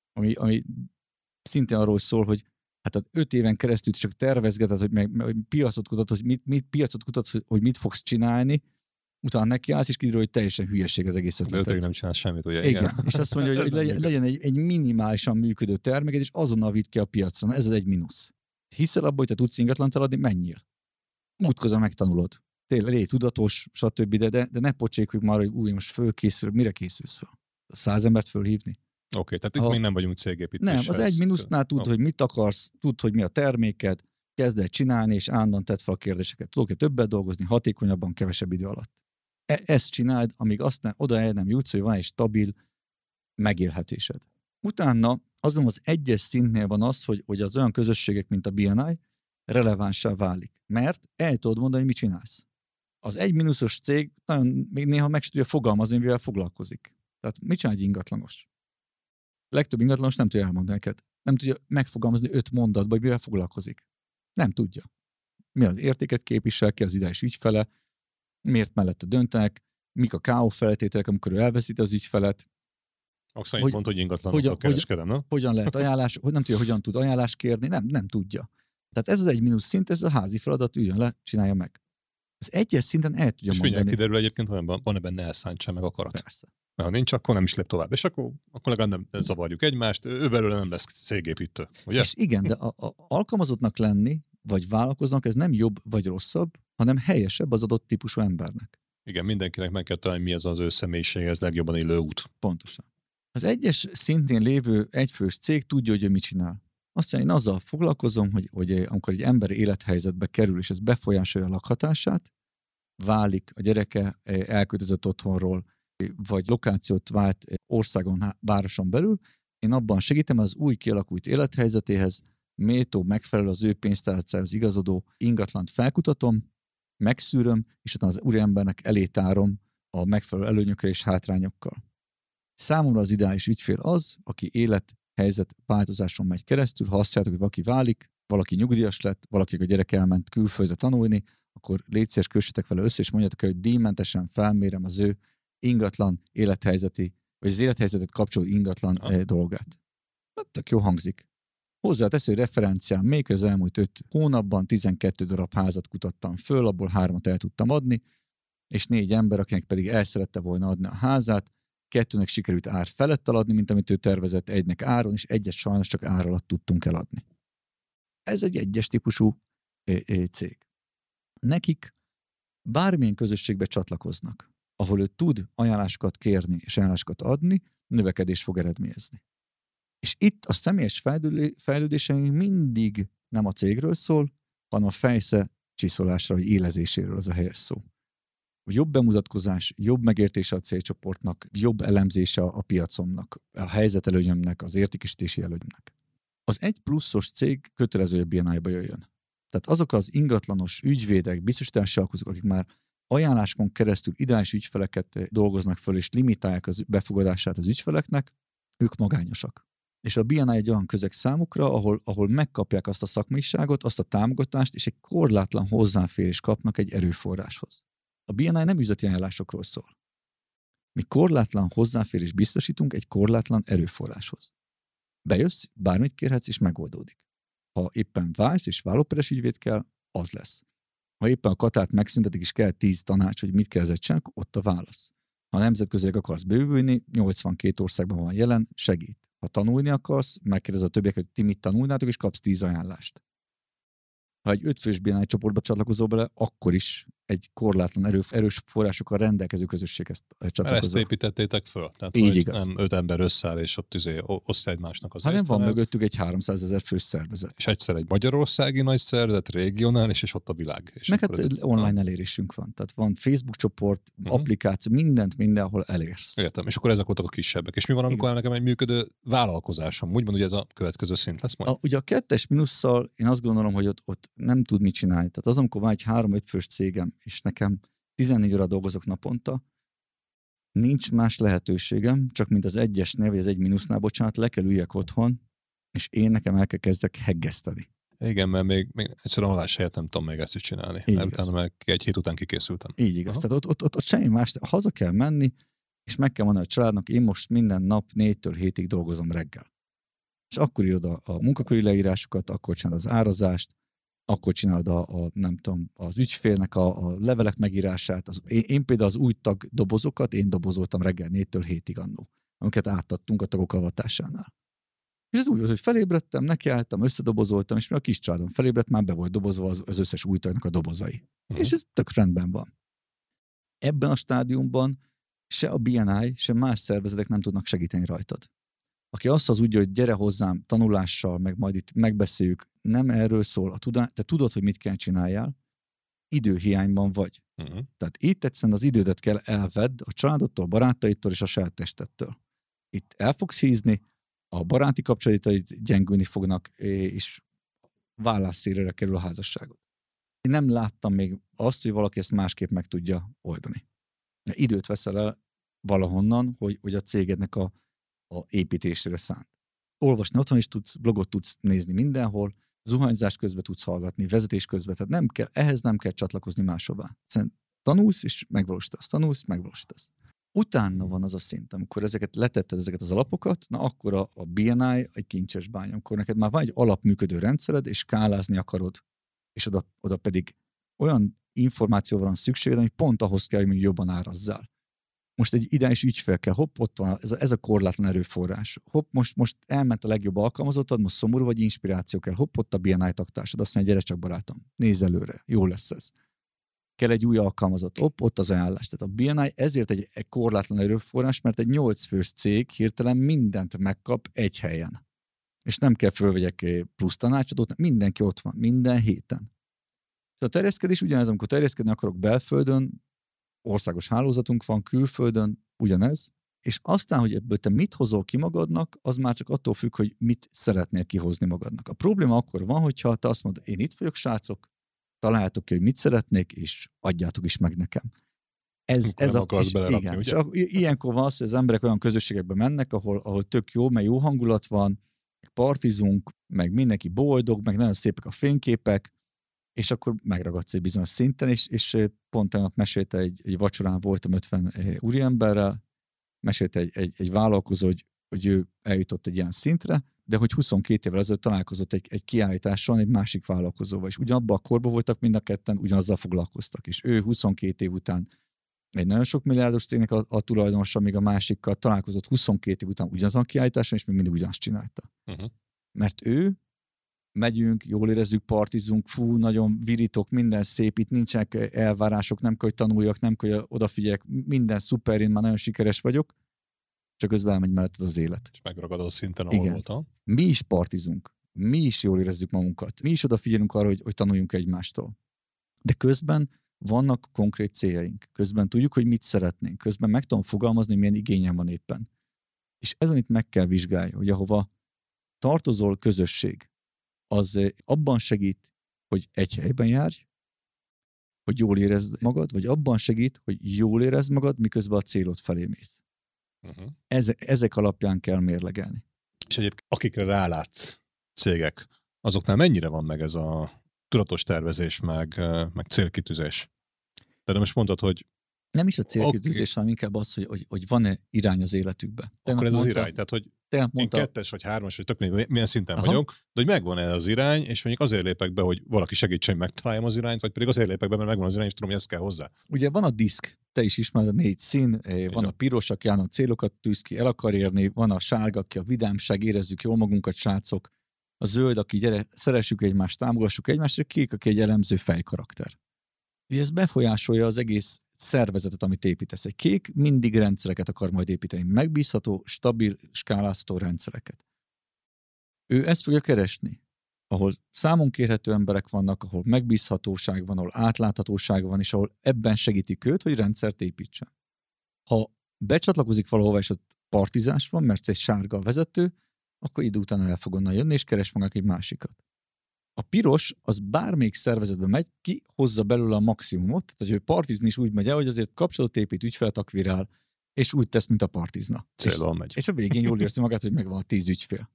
ami szintén arról szól, hogy hát 5 éven keresztül csak tervezgeted, hogy piacot kutatsz, hogy mit fogsz csinálni, utána nekiállsz, és kiderül, hogy teljesen hülyeség az egész ötletet. 5 évig nem csinálsz semmit, ugye? Igen. És azt mondja, hogy legyen egy minimálisan működő terméked, és azonnal vidd ki a piacra. Ez egy mínusz. Hiszel abban, hogy te tudsz ingatlant eladni, menjél. Útközben megtanulod. Tényleg légy tudatos, stb. De ne pocsékoljuk már, hogy most fölkészül, mire készülsz fel? 100 embert fölhívni? Oké, tehát itt még nem vagyunk cégépítéshez. Nem, az egy mínusznál tudd, hogy mit akarsz, tudd, hogy mi a terméked, kezd el csinálni, és állandóan tedd fel a kérdéseket. Tudok-e többet dolgozni, hatékonyabban, kevesebb idő alatt? Ezt csináld, amíg oda el nem jutsz, hogy van egy stabil megélhetésed. Utána azon az egyes szintnél van az, hogy az olyan közösségek, mint a BNI, relevánsá válik. Mert el tudod mondani, hogy mit csinálsz. Az egy mínuszos cég nagyon még néha meg sem tudja fogalmazni, mivel foglalkozik. Tehát mit csinál egy ingatlanos? Legtöbb ingatlanos nem tudja elmondani neked. Nem tudja megfogalmazni 5 mondatba, hogy mivel foglalkozik. Nem tudja. Mi az értéket képvisel, ki az ideális ügyfele, miért mellette döntenek, mik a KO feltételek, amikor ő elveszíti az ügyfelet. Akszányt mondta, hogy ingatlanokkal kereskedem, nem? Hogyan lehet ajánlás, nem tudja, hogyan tud ajánlást kérni, nem tudja. Tehát ez az egy mínusz szint, ez a házi feladat, üljön le, csinálja meg. Az egyes szinten el tudja és mondani. És mindjárt kiderül egyébként, hogy van-e benne elszántság meg akarat. Persze. Ha nincs, akkor nem is lép tovább. És akkor legalább nem zavarjuk egymást, ő belőle nem lesz cégépítő. Ugye? És igen, de a alkalmazottnak lenni, vagy vállalkoznak, ez nem jobb vagy rosszabb, hanem helyesebb az adott típusú embernek. Igen, mindenkinek meg kell találni, mi az ő személyiséghez legjobban élő út. Pontosan. Az egyes szintén lévő egyfős cég tudja, hogy ő mit csinál. Azt mondja, én azzal foglalkozom, hogy amikor egy ember élethelyzetbe kerül, és ez befolyásolja a lakhatását, válik a gyereke, elköltözött otthonról, vagy lokációt vált országon, városon belül, én abban segítem az új kialakult élethelyzetéhez, méltó, megfelelő az ő pénztárcához igazodó ingatlant felkutatom, megszűröm, és utána az úriembernek elétárom a megfelelő előnyökkel és hátrányokkal. Számomra az ideális ügyfél az, aki élethelyzet változáson megy keresztül, ha azt látjuk, hogy valaki válik, valaki nyugdíjas lett, valaki a gyerek elment külföldre tanulni, akkor légy szíves, kössetek vele össze, és mondjátok el, hogy díjmentesen felmérem az ő ingatlan élethelyzeti, vagy az élethelyzetet kapcsoló ingatlan dolgát. Tök jó hangzik. Hozzátesző, hogy referenciám még az elmúlt 5 hónapban 12 darab házat kutattam föl, abból 3-at el tudtam adni, és 4 ember, akinek pedig el szerette volna adni a házát, 2-nek sikerült ár felett eladni, mint amit ő tervezett, 1-nek áron, és 1-et sajnos csak ár alatt tudtunk eladni. Ez egy egyes típusú cég. Nekik bármilyen közösségbe csatlakoznak, ahol ő tud ajánlásokat kérni és ajánlásokat adni, növekedés fog eredményezni. És itt a személyes fejlődéseink mindig nem a cégről szól, hanem a fejsze csiszolásra, vagy élezéséről az a helyes szó. Jobb bemutatkozás, jobb megértése a célcsoportnak, jobb elemzése a piacomnak, a helyzetelőnyömnek, az értékesítési előnyömnek. Az 1 pluszos cég kötelező, hogy BNI-ba jöjjön. Tehát azok az ingatlanos ügyvédek, biztosítási alkozók, akik már ajánláskon keresztül ideális ügyfeleket dolgoznak föl, és limitálják az befogadását az ügyfeleknek, ők magányosak. És a BNI egy olyan közeg számukra, ahol megkapják azt a szakmaiságot, azt a támogatást, és egy korlátlan hozzáférést kapnak egy erőforráshoz. A BNI nem üzleti ajánlásokról szól. Mi korlátlan hozzáférés biztosítunk egy korlátlan erőforráshoz. Bejössz, bármit kérhetsz, és megoldódik. Ha éppen válsz, és vállóperes ügyvéd kell, az lesz. Ha éppen a katát megszüntetik, és kell 10 tanács, hogy mit kell csinálni, ott a válasz. Ha nemzetközileg akarsz bővülni, 82 országban van jelen, segít. Ha tanulni akarsz, megkérdez a többiek, hogy ti mit tanulnátok, és kapsz 10 ajánlást. Ha egy 5 fős BNI csoportba csatlakozol bele, akkor is egy korlátlan erős forrásokkal rendelkező közösséghez csatlakozol. Ezt építettétek föl. Tehát, így hogy igaz. Nem 5 ember összeáll, és ott osztja egymásnak az hanem van mögöttük egy 300 000 fős szervezet. És egyszer egy magyarországi nagy szervezet, regionális, és ott a világ. És meg hát online elérésünk van. Tehát van Facebook csoport, applikáció, mindent mindenhol elérsz. Értem, és akkor ezek voltak a kisebbek. És mi van, amikor nekem egy működő vállalkozásom? Úgymond, hogy ez a következő szint lesz majd? Ugye a 2-es minusszal én azt gondolom, hogy ott nem tud mit csinálni. Tehát az, amikor van egy 3-5 fős cégem, és nekem 14 óra dolgozok naponta, nincs más lehetőségem, csak mint az 1-esnél, vagy az 1 minusznál, bocsánat, le kell üljek otthon, és én nekem el kell kezdek heggeszteni. Igen, mert még egyszerűen alás helyett nem tudom még ezt is csinálni. Mert utána meg 1 hét után kikészültem. Így igaz. Tehát ott semmi más, haza kell menni, és meg kell mondani a családnak, én most minden nap 4-től 7-ig dolgozom reggel. És akkor írod a munkaköri leírásokat, akkor csinálod az árazást, akkor csinálod nem tudom, az ügyfélnek a levelek megírását. Én például az új tag dobozokat, én dobozoltam reggel 4-től 7-ig annó, amiket átadtunk a tagok avatásánál. És ez úgy volt, hogy felébredtem, nekiálltam, összedobozoltam, és mi a kis családom felébredt, már be volt dobozva az összes új tagnak a dobozai. És ez tök rendben van. Ebben a stádiumban se a BNI, se más szervezetek nem tudnak segíteni rajtad. Aki azt az úgy, hogy gyere hozzám tanulással, meg majd itt megbeszéljük, nem erről szól. Te tudod, hogy mit kell csináljál, időhiányban vagy. Tehát itt egyszerűen az idődet kell elvedd a családodtól, barátaitól és a saját testettől. Itt el fogsz hízni, a baráti kapcsolataid gyengülni fognak, és vállásszélére kerül a házasságod. Én nem láttam még azt, hogy valaki ezt másképp meg tudja oldani. Időt veszel el valahonnan, hogy a cégednek a építésére szánt. Olvasni otthon is tudsz, blogot tudsz nézni mindenhol, zuhanyzás közben tudsz hallgatni, vezetés közben, tehát ehhez nem kell csatlakozni máshová. Szerintem tanulsz és megvalósítasz, Utána van az a szint, amikor letetted ezeket az alapokat, na akkor a BNI egy kincses bánya, amikor neked már van egy alapműködő rendszered, és skálázni akarod, és oda pedig olyan információval van szükséged, ami pont ahhoz kell, hogy jobban árazzál. Most egy ideális ügyfél kell, ott van, ez a korlátlan erőforrás. Most elment a legjobb alkalmazottad, most szomorú vagy, inspiráció kell. Ott a BNI taktársad, azt mondja, gyere csak barátom, nézz előre, jó lesz ez. Kell egy új alkalmazott, ott az ajánlás. Tehát a BNI ezért egy korlátlan erőforrás, mert egy 8 fős cég hirtelen mindent megkap egy helyen. És nem kell fölvegyek plusz tanácsadót, mindenki ott van, minden héten. A terjeszkedés ugyanez, amikor terjeszkedni akarok belföldön, országos hálózatunk van, külföldön, ugyanez, és aztán, hogy ebből te mit hozol ki magadnak, az már csak attól függ, hogy mit szeretnél kihozni magadnak. A probléma akkor van, hogyha te azt mondod, én itt vagyok, srácok, találjátok ki, hogy mit szeretnék, és adjátok is meg nekem. Ez nem akarsz belerapni, igen, ugye? Ilyenkor van az, hogy az emberek olyan közösségekbe mennek, ahol tök jó, mert jó hangulat van, meg partizunk, meg mindenki boldog, meg nagyon szépek a fényképek, és akkor megragadsz egy bizonyos szinten, és pont tegnap mesélte egy vacsorán voltam 50 úriemberrel, mesélte egy vállalkozó, hogy ő eljutott egy ilyen szintre, de hogy 22 évvel ezelőtt találkozott egy kiállításon egy másik vállalkozóval, és ugyanabban a korban voltak mind a ketten, ugyanazzal foglalkoztak, és ő 22 év után egy nagyon sok milliárdos cégnek a tulajdonosa, még a másikkal találkozott 22 év után ugyanazon a kiállításon, és még mindig ugyanazt csinálta. Mert ő megyünk, jól érezzük, partizunk, nagyon virítok, minden szép, itt nincsenek elvárások, nem kell, hogy tanuljak, nem kell, hogy odafigyeljek, minden szuper, én már nagyon sikeres vagyok, csak közben elmegy melletted az élet. És megragadó szinten, ahol voltam. Mi is partizunk, mi is jól érezzük magunkat, mi is odafigyelünk arra, hogy tanuljunk egymástól. De közben vannak konkrét céljaink, közben tudjuk, hogy mit szeretnénk, közben meg tudom fogalmazni, milyen igényem van éppen. És ez, amit meg kell vizsgálni, hogy ahova tartozol közösség, az abban segít, hogy egy helyben járj, hogy jól érezd magad, vagy abban segít, hogy jól érezd magad, miközben a célod felé mész. Ezek alapján kell mérlegelni. És egyébként akikre rálátsz cégek, azoknál mennyire van meg ez a tudatos tervezés, meg célkitűzés? De most mondtad, hogy Nem is a célkitűzés, hanem inkább az, hogy van-e irány az életükbe. Akkor ez az irány, tehát hogy én 2-es vagy 3-as, vagy tök milyen szinten vagyok, de hogy megvan ez az irány, és mondjuk azért lépek be, hogy valaki segítsen, hogy megtaláljam az irányt, vagy pedig azért lépek be, mert megvan az irány, és tudom, hogy ez kell hozzá. Ugye van a diszk, te is ismered a 4 szín, van a piros, aki a célokat tűz ki, el akar érni, van a sárga, aki a vidámság, érezzük jól magunkat, srácok, a zöld, aki gyere, szeressük egymást, támogassuk egymást, és a kék, aki egy elemző fejkarakter. Ugye ez befolyásolja az egész szervezetet, amit építesz. Egy kék mindig rendszereket akar majd építeni. Megbízható, stabil, skálázható rendszereket. Ő ezt fogja keresni, ahol számon kérhető emberek vannak, ahol megbízhatóság van, ahol átláthatóság van, és ahol ebben segítik őt, hogy rendszert építsen. Ha becsatlakozik valahova, és ott partizás van, mert egy sárga a vezető, akkor idő után el fog onnan jönni, és keres magának egy másikat. A piros, az bármelyik szervezetben megy, ki hozza belőle a maximumot, tehát hogy ő partizni is úgy megy el, hogy azért kapcsolatot épít, ügyfelet akvirál, és úgy tesz, mint a partizna. Célon megy. És a végén jól érzi magát, hogy megvan a 10 ügyfél.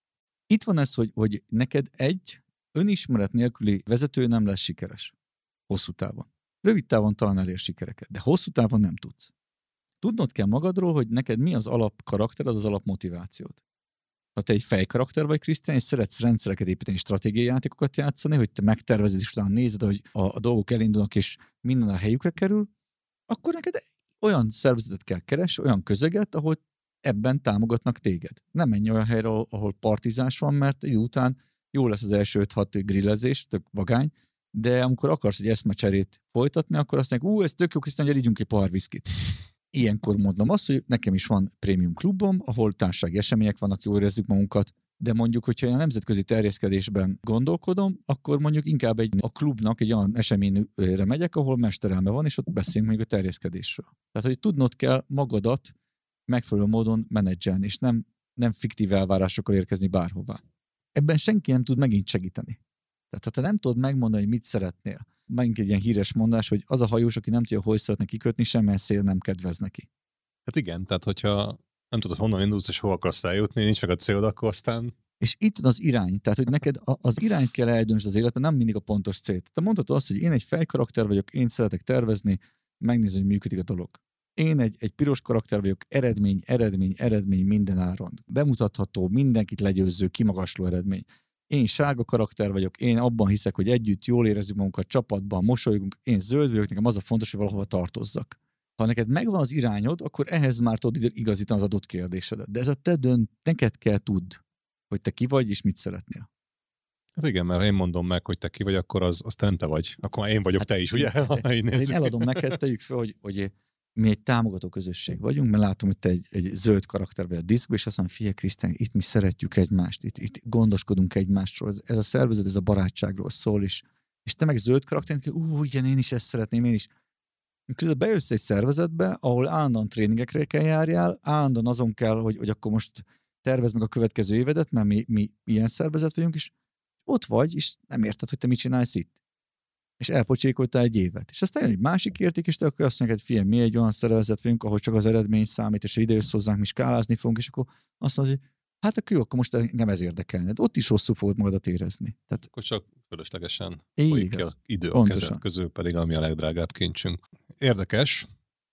Itt van ez, hogy neked egy önismeret nélküli vezető nem lesz sikeres. Hosszú távon. Rövid távon talán elér sikereket, de hosszú távon nem tudsz. Tudnod kell magadról, hogy neked mi az alapkarakter, az alapmotivációd. Ha te egy fejkarakter vagy, Krisztián, és szeretsz rendszereket építeni, stratégiai játékokat játszani, hogy te megtervezed, és utána nézed, hogy a dolgok elindulnak, és minden a helyükre kerül, akkor neked olyan szervezetet kell keresni, olyan közeget, ahol ebben támogatnak téged. Nem menj olyan helyre, ahol partizás van, mert idő után jó lesz az első 5-6 grillezés, tök vagány, de amikor akarsz egy eszmecserét folytatni, akkor azt mondják, ez tök jó, Krisztián, gyere, ígyunk egy pohár viszkit. Ilyenkor mondom azt, hogy nekem is van prémium klubom, ahol társasági események vannak, jól érezzük magunkat, de mondjuk, hogyha a nemzetközi terjeszkedésben gondolkodom, akkor mondjuk inkább a klubnak egy olyan eseményre megyek, ahol mesterelme van, és ott beszélünk még a terjeszkedésről. Tehát, hogy tudnod kell magadat megfelelő módon menedzselni, és nem fiktív elvárásokkal érkezni bárhová. Ebben senki nem tud megint segíteni. Tehát, ha te nem tudod megmondani, hogy mit szeretnél, megint egy ilyen híres mondás, hogy az a hajós, aki nem tudja, hogy szeretne kikötni, semmilyen szél nem kedvez neki. Hát igen, tehát hogyha nem tudod, honnan indulsz, és hol akarsz eljutni, nincs meg a célod, akkor aztán... És itt az irány, tehát hogy neked az irányt kell eldöntsd az életben, nem mindig a pontos célt. Te mondhatod azt, hogy én egy fejkarakter vagyok, én szeretek tervezni, megnézni, hogy működik a dolog. Én egy piros karakter vagyok, eredmény minden áron. Bemutatható, mindenkit legyőző, kimagasló eredmény. Én sárga karakter vagyok, én abban hiszek, hogy együtt jól érezzük magunkat csapatban, mosolygunk, én zöld vagyok, nekem az a fontos, hogy valahova tartozzak. Ha neked megvan az irányod, akkor ehhez már tudod igazítani az adott kérdésedet. De ez a te neked kell tudd, hogy te ki vagy, és mit szeretnél. Hát igen, mert ha én mondom meg, hogy te ki vagy, akkor az te nem te vagy. Akkor én vagyok, te is, ugye? Én eladom neked, tegyük fel, hogy mi egy támogató közösség vagyunk, mert látom, hogy te egy zöld karakter vagy a diszkban, és azt mondom, figyelj, Krisztián, itt mi szeretjük egymást, itt gondoskodunk egymásról, ez a szervezet, ez a barátságról szól, és te meg zöld karakter, igen, én is ezt szeretném, én is. Közben bejössz egy szervezetbe, ahol állandóan tréningekre kell járjál, állandóan azon kell, hogy akkor most tervezd meg a következő évedet, mert mi ilyen szervezet vagyunk, és ott vagy, és nem érted, hogy te mit csinálsz itt. És elpocsékoltál egy évet. És aztán jön egy másik érték, és te akkor azt mondod, hogy figyelj, mi egy olyan szervezet vagyunk, ahol csak az eredmény számít, és ha ide jössz hozzánk, mi skálázni fogunk, és akkor azt mondod, hogy hát akkor jó, akkor most engem ez érdekelne. De ott is rosszul fogod magadat érezni. Tehát... Akkor csak fölöslegesen folyik ki az idő a kezed közül, pedig ami a legdrágább kincsünk. Érdekes,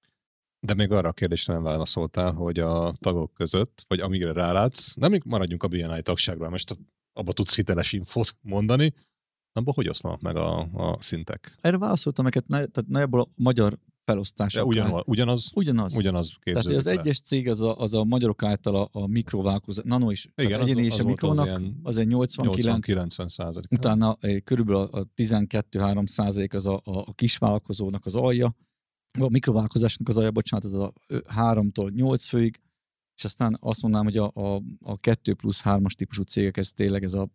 de még arra a kérdésre nem válaszoltál, hogy a tagok között, vagy amígre rálátsz, nem maradjunk a BNI tagságról, most abba tudsz hiteles infót mondani, abban hogy oszlanak meg a szintek? Erre válaszoltam neked, tehát nagyjából a magyar felosztás. Ugyanaz képződik. Tehát az egyes cég az a magyarok által a mikrovállalkozás, nano is, igen, egyéni és a mikrónak, az egy 80-90%. Utána körülbelül a 12-3% az a kisvállalkozónak az alja, a mikrovállalkozásnak az alja, bocsánat, az a 3-tól 8 főig, és aztán azt mondanám, hogy a 2+3-as típusú cégek, ez tényleg ez a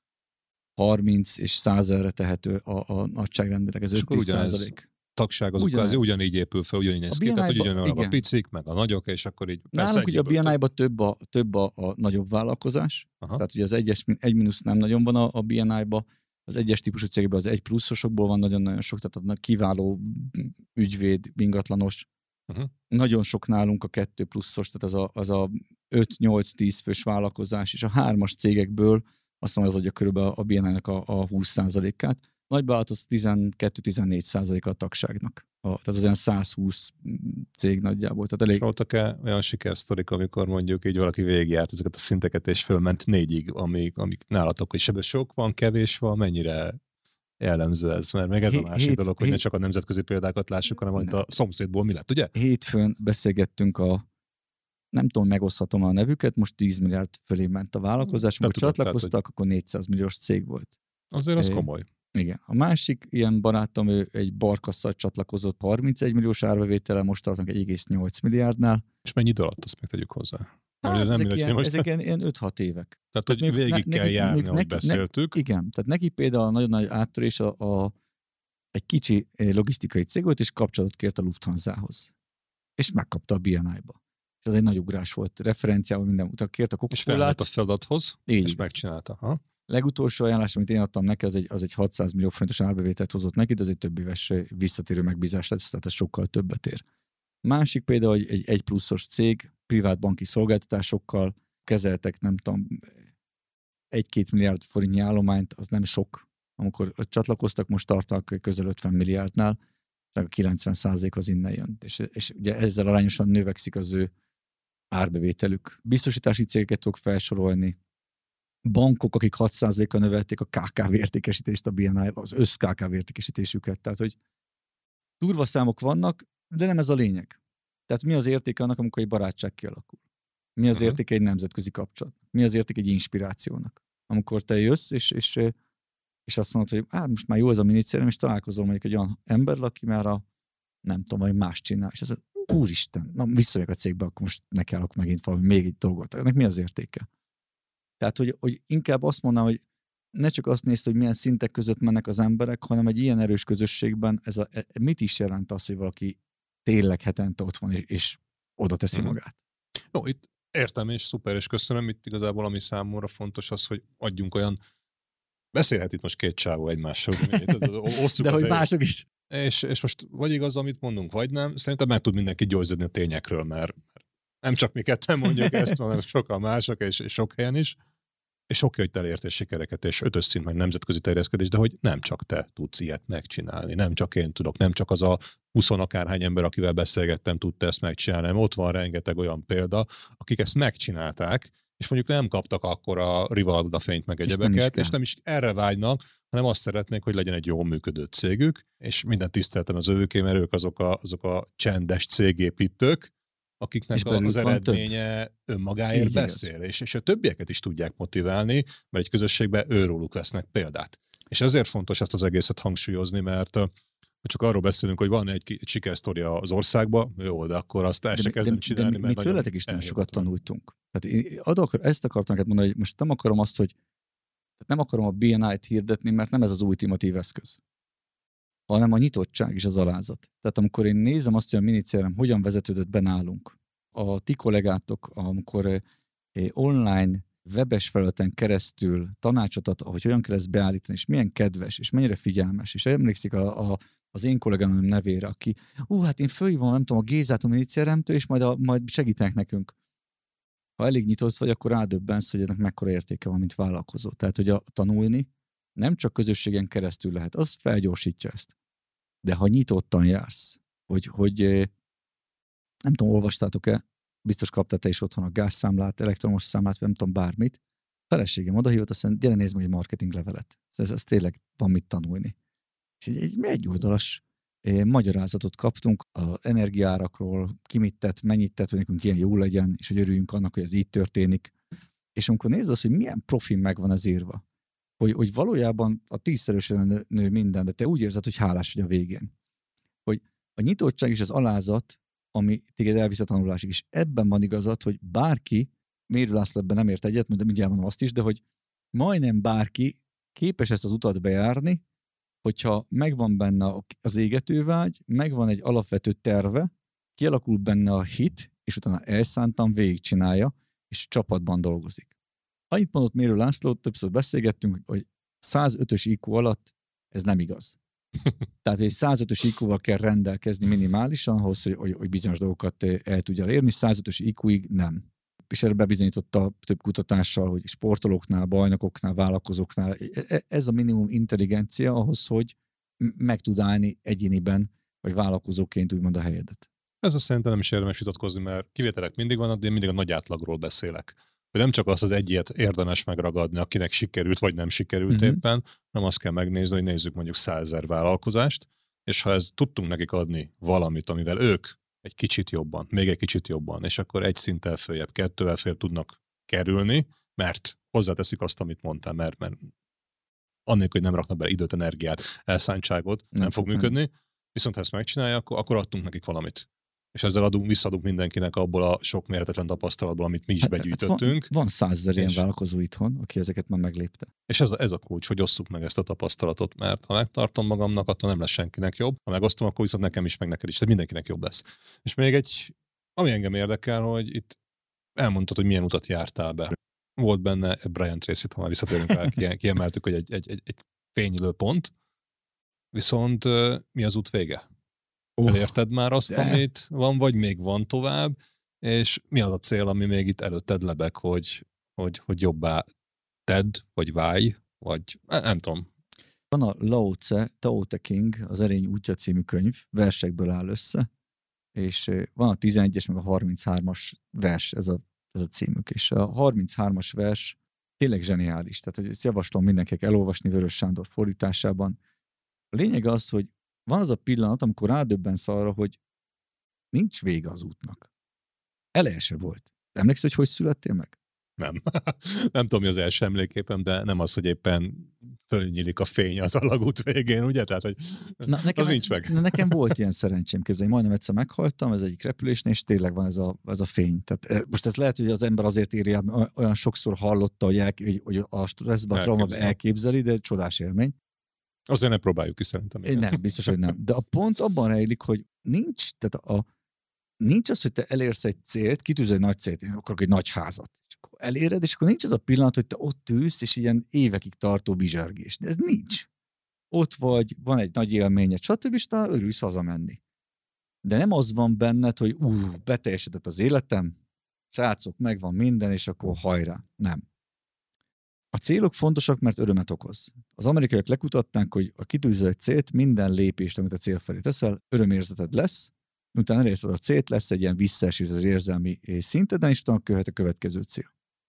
30 és 100 000-re tehető a nagyságrendileg, ez 5-10%. Tagság az ugyanígy épül fel, ugyanígy néz ki, tehát ugyanolyan a picik, meg a nagyok, és akkor így... Nálunk ugye a BNI-ban több a nagyobb vállalkozás, tehát ugye az 1- nem nagyon van a BNI-ban, az 1-es típusú cégben az 1+-osokból van nagyon-nagyon sok, tehát a kiváló ügyvéd, ingatlanos. Nagyon sok nálunk a 2+-os, tehát az a 5-8-10 fős vállalkozás, és a 3-as cégekből azt mondom, az adja körülbelül a BNI-nek a 20%-át. Nagybeállt az 12-14% a tagságnak. tehát az olyan 120 cég nagyjából. Tehát elég... És voltak-e olyan sikersztorik, amikor mondjuk így valaki végigjárt ezeket a szinteket, és fölment 4-ig, amik nálatok, és ebben sok van, kevés van, mennyire jellemző ez? Mert még ez a másik dolog, hogy ne csak a nemzetközi példákat lássuk, hanem majd a szomszédból mi lett, ugye? Hétfőn beszélgettünk nem tudom, megoszthatom a nevüket, most 10 milliárd fölé ment a vállalkozás, amikor csatlakoztak, akkor 400 milliós cég volt. Azért az komoly. Igen. A másik ilyen barátom, ő egy barkasszal csatlakozott 31 milliós árbevétellel, most tartanak 1,8 milliárdnál. És mennyi idő alatt, azt meg tegyük hozzá? Ezek ilyen 5-6 évek. Tehát, hogy végig kell járni, ahogy beszéltük. Igen, tehát neki például a nagyon nagy áttörés egy kicsi logisztikai cég volt, és kapcsolatot kért a Lufthansa-hoz. És megkapta a BNI-ba. És az egy nagy ugrás volt, referenciával minden utána kért a Coca-Colát. És felállt a feladathoz, és megcsinálta. Ha? Legutolsó ajánlás, amit én adtam neki, az egy 600 millió forintos árbevételt hozott neki, de ez egy több éves visszatérő megbízás lesz, tehát ez sokkal többet ér. Másik például, hogy egy 1 pluszos cég, privát banki szolgáltatásokkal kezeltek, nem tudom, 1-2 milliárd forintnyi állományt, az nem sok. Amikor csatlakoztak, most tartak közel 50 milliárdnál, a 90% az innen jön. És ugye ezzel arányosan növekszik az ő árbevételük. Biztosítási cégeket tudok felsorolni, bankok, akik 6%-kal növelték a KKV értékesítést a BNI-ba, az össz KKV értékesítésüket. Tehát, hogy durva számok vannak, de nem ez a lényeg. Tehát mi az értéke annak, amikor egy barátság kialakul? Mi az értéke egy nemzetközi kapcsolat? Mi az értéke egy inspirációnak? Amikor te jössz, és azt mondod, hogy hát most már jó ez a minicérem, és találkozom mondjuk egy olyan emberrel, aki már nem tudom, vagy más csinál, és ez úristen, na visszajövök a cégbe, akkor most ne kell akkor megint valami még egy dolgot. Ennek mi az értéke? Tehát, hogy inkább azt mondanám, hogy ne csak azt nézd, hogy milyen szintek között mennek az emberek, hanem egy ilyen erős közösségben mit is jelent az, hogy valaki tényleg hetente ott van, és oda teszi magát. Jó, itt értem, és szuper, és köszönöm. Itt igazából, ami számomra fontos az, hogy adjunk olyan, beszélhet itt most két csávó egymással, de hogy mások is. És most vagy igaz, amit mondunk, vagy nem. Szerintem meg tud mindenki győződni a tényekről, mert nem csak mi ketten mondjuk ezt, hanem sokan mások, és sok helyen is. És oké, hogy te elértél sikereket, és 5-ös szint meg nemzetközi terjeszkedés, de hogy nem csak te tudsz ilyet megcsinálni, nem csak én tudok, nem csak az a 20 akárhány ember, akivel beszélgettem, tudta ezt megcsinálni, hanem ott van rengeteg olyan példa, akik ezt megcsinálták, és mondjuk nem kaptak akkora rivalda fényt meg egyebeket, és nem is erre vágynak, hanem azt szeretnék, hogy legyen egy jól működő cégük, és minden tiszteltem az őké, mert ők azok a csendes cégépítők, akiknek az eredménye önmagáért beszél, és a többieket is tudják motiválni, mert egy közösségben őróluk vesznek példát. És ezért fontos ezt az egészet hangsúlyozni, mert csak arról beszélünk, hogy van egy sikersztoria az országban, jó, de akkor azt el se kezdem csinálni. De mi tőletek is nem sokat tanultunk. Tehát ezt akartam neked mondani, hogy most nem akarom azt, hogy nem akarom a BNI-t hirdetni, mert nem ez az ultimatív eszköz, hanem a nyitottság és az alázat. Tehát amikor én nézem azt, hogy a minicérem hogyan vezetődött be nálunk, a ti kollégátok, amikor online webes felületen keresztül tanácsot ad, hogy hogyan kell ezt beállítani, és milyen kedves, és mennyire figyelmes, és emlékszik az én kollégám nevére, aki, hát én fölhívom, nem tudom, a Gézát a minicéremtől, és majd segítenek nekünk. Ha elég nyitott vagy, akkor rádöbbensz, hogy ennek mekkora értéke van, mint vállalkozó. Tehát, hogy tanulni nem csak közösségen keresztül lehet, az felgyorsítja ezt. De ha nyitottan jársz, hogy nem tudom, olvastátok-e, biztos kaptál is otthon a gázszámlát, elektromos számlát, nem tudom, bármit, feleségem odahívott, azt mondja, gyere nézd meg egy marketing levelet. Ez tényleg van mit tanulni. És egy oldalas magyarázatot kaptunk az energiárakról, ki mit tett, mennyit tett, hogy nekünk ilyen jó legyen, és hogy örüljünk annak, hogy ez így történik. És amikor nézd azt, hogy milyen profil meg van ez írva, hogy valójában a 10-szeresen nő minden, de te úgy érzed, hogy hálás vagy a végén. Hogy a nyitottság és az alázat, ami téged elvisz a tanulásig, és ebben van igazad, hogy bárki, Mérő László ebben nem ért egyet, de mindjárt mondom azt is, de hogy majdnem bárki képes ezt az utat bejárni, hogyha megvan benne az égetővágy, megvan egy alapvető terve, kialakul benne a hit, és utána elszántan végigcsinálja, és csapatban dolgozik. Annyit mondott Mérő László, többször beszélgettünk, hogy 105-ös IQ alatt ez nem igaz. Tehát egy 105-ös IQ-val kell rendelkezni minimálisan, ahhoz, hogy bizonyos dolgokat el tudja érni, 105-ös IQ-ig nem. És erre bebizonyította több kutatással, hogy sportolóknál, bajnokoknál, vállalkozóknál ez a minimum intelligencia ahhoz, hogy meg tud állni egyéniben, vagy vállalkozóként úgymond a helyedet. Ez szerintem nem is érdemes vitatkozni, mert kivételek mindig vannak, de én mindig a nagy átlagról beszélek. Hogy nem csak azt az egy ilyet érdemes megragadni, akinek sikerült, vagy nem sikerült éppen, hanem azt kell megnézni, hogy nézzük mondjuk 100 000 vállalkozást, és ha tudtunk nekik adni valamit, amivel ők egy kicsit jobban, még egy kicsit jobban, és akkor egy szinttel följebb, 2-vel följebb tudnak kerülni, mert hozzáteszik azt, amit mondtál, mert annélkül, hogy nem raknak bele időt, energiát, elszántságot, nem fog működni, viszont ha ezt megcsinálja, akkor adtunk nekik valamit. És ezzel visszadunk mindenkinek abból a sok méretetlen tapasztalatból, amit mi is begyűjtöttünk. Van 100 000 ilyen vállalkozó itthon, aki ezeket már meglépte. És ez a kulcs, hogy osszuk meg ezt a tapasztalatot, mert ha megtartom magamnak, attól nem lesz senkinek jobb. Ha megosztom, akkor viszont nekem is, meg neked is. Tehát mindenkinek jobb lesz. És még ami engem érdekel, hogy itt elmondtad, hogy milyen utat jártál be. Volt benne Brian Tracy-t, ha már visszatérünk rá, kiemeltük, hogy egy fényülő pont. Viszont mi az út vége? Elérted már azt, amit van, vagy még van tovább, és mi az a cél, ami még itt előtted lebeg, hogy jobbá tedd, vagy válj, vagy nem tudom. Van a Lao Tse, Tao Te Ching, az Erény útja című könyv, versekből áll össze, és van a 11-es, meg a 33-as vers, ez a címük, és a 33-as vers tényleg zseniális, tehát hogy ezt javaslom mindenkinek elolvasni Vörös Sándor fordításában. A lényeg az, hogy van az a pillanat, amikor rádöbbensz arra, hogy nincs vége az útnak. Eleje se volt. Emlékszel, hogy születtél meg? Nem. Nem tudom, mi az első emléképem, de nem az, hogy éppen fölnyílik a fény az alagút végén, ugye? Tehát, hogy az nincs meg. Nekem volt ilyen szerencsém, képzelni. Majdnem egyszer meghaltam, ez egyik repülésnél, és tényleg van ez a fény. Tehát most ez lehet, hogy az ember azért éri, olyan sokszor hallotta, hogy a stresszben, a traumában elképzeli, de csodás élmény. Azért ne próbáljuk ki szerintem. Nem, biztos, hogy nem. De a pont abban rejlik, hogy nincs az, hogy te elérsz egy célt, kitűz egy nagy célt, én akarok egy nagy házat. És akkor eléred, és akkor nincs az a pillanat, hogy te ott ülsz, és ilyen évekig tartó bizsergés. De ez nincs. Ott vagy, van egy nagy élményed, stb. És te örülsz hazamenni. De nem az van benned, hogy beteljesedett az életem, srácok, megvan minden, és akkor hajrá. Nem. A célok fontosak, mert örömet okoz. Az amerikaiak lekutatták, hogy a kitűző egy célt, minden lépést, amit a cél felé teszel, örömérzeted lesz, utána elérted a célt, lesz egy ilyen visszaesés az érzelmi szinteden, és utána következik a következő cél.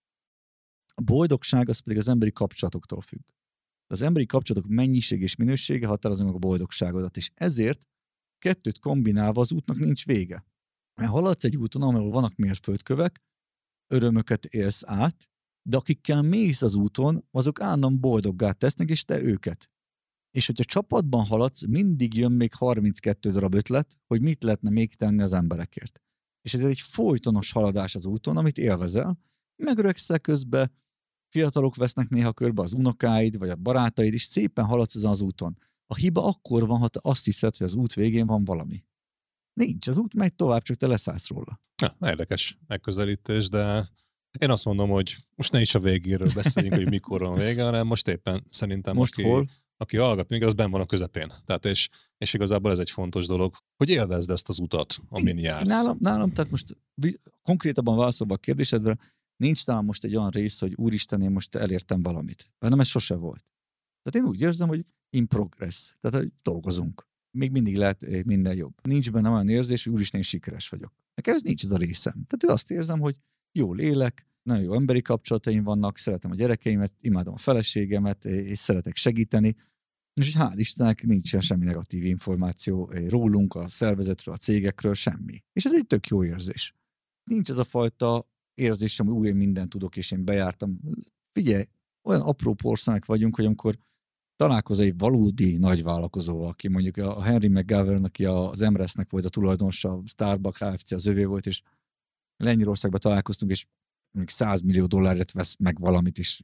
A boldogság az pedig az emberi kapcsolatoktól függ. Az emberi kapcsolatok mennyiség és minősége határozza meg a boldogságodat, és ezért kettőt kombinálva az útnak nincs vége. Mert haladsz egy úton, ahol vannak mérföldkövek, örömöket élsz át, de akikkel mész az úton, azok állandóan boldoggá tesznek, és te őket. És hogyha csapatban haladsz, mindig jön még 32 darab ötlet, hogy mit lehetne még tenni az emberekért. És ez egy folytonos haladás az úton, amit élvezel, megöregszel közben, fiatalok vesznek néha körbe az unokáid, vagy a barátaid, és szépen haladsz ezen az úton. A hiba akkor van, ha te azt hiszed, hogy az út végén van valami. Nincs, az út megy tovább, csak te leszállsz róla. Érdekes megközelítés, de én azt mondom, hogy most ne is a végéről beszéljünk, hogy mikor van vége, hanem most éppen szerintem aki hallgat még, az benn van a közepén. Tehát és igazából ez egy fontos dolog, hogy élvezd ezt az utat, amin jársz. Nálam, tehát most konkrétabban válaszolva a kérdésedre, nincs talán most egy olyan rész, hogy úristen, én most elértem valamit. Bennem ez sose volt. Tehát én úgy érzem, hogy in progress. Tehát hogy dolgozunk. Még mindig lehet minden jobb. Nincs benne olyan érzés, hogy úristen, én sikeres vagyok. Nekem ez nincs ez a részem. Tehát én azt érzem, hogy jól élek, nagyon jó emberi kapcsolataim vannak, szeretem a gyerekeimet, imádom a feleségemet, és szeretek segíteni, és hogy hál' Istennek nincsen semmi negatív információ rólunk, a szervezetről, a cégekről, semmi. És ez egy tök jó érzés. Nincs ez a fajta érzésem, hogy én mindent tudok, és én bejártam. Figyelj, olyan apró porszemek vagyunk, hogy amikor találkozol egy valódi nagyvállalkozóval, aki mondjuk a Henry McGovern, aki az Emrestnek volt a tulajdonosa, a Starbucks, AFC az övé volt, és Lengyelországban találkoztunk, és mondjuk $100 millió vesz meg valamit is.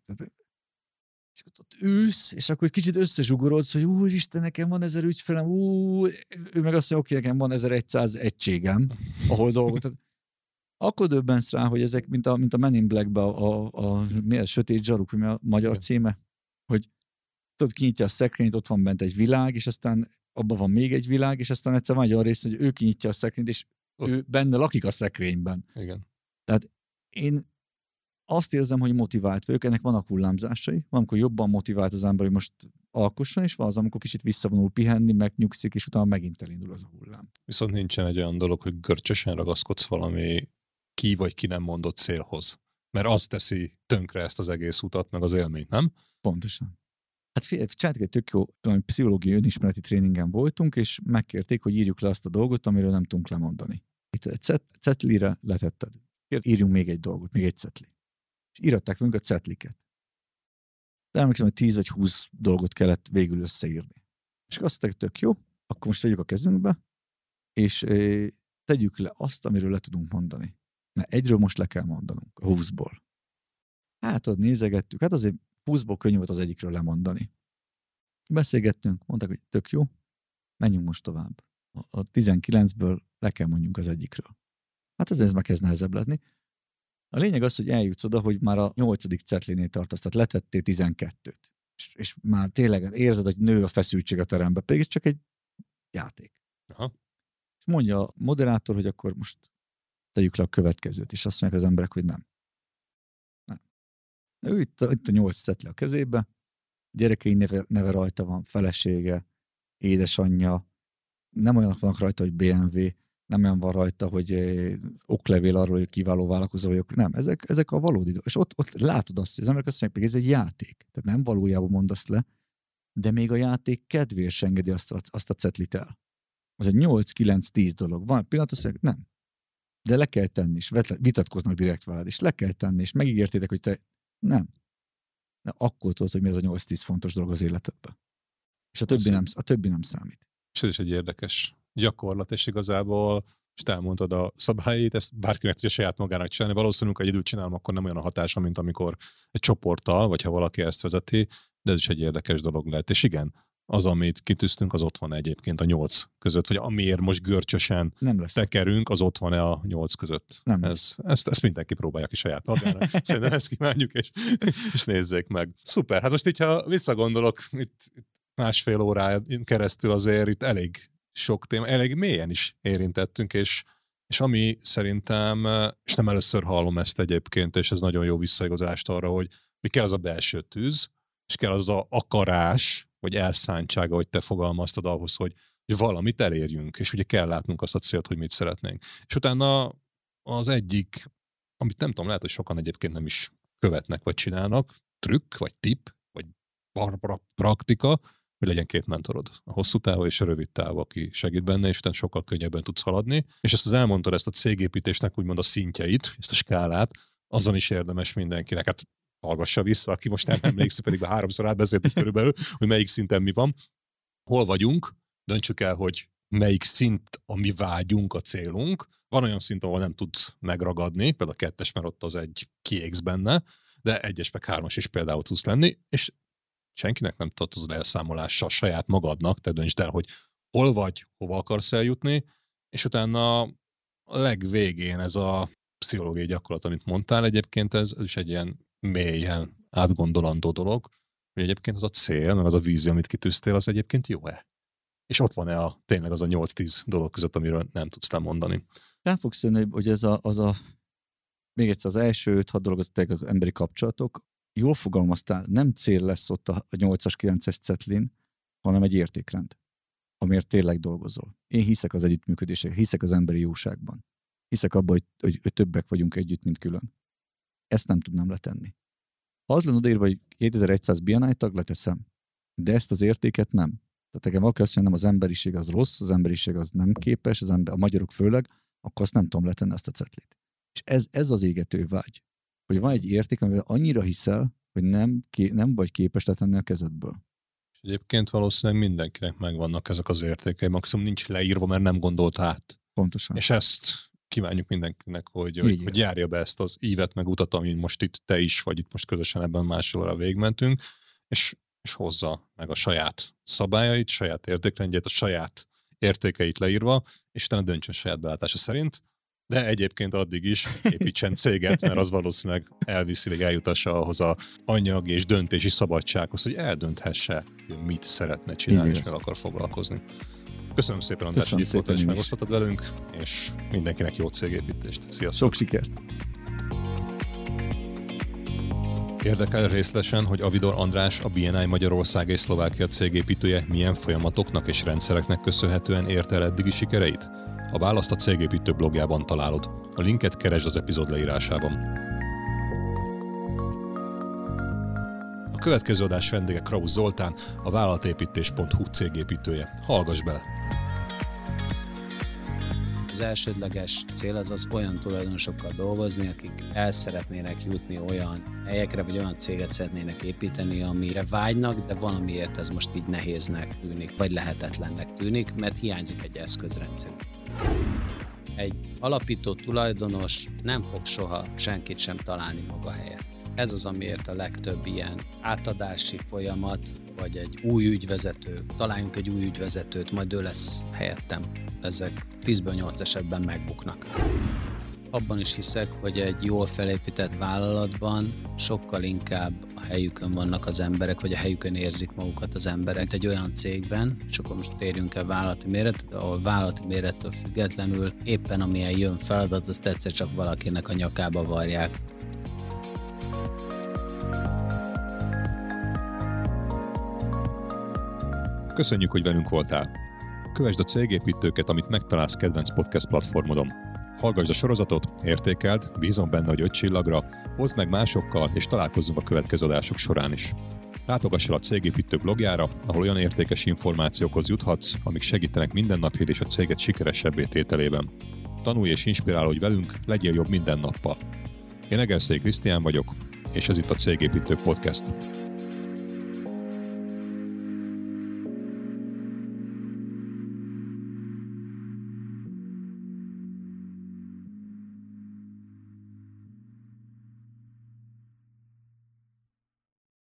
És ott ülsz, és akkor egy kicsit összezsugorodsz, hogy úristen, nekem van 1000 ügyfelem, ő meg azt mondja, oké, nekem van 1100 egységem, ahol dolgot. Akkor döbbensz rá, hogy ezek, mint a Men in Black-ben a sötét zsaruk, hogy a magyar címe, hogy tudod, kinyitja a szekrényt, ott van bent egy világ, és aztán abban van még egy világ, és aztán egyszer van egy olyan rész, hogy ő kinyitja a szekrényt, és ő benne lakik a szekrényben. Igen. Tehát én azt érzem, hogy motivált vagyok, ennek vannak hullámzásai, van, amikor jobban motivált az ember, hogy most alkosson, és van az, amikor kicsit visszavonul pihenni, megnyugszik, és utána megint elindul az a hullám. Viszont nincsen egy olyan dolog, hogy görcsösen ragaszkodsz valami ki vagy ki nem mondott célhoz. Mert az teszi tönkre ezt az egész utat, meg az élményt, nem? Pontosan. Hát csináltuk egy tök jó pszichológiai önismereti tréningen voltunk, és megkérték, hogy írjuk le azt a dolgot, amiről nem tudunk lemondani. Itt egy cetlire letetted. Írjunk még egy dolgot, még egy cetli. És íratták velünk a cetliket. De emlékszem, hogy 10 vagy 20 dolgot kellett végül összeírni. És azt mondták, tök jó, akkor most vegyük a kezünkbe, és tegyük le azt, amiről le tudunk mondani. Mert egyről most le kell mondanunk, a 20-ból. Hát ott nézegettük, hát azért 20-ból könnyű volt az egyikről lemondani. Beszélgettünk, mondták, hogy tök jó, menjünk most tovább. A 19-ből le kell mondjunk az egyikről. Hát ez meg kezd nehezebb lenni. A lényeg az, hogy eljutsz oda, hogy már a 8. cetlinél tartasz, tehát letettél 12-t. És már tényleg érzed, hogy nő a feszültség a teremben, pedig ez csak egy játék. Aha. És mondja a moderátor, hogy akkor most tegyük le a következőt, és azt mondják az emberek, hogy nem. Ő itt a 8 cetli a kezébe, gyerekei neve rajta van, felesége, édesanyja, nem olyan vannak rajta, hogy BMW, nem olyan van rajta, hogy oklevél arról, hogy kiváló vállalkozó vagyok. Nem, ezek a valódi dolgok. És ott látod azt, hogy az emberek azt mondják, hogy ez egy játék. Tehát nem valójában mondasz le, de még a játék kedvéért se engedi azt a cetlit el. Az egy 8-9-10 dolog. Van pillanat, azt mondják, nem. De le kell tenni, és vitatkoznak direkt veled, és le kell tenni, és megígértétek, hogy te nem. De akkor tudod, hogy mi az a 8-10 fontos dolog az életedben. És a többi nem számít. És ez is egy érdekes gyakorlat, és igazából most elmondtad a szabályait, ezt bárki meg tudja saját magának csinálni. Valószínűleg, ha egyedül csinálom, akkor nem olyan a hatása, mint amikor egy csoporttal, vagy ha valaki ezt vezeti, de ez is egy érdekes dolog lehet. És igen, az, amit kitűztünk, az ott van egyébként a 8 között, vagy amiért most görcsösen tekerünk, az ott van-e a 8 között. Nem ezt mindenki próbálja ki saját magára. Szerintem ezt kívánjuk, és nézzék meg. Szuper, hát most így, ha visszagondolok, itt 1,5 órán keresztül azért itt elég sok téma, elég mélyen is érintettünk, és ami szerintem, és nem először hallom ezt egyébként, és ez nagyon jó visszaigazolást arra, hogy kell az a belső tűz, és kell az a akarás, vagy elszántsága, hogy te fogalmaztad ahhoz, hogy valamit elérjünk, és ugye kell látnunk azt a célt, hogy mit szeretnénk. És utána az egyik, amit nem tudom, lehet, hogy sokan egyébként nem is követnek, vagy csinálnak, trükk, vagy tipp, vagy praktika, hogy legyen 2 mentorod. A hosszú távú és a rövid távú, aki segít benne, és utána sokkal könnyebben tudsz haladni. És ezt az elmondtad, ezt a cégépítésnek úgymond a szintjeit, ezt a skálát, azon is érdemes mindenkinek. Hát hallgassa vissza, aki most nem emlékszik, pedig 3-szor átbeszéltük körülbelül, hogy melyik szinten mi van. Hol vagyunk, döntsük el, hogy melyik szint a mi vágyunk, a célunk. Van olyan szint, ahol nem tudsz megragadni, például a 2, mert ott az egy kiégsz benne, de 1 meg 3 is például tudsz lenni, és senkinek nem tartozod elszámolással saját magadnak, te döntsd el, hogy hol vagy, hova akarsz eljutni, és utána a legvégén ez a pszichológiai gyakorlat, amit mondtál egyébként, ez is egy ilyen mélyen átgondolandó dolog, hogy egyébként az a cél, meg az a vízió, amit kitűztél, az egyébként jó-e? És ott van-e tényleg az a 8-10 dolog között, amiről nem tudsz mondani? Rá fogsz jönni, hogy ez még egyszer az első 5-6 dolog, az tényleg az emberi kapcsolatok. Jól fogalmaztál, nem cél lesz ott a 8-as, 9-es cetlin, hanem egy értékrend, amiért tényleg dolgozol. Én hiszek az együttműködések, hiszek az emberi jóságban. Hiszek abban, hogy többek vagyunk együtt, mint külön. Ezt nem tudnám letenni. Ha az lenne odaírva, hogy 2100 BNI tag, leteszem. De ezt az értéket nem. Tehát nekem valaki azt mondja, nem, az emberiség az rossz, az emberiség az nem képes, a magyarok főleg, akkor azt nem tudom letenni azt a cetlit. És ez az égető vágy. Hogy van egy érték, amivel annyira hiszel, hogy nem vagy képes letenni a kezedből. És egyébként valószínűleg mindenkinek megvannak ezek az értékei, maximum nincs leírva, mert nem gondolt át. Pontosan. És ezt kívánjuk mindenkinek, hogy járja be ezt az ívet, meg utat, amin most itt te is, vagy itt most közösen ebben másfél óra végigmentünk, és hozza meg a saját szabályait, saját értékrendjét, a saját értékeit leírva, és utána döntsön saját belátása szerint, de egyébként addig is építsen céget, mert az valószínűleg eljutassa ahhoz a anyagi és döntési szabadsághoz, hogy eldönthesse, hogy mit szeretne csinálni, és meg akar foglalkozni. Köszönöm szépen, András, hogy itt voltál és megosztottad velünk, és mindenkinek jó cégépítést. Sziasztok! Sok sikert! Érdekel részletesen, hogy Avidor András, a BNI Magyarország és Szlovákia cégépítője milyen folyamatoknak és rendszereknek köszönhetően érte el eddigi sikereit? A választ a Cégépítő blogjában találod. A linket keresd az epizód leírásában. A következő adás vendége Krausz Zoltán, a vállalatépítés.hu cégépítője. Hallgass bele! Az elsődleges cél az olyan tulajdonosokkal dolgozni, akik el szeretnének jutni olyan helyekre, vagy olyan céget szeretnének építeni, amire vágynak, de valamiért ez most így nehéznek tűnik, vagy lehetetlennek tűnik, mert hiányzik egy eszközrendszer. Egy alapító tulajdonos nem fog soha senkit sem találni maga helyett. Ez az, amiért a legtöbb ilyen átadási folyamat, vagy egy új ügyvezető, találjunk egy új ügyvezetőt, majd ő lesz helyettem. Ezek 10-ből 8 esetben megbuknak. Abban is hiszek, hogy egy jól felépített vállalatban sokkal inkább a helyükön vannak az emberek, vagy a helyükön érzik magukat az emberek. Egy olyan cégben, és akkor most térjünk el vállalati méretre, ahol vállalati mérettől függetlenül éppen amilyen jön feladat, azt egyszer csak valakinek a nyakába varják. Köszönjük, hogy velünk voltál! Kövesd a cégépítőket, amit megtalálsz kedvenc podcast platformodon. Hallgassd a sorozatot, értékeld, bízom benne, hogy 5 csillagra, oszd meg másokkal, és találkozzunk a következő adások során is. Látogass el a Cégépítő blogjára, ahol olyan értékes információkhoz juthatsz, amik segítenek mindennapjét és a céget sikeresebbé tételében. Tanulj és inspirálódj velünk, legyél jobb minden nappal. Én Egerszegi Krisztián vagyok, és ez itt a Cégépítő Podcast.